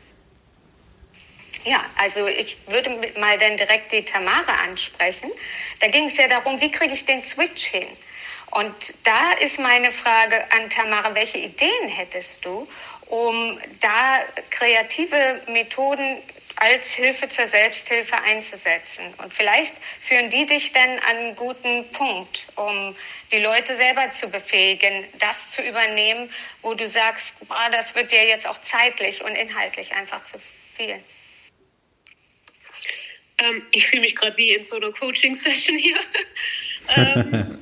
Ja, also ich würde mal dann direkt die Tamara ansprechen. Da ging es ja darum, wie kriege ich den Switch hin? Und da ist meine Frage an Tamara, welche Ideen hättest du, um da kreative Methoden als Hilfe zur Selbsthilfe einzusetzen? Und vielleicht führen die dich dann an einen guten Punkt, um die Leute selber zu befähigen, das zu übernehmen, wo du sagst, boah, das wird dir jetzt auch zeitlich und inhaltlich einfach zu viel. Ähm, ich fühle mich gerade wie in so einer Coaching-Session hier. ähm,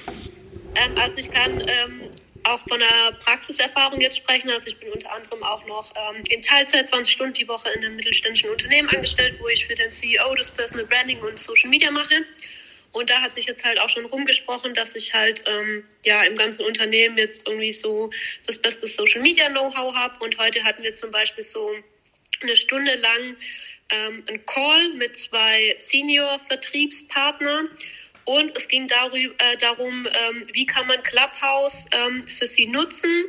ähm, also ich kann ähm, auch von der Praxiserfahrung jetzt sprechen. Also ich bin unter anderem auch noch ähm, in Teilzeit zwanzig Stunden die Woche in einem mittelständischen Unternehmen angestellt, wo ich für den C E O das Personal Branding und Social Media mache. Und da hat sich jetzt halt auch schon rumgesprochen, dass ich halt ähm, ja im ganzen Unternehmen jetzt irgendwie so das beste Social Media Know-how habe. Und heute hatten wir zum Beispiel so eine Stunde lang ähm, einen Call mit zwei Senior-Vertriebspartnern. Und es ging darüber, äh, darum, ähm, wie kann man Clubhouse ähm, für sie nutzen,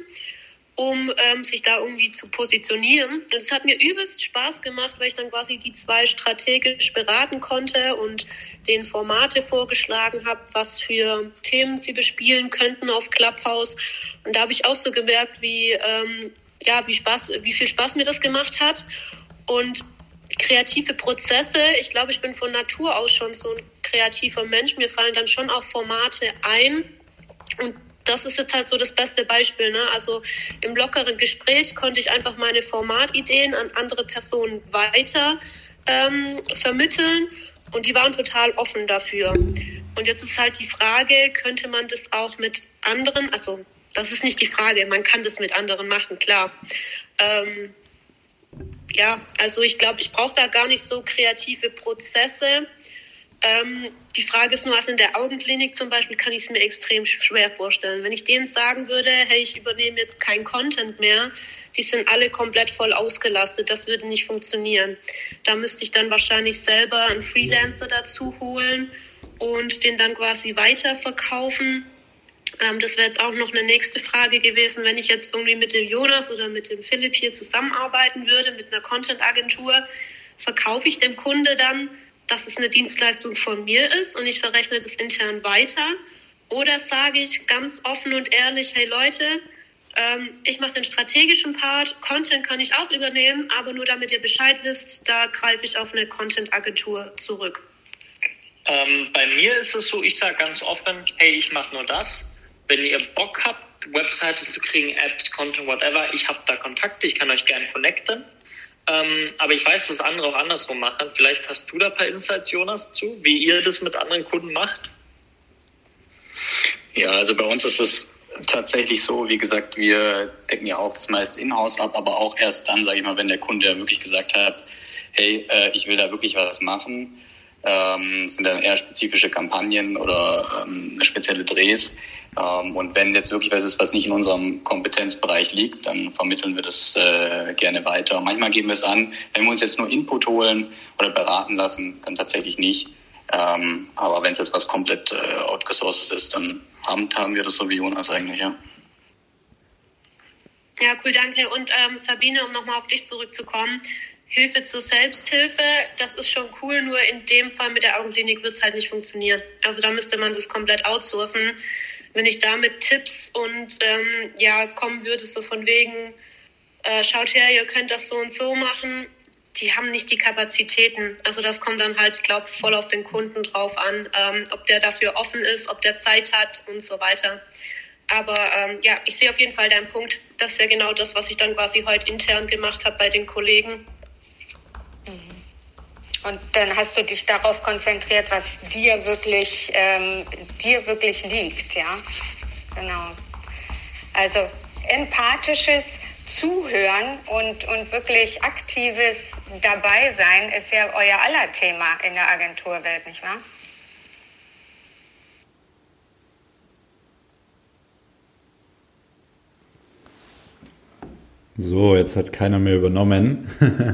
um ähm, sich da irgendwie zu positionieren. Und es hat mir übelst Spaß gemacht, weil ich dann quasi die zwei strategisch beraten konnte und denen Formate vorgeschlagen habe, was für Themen sie bespielen könnten auf Clubhouse. Und da habe ich auch so gemerkt, wie, ähm, ja, wie, Spaß, wie viel Spaß mir das gemacht hat. Und kreative Prozesse, ich glaube, ich bin von Natur aus schon so ein kreativer Mensch. Mir fallen dann schon auch Formate ein. Und das ist jetzt halt so das beste Beispiel, ne? Also im lockeren Gespräch konnte ich einfach meine Formatideen an andere Personen weiter ähm, vermitteln. Und die waren total offen dafür. Und jetzt ist halt die Frage, könnte man das auch mit anderen, also das ist nicht die Frage, man kann das mit anderen machen, klar. Ähm, Ja, also ich glaube, ich brauche da gar nicht so kreative Prozesse. Ähm, die Frage ist nur, also in der Augenklinik zum Beispiel kann ich es mir extrem schwer vorstellen. Wenn ich denen sagen würde, hey, ich übernehme jetzt kein Content mehr, die sind alle komplett voll ausgelastet, das würde nicht funktionieren. Da müsste ich dann wahrscheinlich selber einen Freelancer dazu holen und den dann quasi weiterverkaufen. Ähm, das wäre jetzt auch noch eine nächste Frage gewesen, wenn ich jetzt irgendwie mit dem Jonas oder mit dem Philipp hier zusammenarbeiten würde, mit einer Content-Agentur, verkaufe ich dem Kunde dann, dass es eine Dienstleistung von mir ist und ich verrechne das intern weiter? Oder sage ich ganz offen und ehrlich, hey Leute, ähm, ich mache den strategischen Part, Content kann ich auch übernehmen, aber nur damit ihr Bescheid wisst, da greife ich auf eine Content-Agentur zurück. Ähm, bei mir ist es so, ich sage ganz offen, hey, ich mache nur das. Wenn ihr Bock habt, Webseite zu kriegen, Apps, Content, whatever, ich habe da Kontakte, ich kann euch gerne connecten. Ähm, aber ich weiß, dass andere auch andersrum machen. Vielleicht hast du da ein paar Insights, Jonas, zu, wie ihr das mit anderen Kunden macht? Ja, also bei uns ist es tatsächlich so, wie gesagt, wir decken ja auch das meiste in-house ab, aber auch erst dann, sage ich mal, wenn der Kunde ja wirklich gesagt hat, hey, äh, ich will da wirklich was machen. Ähm, sind dann eher spezifische Kampagnen oder ähm, spezielle Drehs. Ähm, und wenn jetzt wirklich was ist, was nicht in unserem Kompetenzbereich liegt, dann vermitteln wir das äh, gerne weiter. Manchmal geben wir es an, wenn wir uns jetzt nur Input holen oder beraten lassen, dann tatsächlich nicht. Ähm, aber wenn es jetzt was komplett äh, outgesourced ist, dann haben, haben wir das so wie Jonas eigentlich, ja. Ja, cool, danke. Und ähm, Sabine, um nochmal auf dich zurückzukommen, Hilfe zur Selbsthilfe, das ist schon cool, nur in dem Fall mit der Augenklinik wird es halt nicht funktionieren. Also da müsste man das komplett outsourcen. Wenn ich da mit Tipps und ähm, ja kommen würde, so von wegen, äh, schaut her, ihr könnt das so und so machen, die haben nicht die Kapazitäten. Also das kommt dann halt, ich glaube, voll auf den Kunden drauf an, ähm, ob der dafür offen ist, ob der Zeit hat und so weiter. Aber ähm, ja, ich sehe auf jeden Fall deinen Punkt. Das ist ja genau das, was ich dann quasi heute intern gemacht habe bei den Kollegen. Und dann hast du dich darauf konzentriert, was dir wirklich, ähm, dir wirklich liegt, ja? Genau. Also empathisches Zuhören und, und wirklich aktives Dabeisein ist ja euer aller Thema in der Agenturwelt, nicht wahr? So, jetzt hat keiner mehr übernommen.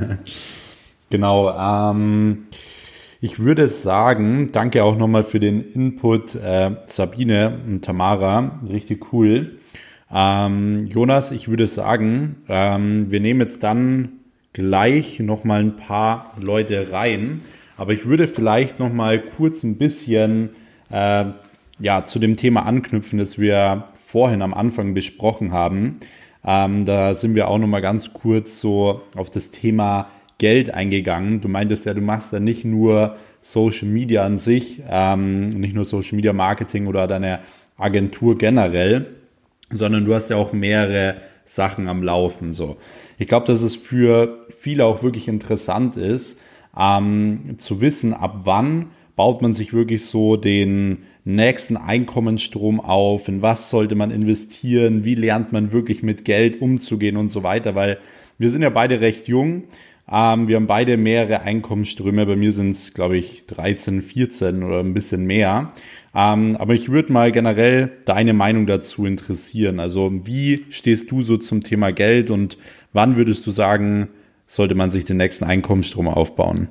Genau, ähm, ich würde sagen, danke auch nochmal für den Input, äh, Sabine und Tamara, richtig cool. Ähm, Jonas, ich würde sagen, ähm, wir nehmen jetzt dann gleich nochmal ein paar Leute rein, aber ich würde vielleicht nochmal kurz ein bisschen äh, ja, zu dem Thema anknüpfen, das wir vorhin am Anfang besprochen haben. Ähm, da sind wir auch nochmal ganz kurz so auf das Thema Geld eingegangen. Du meintest ja, du machst ja nicht nur Social Media an sich, ähm, nicht nur Social Media Marketing oder deine Agentur generell, sondern du hast ja auch mehrere Sachen am Laufen. So, ich glaube, dass es für viele auch wirklich interessant ist, ähm, zu wissen, ab wann baut man sich wirklich so den nächsten Einkommensstrom auf, in was sollte man investieren, wie lernt man wirklich mit Geld umzugehen und so weiter, weil wir sind ja beide recht jung. Ähm, wir haben beide mehrere Einkommensströme. Bei mir sind es, glaube ich, dreizehn, vierzehn oder ein bisschen mehr. Ähm, aber ich würde mal generell deine Meinung dazu interessieren. Also wie stehst du so zum Thema Geld und wann würdest du sagen, sollte man sich den nächsten Einkommensstrom aufbauen?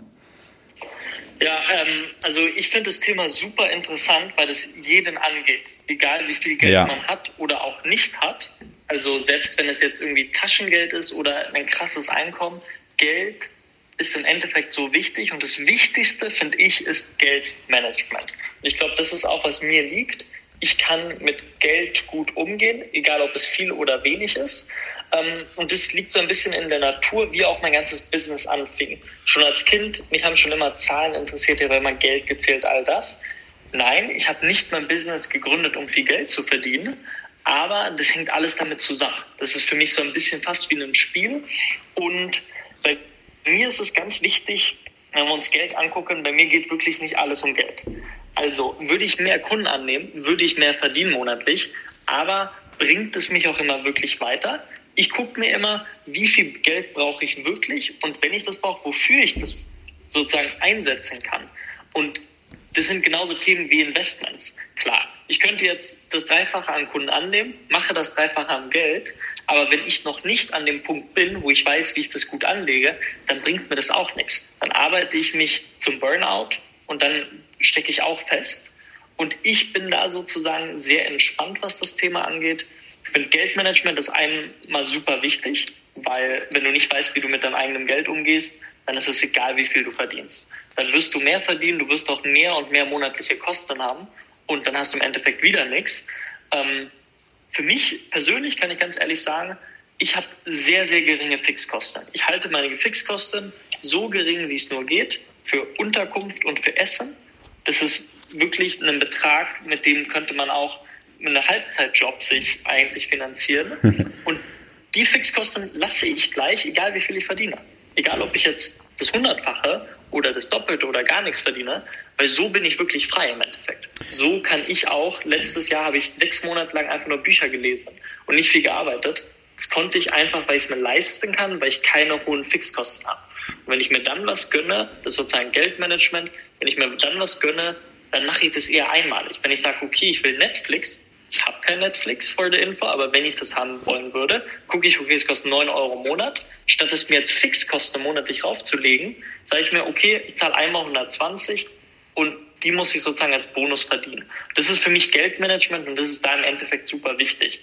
Ja, ähm, also ich finde das Thema super interessant, weil es jeden angeht. Egal wie viel Geld ja. man hat oder auch nicht hat. Also selbst wenn es jetzt irgendwie Taschengeld ist oder ein krasses Einkommen, Geld ist im Endeffekt so wichtig und das Wichtigste, finde ich, ist Geldmanagement. Ich glaube, das ist auch, was mir liegt. Ich kann mit Geld gut umgehen, egal ob es viel oder wenig ist. Und das liegt so ein bisschen in der Natur, wie auch mein ganzes Business anfing. Schon als Kind, mich haben schon immer Zahlen interessiert, ich habe immer Geld gezählt, all das. Nein, ich habe nicht mein Business gegründet, um viel Geld zu verdienen, aber das hängt alles damit zusammen. Das ist für mich so ein bisschen fast wie ein Spiel und bei mir ist es ganz wichtig, wenn wir uns Geld angucken, bei mir geht wirklich nicht alles um Geld. Also würde ich mehr Kunden annehmen, würde ich mehr verdienen monatlich, aber bringt es mich auch immer wirklich weiter? Ich gucke mir immer, wie viel Geld brauche ich wirklich und wenn ich das brauche, wofür ich das sozusagen einsetzen kann. Und das sind genauso Themen wie Investments. Klar, ich könnte jetzt das Dreifache an Kunden annehmen, mache das Dreifache an Geld, aber wenn ich noch nicht an dem Punkt bin, wo ich weiß, wie ich das gut anlege, dann bringt mir das auch nichts. Dann arbeite ich mich zum Burnout und dann stecke ich auch fest. Und ich bin da sozusagen sehr entspannt, was das Thema angeht. Ich finde, Geldmanagement ist einmal super wichtig, weil wenn du nicht weißt, wie du mit deinem eigenen Geld umgehst, dann ist es egal, wie viel du verdienst. Dann wirst du mehr verdienen, du wirst auch mehr und mehr monatliche Kosten haben und dann hast du im Endeffekt wieder nichts. Ähm, Für mich persönlich kann ich ganz ehrlich sagen, ich habe sehr, sehr geringe Fixkosten. Ich halte meine Fixkosten so gering, wie es nur geht, für Unterkunft und für Essen. Das ist wirklich ein Betrag, mit dem könnte man auch mit einem Halbzeitjob sich eigentlich finanzieren. Und die Fixkosten lasse ich gleich, egal wie viel ich verdiene. Egal, ob ich jetzt das Hundertfache oder das Doppelte oder gar nichts verdiene, weil so bin ich wirklich frei im Endeffekt. So kann ich auch, letztes Jahr habe ich sechs Monate lang einfach nur Bücher gelesen und nicht viel gearbeitet. Das konnte ich einfach, weil ich es mir leisten kann, weil ich keine hohen Fixkosten habe. Und wenn ich mir dann was gönne, das ist sozusagen Geldmanagement, wenn ich mir dann was gönne, dann mache ich das eher einmalig. Wenn ich sage, okay, ich will Netflix, ich habe kein Netflix, for the info, aber wenn ich das haben wollen würde, gucke ich, okay, es kostet neun Euro im Monat. Statt es mir jetzt Fixkosten monatlich raufzulegen, sage ich mir, okay, ich zahle einmal hundertzwanzig und die muss ich sozusagen als Bonus verdienen. Das ist für mich Geldmanagement und das ist da im Endeffekt super wichtig.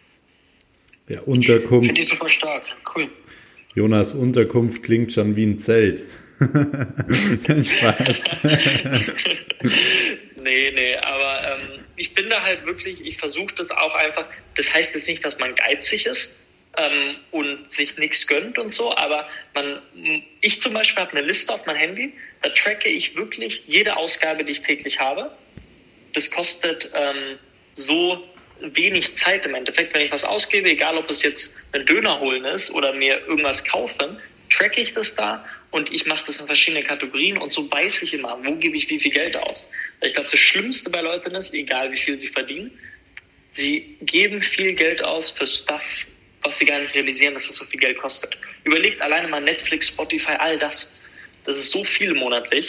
Ja, Unterkunft. Finde ich super stark, cool. Jonas, Unterkunft klingt schon wie ein Zelt. Spaß. nee, nee, aber ähm, ich bin da halt wirklich, ich versuche das auch einfach, das heißt jetzt nicht, dass man geizig ist, ähm, und sich nichts gönnt und so. Aber man, ich zum Beispiel habe eine Liste auf mein Handy, da tracke ich wirklich jede Ausgabe, die ich täglich habe. Das kostet ähm, so wenig Zeit im Endeffekt, wenn ich was ausgebe, egal ob es jetzt ein Döner holen ist oder mir irgendwas kaufen, tracke ich das da und ich mache das in verschiedene Kategorien und so weiß ich immer, wo gebe ich wie viel Geld aus. Ich glaube, das Schlimmste bei Leuten ist, egal wie viel sie verdienen, sie geben viel Geld aus für Stuff, was sie gar nicht realisieren, dass das so viel Geld kostet. Überlegt alleine mal Netflix, Spotify, all das. Das ist so viel monatlich.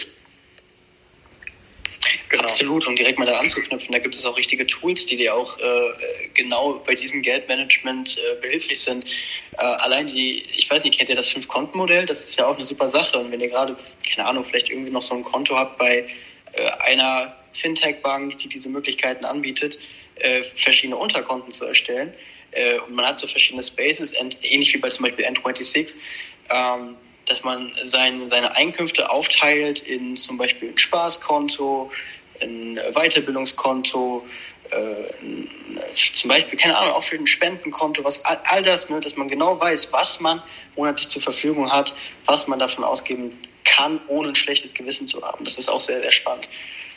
Genau. Absolut, und direkt mal da anzuknüpfen, da gibt es auch richtige Tools, die dir auch äh, genau bei diesem Geldmanagement äh, behilflich sind. Äh, allein die, ich weiß nicht, kennt ihr das Fünf-Konten-Modell? Das ist ja auch eine super Sache, und wenn ihr gerade, keine Ahnung, vielleicht irgendwie noch so ein Konto habt bei äh, einer Fintech-Bank, die diese Möglichkeiten anbietet, äh, verschiedene Unterkonten zu erstellen, äh, und man hat so verschiedene Spaces, ähnlich wie bei zum Beispiel N sechsundzwanzig, ähm, dass man sein, seine Einkünfte aufteilt in zum Beispiel ein Spaßkonto, ein Weiterbildungskonto, äh, zum Beispiel, keine Ahnung, auch für ein Spendenkonto, was, all, all das, ne, dass man genau weiß, was man monatlich zur Verfügung hat, was man davon ausgeben kann, ohne ein schlechtes Gewissen zu haben. Das ist auch sehr, sehr spannend.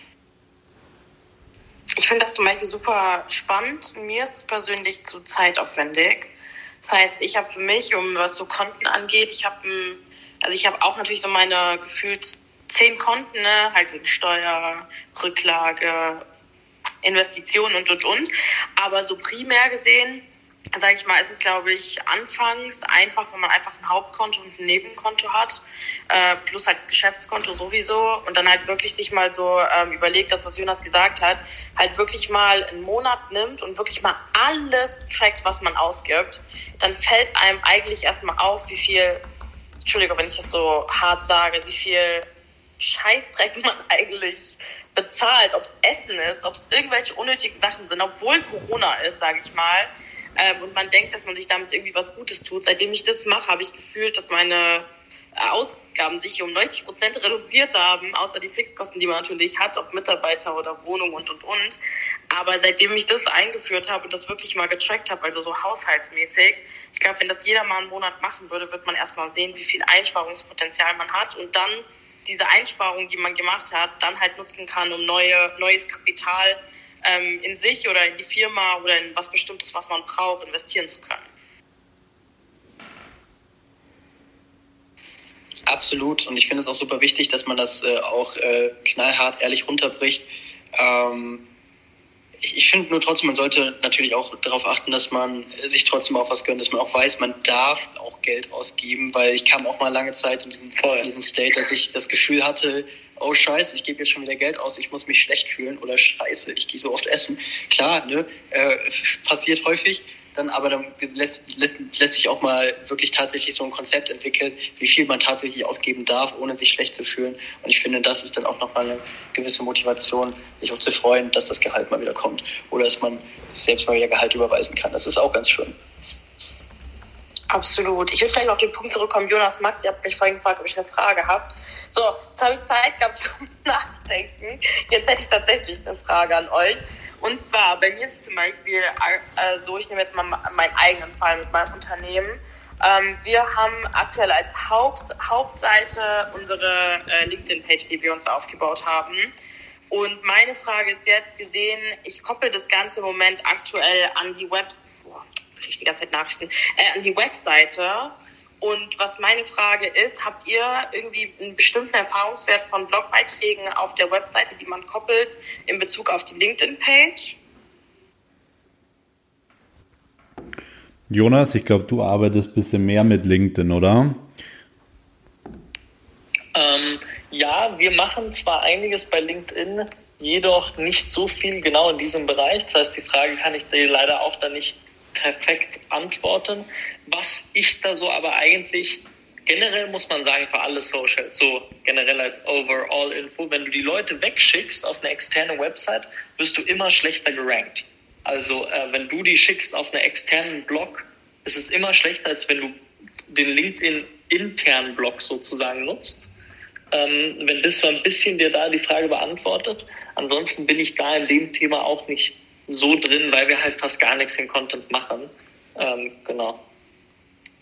Ich finde das zum Beispiel super spannend. Mir ist es persönlich zu zeitaufwendig. Das heißt, ich habe für mich, um was so Konten angeht, ich habe ein Also ich habe auch natürlich so meine gefühlt zehn Konten, ne? Halt wegen Steuer, Rücklage, Investitionen und, und, und. Aber so primär gesehen, sage ich mal, ist es, glaube ich, anfangs einfach, wenn man einfach ein Hauptkonto und ein Nebenkonto hat, äh, plus halt das Geschäftskonto sowieso, und dann halt wirklich sich mal so ähm, überlegt, das, was Jonas gesagt hat, halt wirklich mal einen Monat nimmt und wirklich mal alles trackt, was man ausgibt, dann fällt einem eigentlich erstmal auf, wie viel, Entschuldigung, wenn ich das so hart sage, wie viel Scheißdreck man eigentlich bezahlt, ob es Essen ist, ob es irgendwelche unnötigen Sachen sind, obwohl Corona ist, sage ich mal. Ähm, und man denkt, dass man sich damit irgendwie was Gutes tut. Seitdem ich das mache, habe ich gefühlt, dass meine Ausgaben sich um neunzig Prozent reduziert haben, außer die Fixkosten, die man natürlich hat, ob Mitarbeiter oder Wohnung und, und, und. Aber seitdem ich das eingeführt habe und das wirklich mal getrackt habe, also so haushaltsmäßig, ich glaube, wenn das jeder mal einen Monat machen würde, wird man erstmal sehen, wie viel Einsparungspotenzial man hat und dann diese Einsparung, die man gemacht hat, dann halt nutzen kann, um neue, neues Kapital ähm, in sich oder in die Firma oder in was Bestimmtes, was man braucht, investieren zu können. Absolut, und ich finde es auch super wichtig, dass man das äh, auch äh, knallhart ehrlich runterbricht. Ähm, ich ich finde nur trotzdem, man sollte natürlich auch darauf achten, dass man sich trotzdem auch was gönnt, dass man auch weiß, man darf auch Geld ausgeben, weil ich kam auch mal lange Zeit in diesen, in diesen State, dass ich das Gefühl hatte, oh Scheiße, ich gebe jetzt schon wieder Geld aus, ich muss mich schlecht fühlen, oder Scheiße, ich gehe so oft essen. Klar, ne, äh, passiert häufig. Dann aber dann lässt, lässt, lässt sich auch mal wirklich tatsächlich so ein Konzept entwickeln, wie viel man tatsächlich ausgeben darf, ohne sich schlecht zu fühlen. Und ich finde, das ist dann auch nochmal eine gewisse Motivation, sich auch zu freuen, dass das Gehalt mal wieder kommt. Oder dass man sich selbst mal wieder Gehalt überweisen kann. Das ist auch ganz schön. Absolut. Ich will vielleicht noch auf den Punkt zurückkommen. Jonas, Max, ihr habt mich vorhin gefragt, ob ich eine Frage habe. So, jetzt habe ich Zeit gehabt zum Nachdenken. Jetzt hätte ich tatsächlich eine Frage an euch. Und zwar, bei mir ist es zum Beispiel äh, so, ich nehme jetzt mal meinen eigenen Fall mit meinem Unternehmen. Ähm, wir haben aktuell als Haupt, Hauptseite unsere äh, LinkedIn-Page, die wir uns aufgebaut haben. Und meine Frage ist jetzt gesehen, ich koppel das Ganze im Moment aktuell an die Web, boah, kriege ich die ganze Zeit Nachrichten, äh, an die Webseite. Und was meine Frage ist, habt ihr irgendwie einen bestimmten Erfahrungswert von Blogbeiträgen auf der Webseite, die man koppelt, in Bezug auf die LinkedIn-Page? Jonas, ich glaube, du arbeitest ein bisschen mehr mit LinkedIn, oder? Ähm, ja, wir machen zwar einiges bei LinkedIn, jedoch nicht so viel genau in diesem Bereich. Das heißt, die Frage kann ich dir leider auch dann nicht perfekt antworten. Was ich da so aber eigentlich, generell muss man sagen, für alle Socials, so generell als Overall-Info, wenn du die Leute wegschickst auf eine externe Website, wirst du immer schlechter gerankt. Also äh, wenn du die schickst auf einen externen Blog, ist es immer schlechter, als wenn du den LinkedIn-internen Blog sozusagen nutzt. Ähm, wenn das so ein bisschen dir da die Frage beantwortet. Ansonsten bin ich da in dem Thema auch nicht so drin, weil wir halt fast gar nichts in Content machen. Ähm, genau.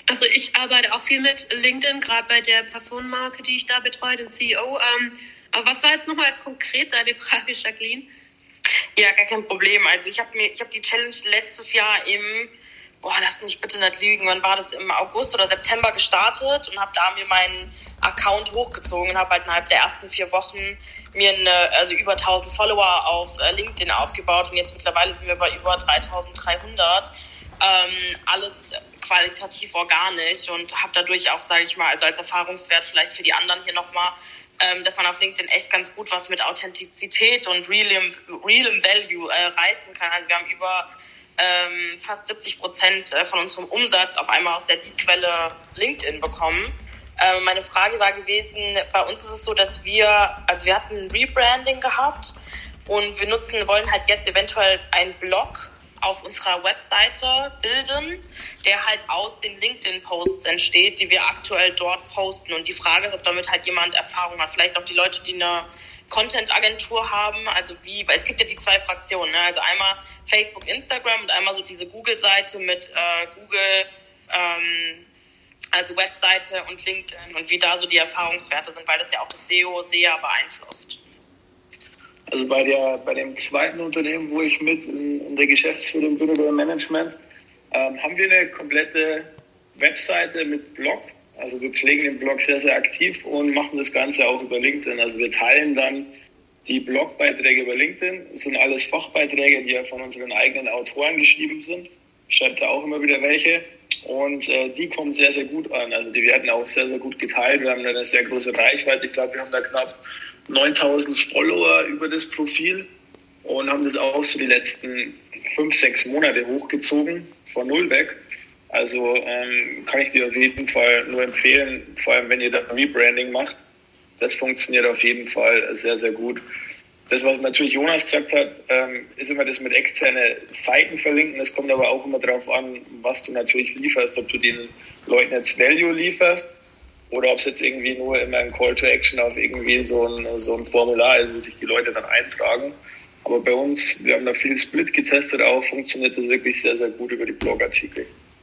Also ich arbeite auch viel mit LinkedIn, gerade bei der Personenmarke, die ich da betreue, den C E O. Ähm, aber was war jetzt nochmal konkret deine Frage, Jacqueline? Ja, gar kein Problem. Also ich habe mir, ich habe die Challenge letztes Jahr im, boah, lass mich bitte nicht lügen, wann war das, im August oder September gestartet und habe da mir meinen Account hochgezogen und habe halt innerhalb der ersten vier Wochen mir eine, also über tausend Follower auf LinkedIn aufgebaut und jetzt mittlerweile sind wir bei über dreitausenddreihundert. Ähm, alles qualitativ organisch und habe dadurch auch, sage ich mal, also als Erfahrungswert vielleicht für die anderen hier nochmal, ähm, dass man auf LinkedIn echt ganz gut was mit Authentizität und realem, realem Value äh, reißen kann. Also wir haben über ähm, fast siebzig Prozent von unserem Umsatz auf einmal aus der Leadquelle LinkedIn bekommen. Ähm, meine Frage war gewesen, bei uns ist es so, dass wir, also wir hatten ein Rebranding gehabt und wir nutzen, wollen halt jetzt eventuell einen Blog auf unserer Webseite bilden, der halt aus den LinkedIn-Posts entsteht, die wir aktuell dort posten. Und die Frage ist, ob damit halt jemand Erfahrung hat. Vielleicht auch die Leute, die eine Content-Agentur haben. Also wie, weil es gibt ja die zwei Fraktionen, ne? Also einmal Facebook, Instagram und einmal so diese Google-Seite mit äh, Google, ähm, also Webseite und LinkedIn und wie da so die Erfahrungswerte sind, weil das ja auch das S E O sehr beeinflusst. Also bei der bei dem zweiten Unternehmen, wo ich mit in, in der Geschäftsführung bin oder im Management, ähm, haben wir eine komplette Webseite mit Blog. Also wir pflegen den Blog sehr, sehr aktiv und machen das Ganze auch über LinkedIn. Also wir teilen dann die Blogbeiträge über LinkedIn. Das sind alles Fachbeiträge, die ja von unseren eigenen Autoren geschrieben sind. Ich schreibe da auch immer wieder welche. Und äh, die kommen sehr, sehr gut an. Also die werden auch sehr, sehr gut geteilt. Wir haben da eine sehr große Reichweite. Ich glaube, wir haben da knapp neuntausend Follower über das Profil und haben das auch so die letzten fünf, sechs Monate hochgezogen, von null weg. Also ähm, kann ich dir auf jeden Fall nur empfehlen, vor allem wenn ihr da Rebranding macht. Das funktioniert auf jeden Fall sehr, sehr gut. Das, was natürlich Jonas gesagt hat, ähm, ist immer das mit externen Seiten verlinken. Es kommt aber auch immer darauf an, was du natürlich lieferst, ob du den Leuten jetzt Value lieferst oder ob es jetzt irgendwie nur immer ein Call to Action auf irgendwie so ein, so ein Formular ist, wo sich die Leute dann eintragen. Aber bei uns, wir haben da viel Split getestet auch, funktioniert das wirklich sehr, sehr gut über die Blogartikel.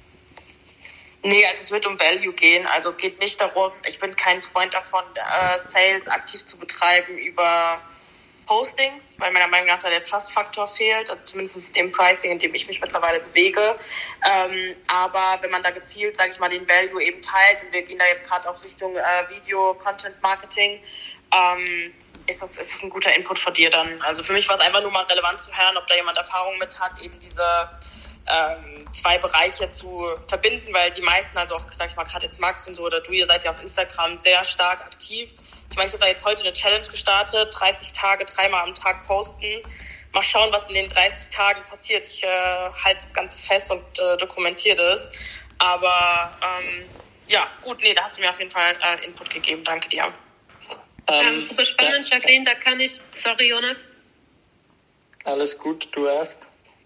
Nee, also es wird um Value gehen. Also es geht nicht darum, ich bin kein Freund davon, äh, Sales aktiv zu betreiben über Postings, weil meiner Meinung nach da der Trust-Faktor fehlt, also zumindest in dem Pricing, in dem ich mich mittlerweile bewege. Ähm, aber wenn man da gezielt, sage ich mal, den Value eben teilt, und wir gehen da jetzt gerade auch Richtung äh, Video-Content-Marketing, ähm, ist das, ist das ein guter Input von dir dann. Also für mich war es einfach nur mal relevant zu hören, ob da jemand Erfahrung mit hat, eben diese ähm, zwei Bereiche zu verbinden, weil die meisten, also auch, sag ich mal, gerade jetzt Max und so oder du, ihr seid ja auf Instagram sehr stark aktiv. Ich meine, ich habe da jetzt heute eine Challenge gestartet, dreißig Tage, dreimal am Tag posten. Mal schauen, was in den dreißig Tagen passiert. Ich äh, halte das Ganze fest und äh, dokumentiere das. Aber ähm, ja, gut, nee, da hast du mir auf jeden Fall äh, Input gegeben. Danke dir. Ähm, ähm, super spannend, da, Jacqueline, da kann ich... Sorry, Jonas. Alles gut, du erst.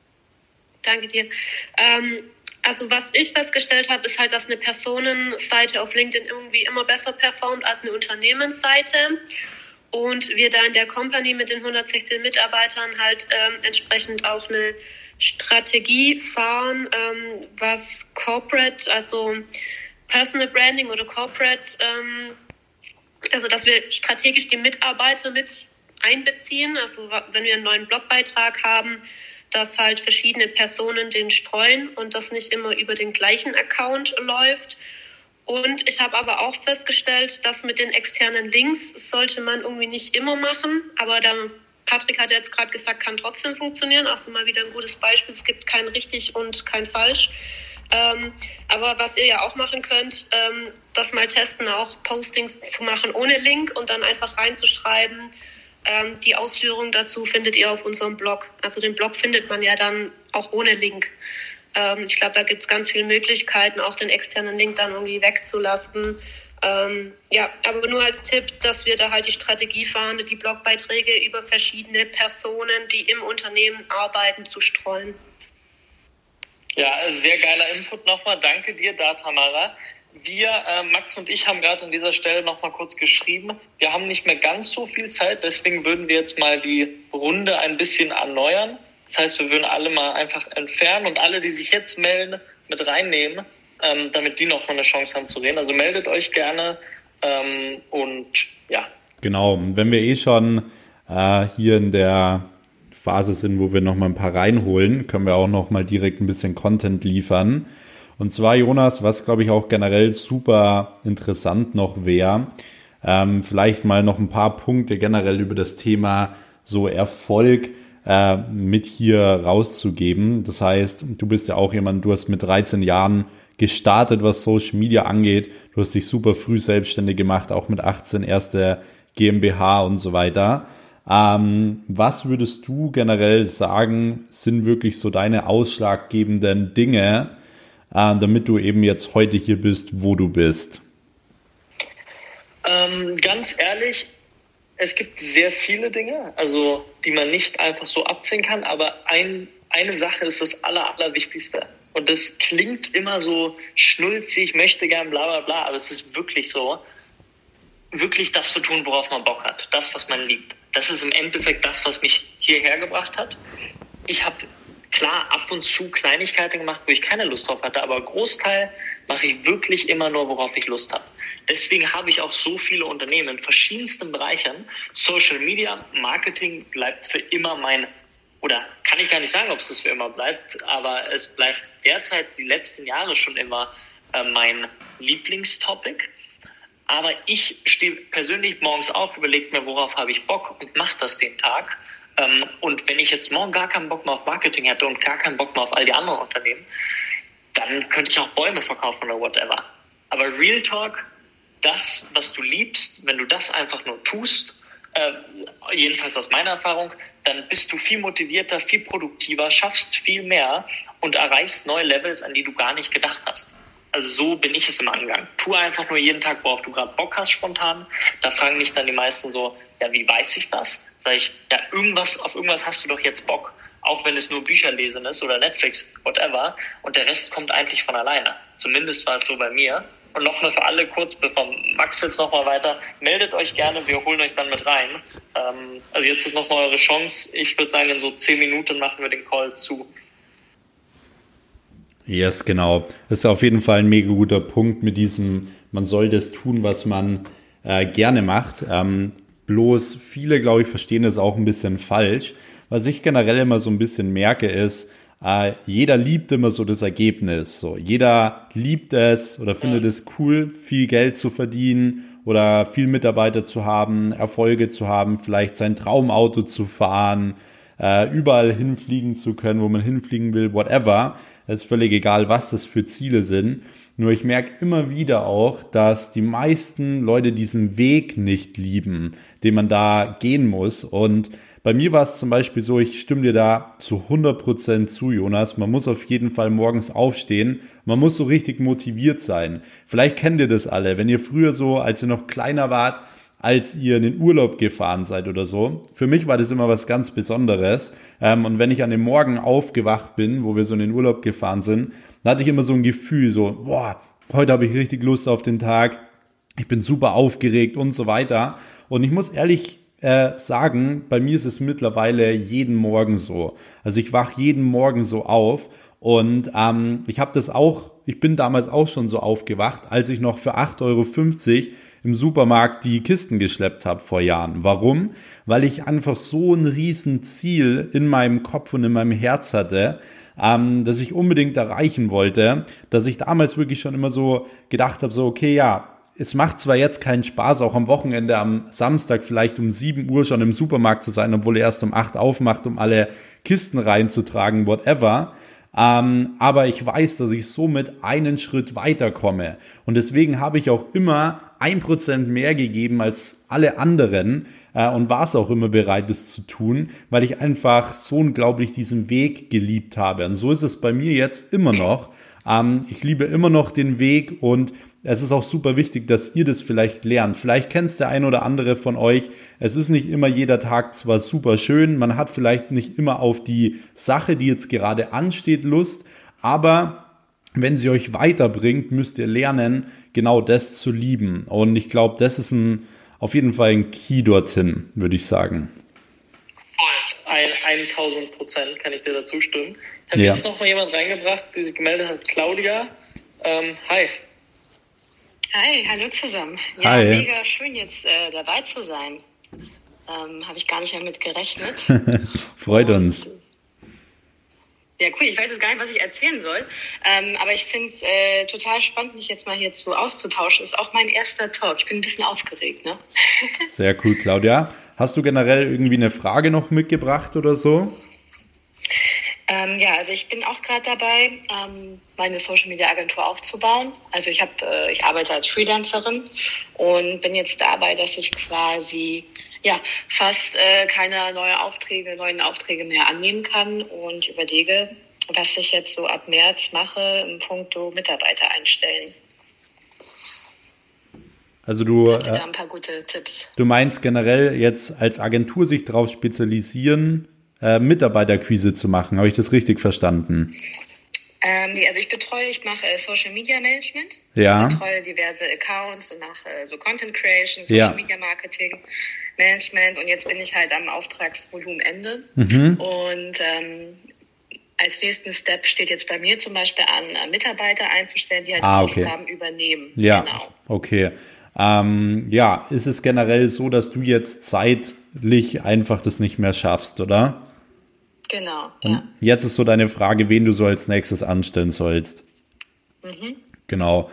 Danke dir. Ähm, Also was ich festgestellt habe, ist halt, dass eine Personenseite auf LinkedIn irgendwie immer besser performt als eine Unternehmensseite. Und wir da in der Company mit den hundertsechzehn Mitarbeitern halt ähm, entsprechend auch eine Strategie fahren, ähm, was Corporate, also Personal Branding oder Corporate, ähm, also dass wir strategisch die Mitarbeiter mit einbeziehen. Also wenn wir einen neuen Blogbeitrag haben, dass halt verschiedene Personen den streuen und das nicht immer über den gleichen Account läuft. Und ich habe aber auch festgestellt, dass mit den externen Links sollte man irgendwie nicht immer machen. Aber der Patrick hat jetzt gerade gesagt, kann trotzdem funktionieren. Also mal wieder ein gutes Beispiel. Es gibt kein richtig und kein falsch. Ähm, aber was ihr ja auch machen könnt, ähm, das mal testen, auch Postings zu machen ohne Link und dann einfach reinzuschreiben. Ähm, die Ausführung dazu findet ihr auf unserem Blog. Also den Blog findet man ja dann auch ohne Link. Ähm, ich glaube, da gibt es ganz viele Möglichkeiten, auch den externen Link dann irgendwie wegzulassen. Ähm, ja, aber nur als Tipp, dass wir da halt die Strategie fahren, die Blogbeiträge über verschiedene Personen, die im Unternehmen arbeiten, zu streuen. Ja, sehr geiler Input nochmal. Danke dir da, Tamara. Wir, äh, Max und ich, haben gerade an dieser Stelle nochmal kurz geschrieben. Wir haben nicht mehr ganz so viel Zeit, deswegen würden wir jetzt mal die Runde ein bisschen erneuern. Das heißt, wir würden alle mal einfach entfernen und alle, die sich jetzt melden, mit reinnehmen. ähm, damit die nochmal eine Chance haben zu reden. Also meldet euch gerne ähm, und ja. Genau, und wenn wir eh schon äh, hier in der Phase sind, wo wir nochmal ein paar reinholen, können wir auch nochmal direkt ein bisschen Content liefern. Und zwar, Jonas, was glaube ich auch generell super interessant noch wäre, ähm, vielleicht mal noch ein paar Punkte generell über das Thema so Erfolg äh, mit hier rauszugeben. Das heißt, du bist ja auch jemand, du hast mit dreizehn Jahren gestartet, was Social Media angeht. Du hast dich super früh selbstständig gemacht, auch mit achtzehn erste GmbH und so weiter. Ähm, was würdest du generell sagen, sind wirklich so deine ausschlaggebenden Dinge, äh, damit du eben jetzt heute hier bist, wo du bist? Ähm, ganz ehrlich, es gibt sehr viele Dinge, also die man nicht einfach so abziehen kann, aber ein, eine Sache ist das Aller, Allerwichtigste. Und das klingt immer so schnulzig, möchte gern, bla bla bla, aber es ist wirklich so, wirklich das zu tun, worauf man Bock hat, das, was man liebt. Das ist im Endeffekt das, was mich hierher gebracht hat. Ich habe klar ab und zu Kleinigkeiten gemacht, wo ich keine Lust drauf hatte, aber Großteil mache ich wirklich immer nur, worauf ich Lust habe. Deswegen habe ich auch so viele Unternehmen in verschiedensten Bereichen. Social Media, Marketing bleibt für immer mein, oder kann ich gar nicht sagen, ob es das für immer bleibt, aber es bleibt derzeit die letzten Jahre schon immer äh, mein Lieblingstopic. Aber ich stehe persönlich morgens auf, überlege mir, worauf habe ich Bock und mache das den Tag. Ähm, und wenn ich jetzt morgen gar keinen Bock mehr auf Marketing hätte und gar keinen Bock mehr auf all die anderen Unternehmen, dann könnte ich auch Bäume verkaufen oder whatever. Aber Real Talk, das, was du liebst, wenn du das einfach nur tust, äh, jedenfalls aus meiner Erfahrung, dann bist du viel motivierter, viel produktiver, schaffst viel mehr und erreichst neue Levels, an die du gar nicht gedacht hast. Also so bin ich es im Angang. Tu einfach nur jeden Tag, worauf du gerade Bock hast, spontan. Da fragen mich dann die meisten so, ja, wie weiß ich das? Sag ich, ja, irgendwas, auf irgendwas hast du doch jetzt Bock. Auch wenn es nur Bücher lesen ist oder Netflix, whatever. Und der Rest kommt eigentlich von alleine. Zumindest war es so bei mir. Und nochmal für alle kurz, bevor Max jetzt nochmal weiter, meldet euch gerne, wir holen euch dann mit rein. Ähm, also jetzt ist nochmal eure Chance. Ich würde sagen, in so zehn Minuten machen wir den Call zu. Yes, genau. Das ist auf jeden Fall ein mega guter Punkt mit diesem, man soll das tun, was man äh, gerne macht. Ähm, bloß viele, glaube ich, verstehen das auch ein bisschen falsch. Was ich generell immer so ein bisschen merke, ist, äh, jeder liebt immer so das Ergebnis. So, jeder liebt es oder findet es cool, viel Geld zu verdienen oder viel Mitarbeiter zu haben, Erfolge zu haben, vielleicht sein Traumauto zu fahren, äh, überall hinfliegen zu können, wo man hinfliegen will, whatever. Es ist völlig egal, was das für Ziele sind. Nur ich merke immer wieder auch, dass die meisten Leute diesen Weg nicht lieben, den man da gehen muss. Und bei mir war es zum Beispiel so, ich stimme dir da zu hundert Prozent zu, Jonas. Man muss auf jeden Fall morgens aufstehen. Man muss so richtig motiviert sein. Vielleicht kennt ihr das alle, wenn ihr früher so, als ihr noch kleiner wart, als ihr in den Urlaub gefahren seid oder so. Für mich war das immer was ganz Besonderes. Ähm, und wenn ich an dem Morgen aufgewacht bin, wo wir so in den Urlaub gefahren sind, da hatte ich immer so ein Gefühl, so, boah, heute habe ich richtig Lust auf den Tag. Ich bin super aufgeregt und so weiter. Und ich muss ehrlich äh, sagen, bei mir ist es mittlerweile jeden Morgen so. Also ich wache jeden Morgen so auf. Und ähm, ich habe das auch, ich bin damals auch schon so aufgewacht, als ich noch für acht Euro fünfzig im Supermarkt die Kisten geschleppt habe vor Jahren. Warum? Weil ich einfach so ein riesen Ziel in meinem Kopf und in meinem Herz hatte, ähm, das ich unbedingt erreichen wollte, dass ich damals wirklich schon immer so gedacht habe, so okay, ja, es macht zwar jetzt keinen Spaß, auch am Wochenende, am Samstag vielleicht um sieben Uhr schon im Supermarkt zu sein, obwohl er erst um acht aufmacht, um alle Kisten reinzutragen, whatever. Ähm, aber ich weiß, dass ich somit einen Schritt weiterkomme. Und deswegen habe ich auch immer ein Prozent mehr gegeben als alle anderen äh, und war es auch immer bereit, das zu tun, weil ich einfach so unglaublich diesen Weg geliebt habe. Und so ist es bei mir jetzt immer noch. Ähm, ich liebe immer noch den Weg und es ist auch super wichtig, dass ihr das vielleicht lernt. Vielleicht kennt es der ein oder andere von euch. Es ist nicht immer jeder Tag zwar super schön, man hat vielleicht nicht immer auf die Sache, die jetzt gerade ansteht, Lust, aber wenn sie euch weiterbringt, müsst ihr lernen, genau das zu lieben. Und ich glaube, das ist ein, auf jeden Fall ein Key dorthin, würde ich sagen. Ein, tausend Prozent kann ich dir dazu stimmen. Ich habe Ja. jetzt noch mal jemand reingebracht, die sich gemeldet hat, Claudia. Ähm, hi. Hi, hallo zusammen. Ja, Hi. Mega schön jetzt äh, dabei zu sein. Ähm, Habe ich gar nicht mehr mit gerechnet. Freut uns. Ja, cool. Ich weiß jetzt gar nicht, was ich erzählen soll. Ähm, aber ich finde es äh, total spannend, mich jetzt mal hierzu auszutauschen. Ist auch mein erster Talk. Ich bin ein bisschen aufgeregt, ne? Sehr cool, Claudia. Hast du generell irgendwie eine Frage noch mitgebracht oder so? Ähm, ja, also ich bin auch gerade dabei, ähm, meine Social-Media-Agentur aufzubauen. Also ich habe, äh, ich arbeite als Freelancerin und bin jetzt dabei, dass ich quasi ja fast äh, keine neue Aufträge, neuen Aufträge mehr annehmen kann und überlege, was ich jetzt so ab März mache in puncto Mitarbeiter einstellen. Also du, Habt ihr äh, da ein paar gute Tipps? du meinst generell jetzt als Agentur sich darauf spezialisieren, äh, Mitarbeiterquise zu machen. Habe ich das richtig verstanden? Ähm, nee, also ich betreue, ich mache äh, Social Media Management. Ja. Ich betreue diverse Accounts und mache äh, so Content Creation, Social Ja. Media Marketing, Management und jetzt bin ich halt am Auftragsvolumenende. Mhm. Und ähm, als nächsten Step steht jetzt bei mir zum Beispiel an, äh, Mitarbeiter einzustellen, die halt Ah, okay. Aufgaben übernehmen. Ja, Genau. okay. Ähm, ja, ist es generell so, dass du jetzt zeitlich einfach das nicht mehr schaffst, oder? Genau, Und ja. jetzt ist so deine Frage, wen du so als nächstes anstellen sollst. Mhm. Genau.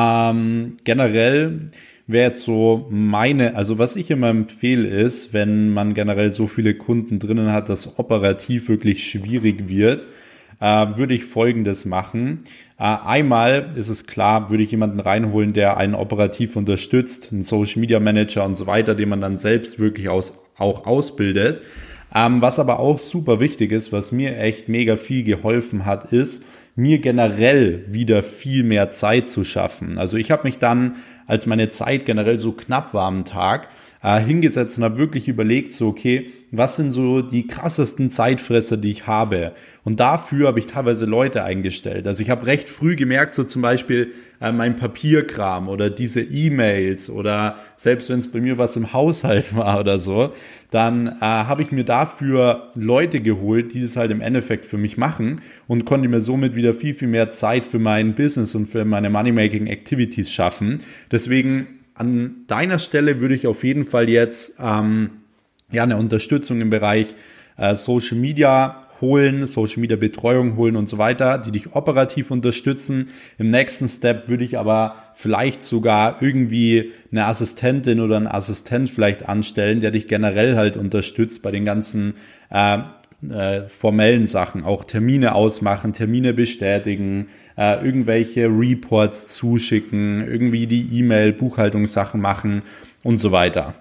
Ähm, generell wäre jetzt so meine, also was ich immer empfehle ist, wenn man generell so viele Kunden drinnen hat, dass operativ wirklich schwierig wird, äh, würde ich Folgendes machen. Äh, einmal ist es klar, würde ich jemanden reinholen, der einen operativ unterstützt, einen Social Media Manager und so weiter, den man dann selbst wirklich aus, auch ausbildet. Ähm, was aber auch super wichtig ist, was mir echt mega viel geholfen hat, ist, mir generell wieder viel mehr Zeit zu schaffen. Also ich habe mich dann, als meine Zeit generell so knapp war am Tag, äh, hingesetzt und habe wirklich überlegt, so okay, was sind so die krassesten Zeitfresser, die ich habe? Und dafür habe ich teilweise Leute eingestellt. Also ich habe recht früh gemerkt, so zum Beispiel äh, mein Papierkram oder diese E-Mails oder selbst wenn es bei mir was im Haushalt war oder so, dann äh, habe ich mir dafür Leute geholt, die das halt im Endeffekt für mich machen und konnte mir somit wieder viel, viel mehr Zeit für mein Business und für meine Money-Making-Activities schaffen. Deswegen an deiner Stelle würde ich auf jeden Fall jetzt ähm, ja eine Unterstützung im Bereich äh, Social Media holen, Social Media Betreuung holen und so weiter, die dich operativ unterstützen. Im nächsten Step würde ich aber vielleicht sogar irgendwie eine Assistentin oder einen Assistent vielleicht anstellen, der dich generell halt unterstützt bei den ganzen äh, äh, formellen Sachen, auch Termine ausmachen, Termine bestätigen, äh, irgendwelche Reports zuschicken, irgendwie die E-Mail, Buchhaltungssachen machen und so weiter.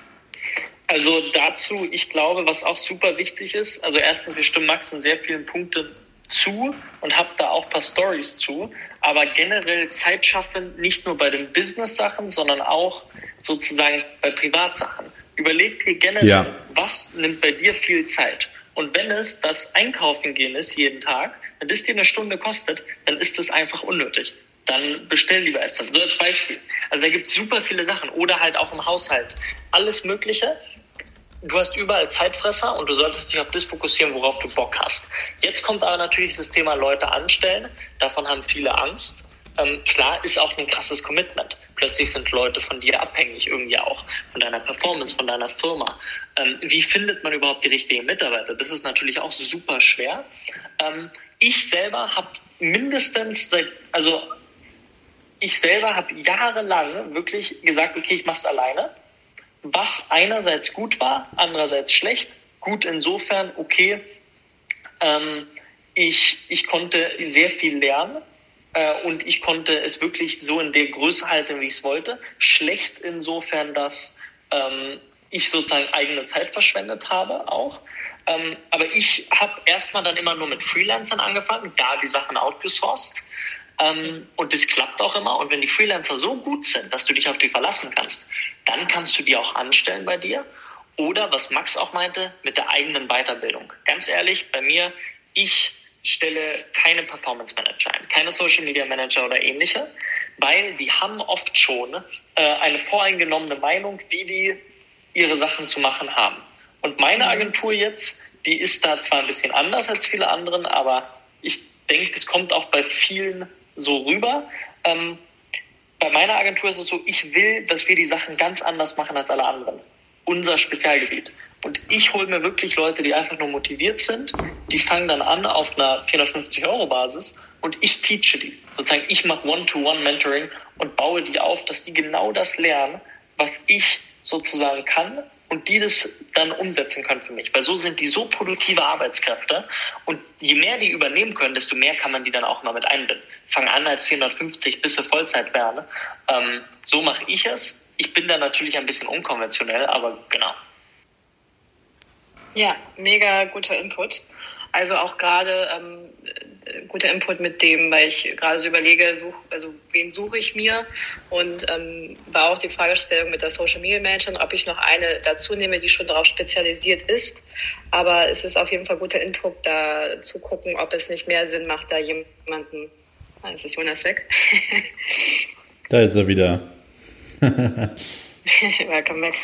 Also dazu, ich glaube, was auch super wichtig ist, also erstens, ich stimme Max in sehr vielen Punkten zu und habe da auch ein paar Stories zu, aber generell Zeit schaffen, nicht nur bei den Business-Sachen, sondern auch sozusagen bei Privatsachen. Überleg dir generell, Ja. was nimmt bei dir viel Zeit? Und wenn es das Einkaufen gehen ist jeden Tag, wenn das dir eine Stunde kostet, dann ist das einfach unnötig. Dann bestell lieber Essen. So als Beispiel. Also da gibt es super viele Sachen. Oder halt auch im Haushalt. Alles Mögliche. Du hast überall Zeitfresser und du solltest dich auf das fokussieren, worauf du Bock hast. Jetzt kommt aber natürlich das Thema Leute anstellen. Davon haben viele Angst. Ähm, klar, ist auch ein krasses Commitment. Plötzlich sind Leute von dir abhängig, irgendwie auch von deiner Performance, von deiner Firma. Ähm, wie findet man überhaupt die richtigen Mitarbeiter? Das ist natürlich auch super schwer. Ähm, ich selber habe mindestens seit, also ich selber habe jahrelang wirklich gesagt, okay, ich mache es alleine. Was einerseits gut war, andererseits schlecht. Gut insofern, okay, ähm, ich, ich konnte sehr viel lernen. Und ich konnte es wirklich so in der Größe halten, wie ich es wollte. Schlecht insofern, dass ähm, ich sozusagen eigene Zeit verschwendet habe auch. Ähm, aber ich habe erstmal dann immer nur mit Freelancern angefangen, da die Sachen outgesourced. Ähm, und das klappt auch immer. Und wenn die Freelancer so gut sind, dass du dich auf die verlassen kannst, dann kannst du die auch anstellen bei dir. Oder, was Max auch meinte, mit der eigenen Weiterbildung. Ganz ehrlich, bei mir, ich stelle keine Performance Manager ein, keine Social Media Manager oder ähnliche, weil die haben oft schon äh, eine voreingenommene Meinung, wie die ihre Sachen zu machen haben. Und meine Agentur jetzt, die ist da zwar ein bisschen anders als viele anderen, aber ich denke, das kommt auch bei vielen so rüber. Ähm, bei meiner Agentur ist es so, ich will, dass wir die Sachen ganz anders machen als alle anderen. Unser Spezialgebiet. Und ich hole mir wirklich Leute, die einfach nur motiviert sind. Die fangen dann an auf einer vierhundertfünfzig Euro Basis und ich teache die. Sozusagen, ich mache One-to-One-Mentoring und baue die auf, dass die genau das lernen, was ich sozusagen kann und die das dann umsetzen können für mich. Weil so sind die so produktive Arbeitskräfte und je mehr die übernehmen können, desto mehr kann man die dann auch mal mit einbinden. Fang an als vierhundertfünfzig, bis sie Vollzeit werden. Ähm, so mache ich es. Ich bin da natürlich ein bisschen unkonventionell, aber genau. Ja, mega guter Input. Also auch gerade ähm, guter Input mit dem, weil ich gerade so überlege, such, also wen suche ich mir, und ähm, war auch die Fragestellung mit der Social Media Managerin, ob ich noch eine dazu nehme, die schon darauf spezialisiert ist. Aber es ist auf jeden Fall guter Input, da zu gucken, ob es nicht mehr Sinn macht, da jemanden. Ah, jetzt ist Jonas weg. Da ist er wieder. Welcome back.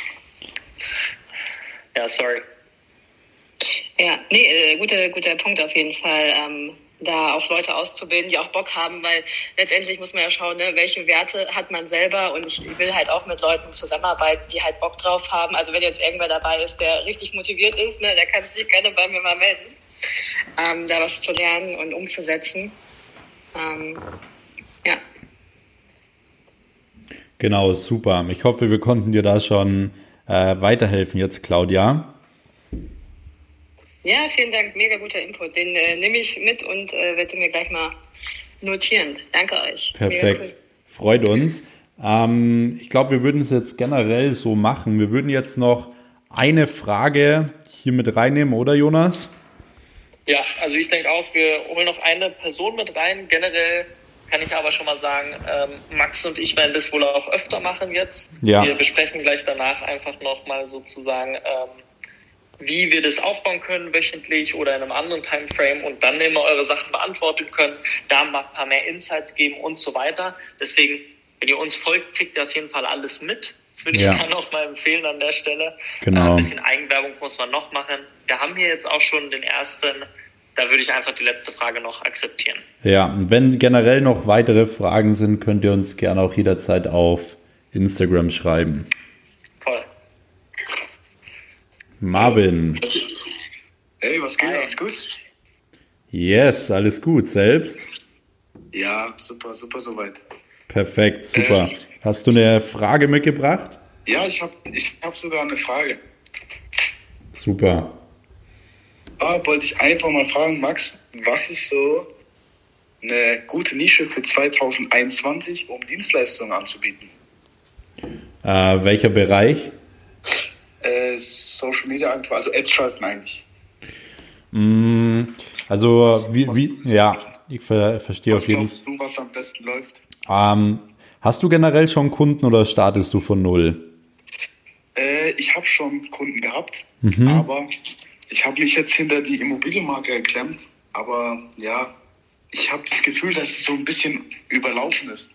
Ja, sorry. Ja, nee, äh, guter, guter Punkt auf jeden Fall, ähm, da auch Leute auszubilden, die auch Bock haben, weil letztendlich muss man ja schauen, ne, welche Werte hat man selber, und ich will halt auch mit Leuten zusammenarbeiten, die halt Bock drauf haben. Also wenn jetzt irgendwer dabei ist, der richtig motiviert ist, ne, der kann sich gerne bei mir mal melden, ähm, da was zu lernen und umzusetzen. Ähm, ja. Genau, super. Ich hoffe, wir konnten dir da schon äh, weiterhelfen jetzt, Claudia. Ja, vielen Dank, mega guter Input. Den äh, nehme ich mit und äh, werde mir gleich mal notieren. Danke euch. Perfekt, cool. Freut uns. Ähm, ich glaube, wir würden es jetzt generell so machen. Wir würden jetzt noch eine Frage hier mit reinnehmen, oder Jonas? Ja, also ich denke auch, wir holen noch eine Person mit rein. Generell kann ich aber schon mal sagen, ähm, Max und ich werden das wohl auch öfter machen jetzt. Ja. Wir besprechen gleich danach einfach nochmal sozusagen, ähm, wie wir das aufbauen können, wöchentlich oder in einem anderen Timeframe, und dann immer eure Sachen beantworten können, da ein paar mehr Insights geben und so weiter. Deswegen, wenn ihr uns folgt, kriegt ihr auf jeden Fall alles mit. Das würde ich Ja. dann noch mal empfehlen an der Stelle. Genau. Äh, ein bisschen Eigenwerbung muss man noch machen. Wir haben hier jetzt auch schon den ersten, da würde ich einfach die letzte Frage noch akzeptieren. Ja, und wenn generell noch weitere Fragen sind, könnt ihr uns gerne auch jederzeit auf Instagram schreiben. Voll. Marvin. Hey, was geht? Hi. Alles gut? Yes, alles gut. Selbst? Ja, super, super soweit. Perfekt, super. Ähm, Hast du eine Frage mitgebracht? Ja, ich habe ich hab sogar eine Frage. Super. Da wollte ich einfach mal fragen, Max, was ist so eine gute Nische für zwanzig einundzwanzig, um Dienstleistungen anzubieten? Äh, welcher Bereich? Äh, Social Media Agentur, also Ads schalten eigentlich. Mm, also, wie, wie, ja, ich ver, verstehe Was auf jeden Fall. glaubst du, was am besten läuft? Ähm, hast du generell schon Kunden oder startest du von null? Äh, ich habe schon Kunden gehabt, Mhm. aber ich habe mich jetzt hinter die Immobilienmarke geklemmt. Aber ja, ich habe das Gefühl, dass es so ein bisschen überlaufen ist.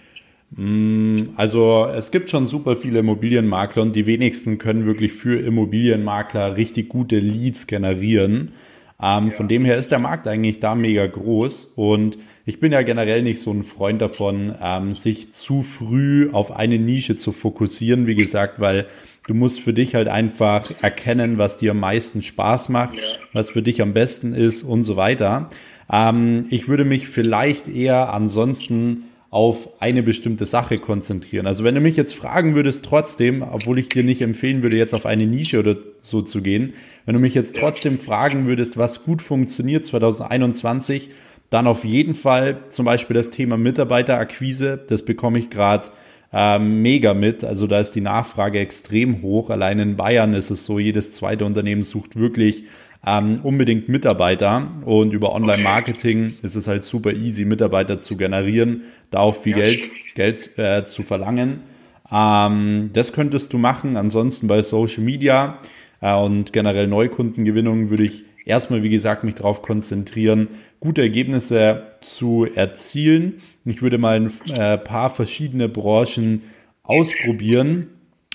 Also es gibt schon super viele Immobilienmakler und die wenigsten können wirklich für Immobilienmakler richtig gute Leads generieren. Ähm, ja. Von dem her ist der Markt eigentlich da mega groß, und ich bin ja generell nicht so ein Freund davon, ähm, sich zu früh auf eine Nische zu fokussieren, wie gesagt, weil du musst für dich halt einfach erkennen, was dir am meisten Spaß macht, ja. was für dich am besten ist und so weiter. Ähm, ich würde mich vielleicht eher ansonsten auf eine bestimmte Sache konzentrieren. Also wenn du mich jetzt fragen würdest trotzdem, obwohl ich dir nicht empfehlen würde, jetzt auf eine Nische oder so zu gehen, wenn du mich jetzt trotzdem fragen würdest, was gut funktioniert zwanzig einundzwanzig, dann auf jeden Fall zum Beispiel das Thema Mitarbeiterakquise. Das bekomme ich gerade äh, mega mit. Also da ist die Nachfrage extrem hoch. Allein in Bayern ist es so, jedes zweite Unternehmen sucht wirklich Ähm, unbedingt Mitarbeiter, und über Online-Marketing ist es halt super easy, Mitarbeiter zu generieren, da auch viel ja, Geld, Geld äh, zu verlangen. Ähm, das könntest du machen. Ansonsten bei Social Media äh, und generell Neukundengewinnung würde ich erstmal, wie gesagt, mich darauf konzentrieren, gute Ergebnisse zu erzielen. Ich würde mal ein äh, paar verschiedene Branchen ausprobieren.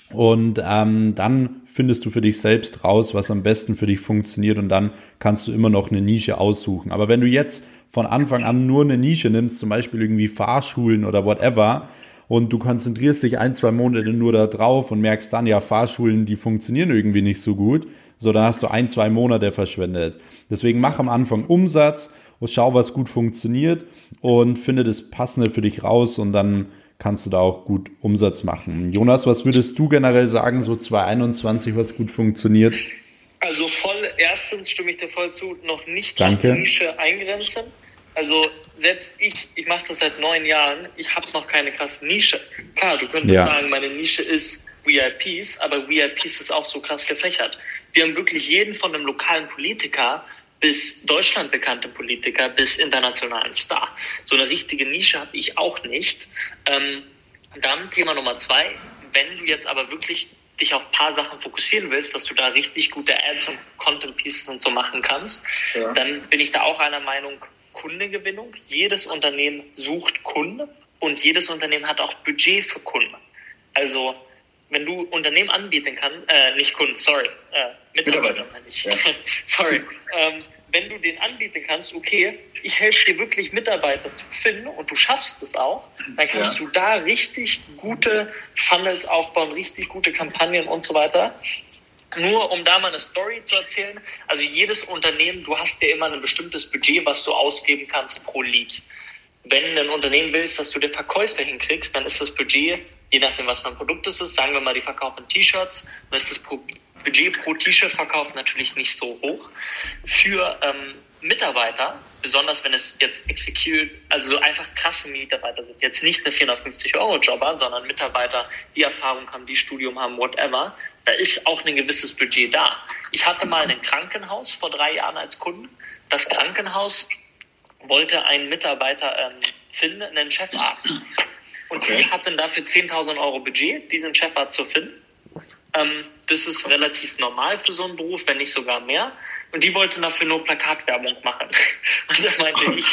Und ähm, dann findest du für dich selbst raus, was am besten für dich funktioniert und dann kannst du immer noch eine Nische aussuchen. Aber wenn du jetzt von Anfang an nur eine Nische nimmst, zum Beispiel irgendwie Fahrschulen oder whatever, und du konzentrierst dich ein, zwei Monate nur da drauf und merkst dann, ja, Fahrschulen, die funktionieren irgendwie nicht so gut, so dann hast du ein, zwei Monate verschwendet. Deswegen mach am Anfang Umsatz und schau, was gut funktioniert und finde das Passende für dich raus und dann kannst du da auch gut Umsatz machen. Jonas, was würdest du generell sagen, so zwanzig einundzwanzig, was gut funktioniert? Also voll, erstens stimme ich dir voll zu, noch nicht Danke. die Nische eingrenzen. Also selbst ich, ich mache das seit neun Jahren, ich habe noch keine krasse Nische. Klar, du könntest Ja. sagen, meine Nische ist V I Ps, aber V I Ps ist auch so krass gefächert. Wir haben wirklich jeden von einem lokalen Politiker bis Deutschland bekannte Politiker bis internationalen Star. So eine richtige Nische habe ich auch nicht. Ähm, dann Thema Nummer zwei, wenn du jetzt aber wirklich dich auf ein paar Sachen fokussieren willst, dass du da richtig gute Ads und Content Pieces und so machen kannst, Ja. dann bin ich da auch einer Meinung, Kundengewinnung. Jedes Unternehmen sucht Kunden und jedes Unternehmen hat auch Budget für Kunden. Also wenn du Unternehmen anbieten kannst, äh, nicht Kunden, sorry, äh, Mitarbeiter, Mitarbeiter. meine ich. Ja. sorry, ähm, wenn du den anbieten kannst, okay, ich helfe dir wirklich Mitarbeiter zu finden und du schaffst es auch, dann kannst Ja. du da richtig gute Funnels aufbauen, richtig gute Kampagnen und so weiter. Nur um da mal eine Story zu erzählen, also jedes Unternehmen, du hast ja immer ein bestimmtes Budget, was du ausgeben kannst pro Lead. Wenn ein Unternehmen willst, dass du den Verkäufer hinkriegst, dann ist das Budget, je nachdem was für ein Produkt es ist, sagen wir mal, die verkaufen T-Shirts, dann ist das pro Budget pro T-Shirt-Verkauf natürlich nicht so hoch. Für ähm, Mitarbeiter, besonders wenn es jetzt execute, also so einfach krasse Mitarbeiter sind, jetzt nicht eine vierhundertfünfzig Euro Jobber, sondern Mitarbeiter, die Erfahrung haben, die Studium haben, whatever, da ist auch ein gewisses Budget da. Ich hatte mal ein Krankenhaus vor drei Jahren als Kunden. Das Krankenhaus wollte einen Mitarbeiter ähm, finden, einen Chefarzt. Und Okay. die hatten dafür zehntausend Euro Budget, diesen Chefarzt zu finden. Ähm, das ist relativ normal für so einen Beruf, wenn nicht sogar mehr. Und die wollten dafür nur Plakatwerbung machen. Und da meinte ich,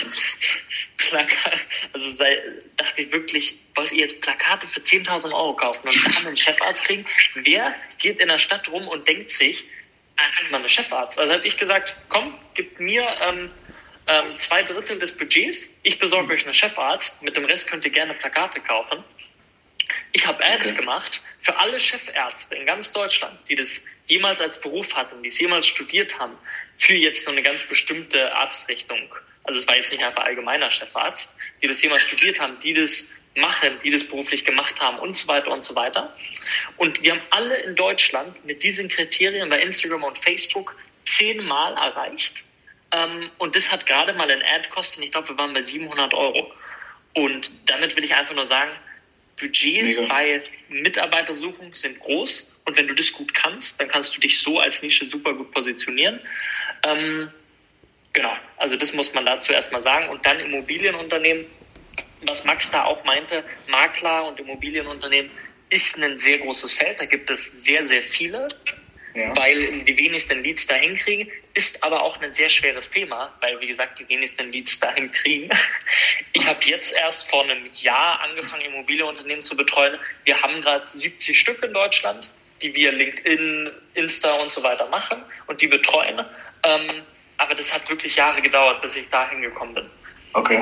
Plakat, also sei, dachte ich wirklich, wollt ihr jetzt Plakate für zehntausend Euro kaufen und dann einen Chefarzt kriegen? Wer geht in der Stadt rum und denkt sich, einfach mal einen Chefarzt? Also habe ich gesagt, komm, gib mir ähm, ähm, zwei Drittel des Budgets, ich besorge euch einen Chefarzt, mit dem Rest könnt ihr gerne Plakate kaufen. Ich habe Ads Okay. gemacht für alle Chefärzte in ganz Deutschland, die das jemals als Beruf hatten, die es jemals studiert haben, für jetzt so eine ganz bestimmte Arztrichtung. Also es war jetzt nicht einfach allgemeiner Chefarzt, die das jemals studiert haben, die das machen, die das beruflich gemacht haben und so weiter und so weiter. Und wir haben alle in Deutschland mit diesen Kriterien bei Instagram und Facebook zehnmal erreicht. Ähm, und das hat gerade mal ein Ad-Kosten, ich glaube, wir waren bei siebenhundert Euro. Und damit will ich einfach nur sagen, Budgets Mega. bei Mitarbeitersuchung sind groß und wenn du das gut kannst, dann kannst du dich so als Nische super gut positionieren. Ähm, genau, also das muss man dazu erstmal sagen. Und dann Immobilienunternehmen, was Max da auch meinte, Makler und Immobilienunternehmen ist ein sehr großes Feld, da gibt es sehr, sehr viele. Ja. Weil die wenigsten Leads dahin kriegen, ist aber auch ein sehr schweres Thema, weil, wie gesagt, die wenigsten Leads dahin kriegen. Ich habe jetzt erst vor einem Jahr angefangen, Immobilienunternehmen zu betreuen. Wir haben gerade siebzig Stück in Deutschland, die wir LinkedIn, Insta und so weiter machen und die betreuen. Ähm, aber das hat wirklich Jahre gedauert, bis ich dahin gekommen bin. Okay.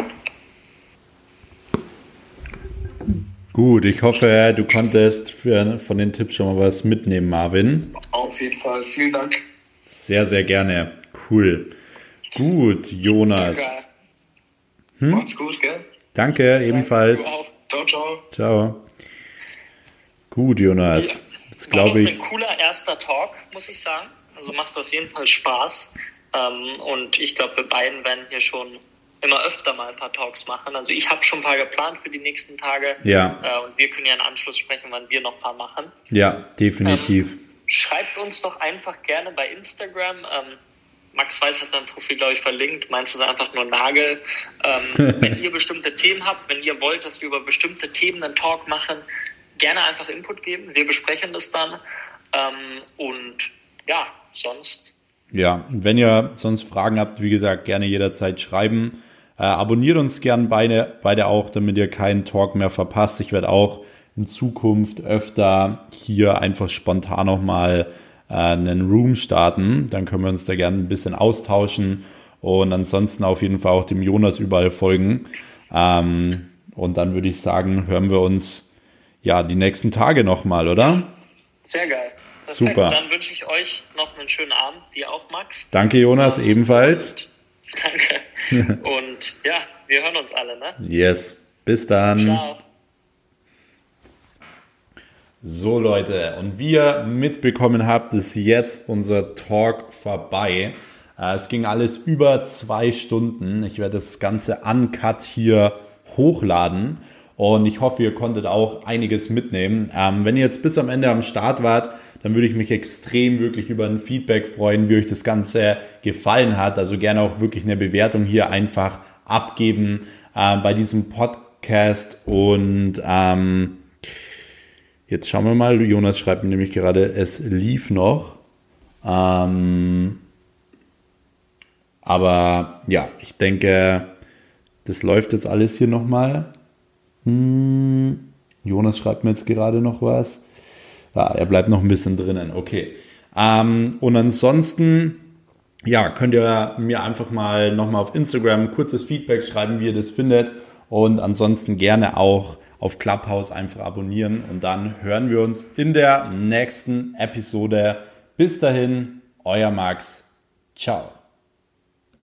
Gut, ich hoffe, du konntest für, von den Tipps schon mal was mitnehmen, Marvin. Auf jeden Fall. Vielen Dank. Sehr, sehr gerne. Cool. Gut, Jonas. Sehr geil. Macht's gut, gell? Danke, ebenfalls. Du auch. Ciao, ciao. Ciao. Gut, Jonas. Jetzt War doch glaube ich, ein cooler erster Talk, muss ich sagen. Also macht auf jeden Fall Spaß. Ähm, und ich glaube, wir beiden werden hier schon immer öfter mal ein paar Talks machen. Also ich habe schon ein paar geplant für die nächsten Tage. Ja. Äh, und wir können ja in Anschluss sprechen, wann wir noch ein paar machen. ja, definitiv. Ähm, schreibt uns doch einfach gerne bei Instagram. Ähm, Max Weiß hat sein Profil, glaube ich, verlinkt. Meinst du es einfach nur Nagel? Ähm, wenn ihr bestimmte Themen habt, wenn ihr wollt, dass wir über bestimmte Themen einen Talk machen, gerne einfach Input geben. Wir besprechen das dann. Ähm, und ja, sonst... Ja, wenn ihr sonst Fragen habt, wie gesagt, gerne jederzeit schreiben. Äh, abonniert uns gern beide, beide auch, damit ihr keinen Talk mehr verpasst. Ich werde auch in Zukunft öfter hier einfach spontan nochmal äh, einen Room starten. Dann können wir uns da gerne ein bisschen austauschen und ansonsten auf jeden Fall auch dem Jonas überall folgen. Ähm, und dann würde ich sagen, hören wir uns ja die nächsten Tage nochmal, oder? Sehr geil. Perfekt. Super. Dann wünsche ich euch noch einen schönen Abend, dir auch, Max. Danke, Jonas, Und, ebenfalls. Danke. Und ja, wir hören uns alle, ne? Yes. Bis dann. Ciao. So Leute, und wie ihr mitbekommen habt, ist jetzt unser Talk vorbei. Es ging alles über zwei Stunden. Ich werde das Ganze uncut hier hochladen und ich hoffe, ihr konntet auch einiges mitnehmen. Ähm, wenn ihr jetzt bis am Ende am Start wart, dann würde ich mich extrem wirklich über ein Feedback freuen, wie euch das Ganze gefallen hat. Also gerne auch wirklich eine Bewertung hier einfach abgeben äh, bei diesem Podcast. Und ähm, jetzt schauen wir mal. Jonas schreibt mir nämlich gerade, es lief noch. Ähm, aber ja, ich denke, das läuft jetzt alles hier nochmal. Hm, Jonas schreibt mir jetzt gerade noch was. Ja, er bleibt noch ein bisschen drinnen, okay. Ähm, und ansonsten, ja, könnt ihr mir einfach mal nochmal auf Instagram ein kurzes Feedback schreiben, wie ihr das findet. Und ansonsten gerne auch auf Clubhouse einfach abonnieren. Und dann hören wir uns in der nächsten Episode. Bis dahin, euer Max. Ciao.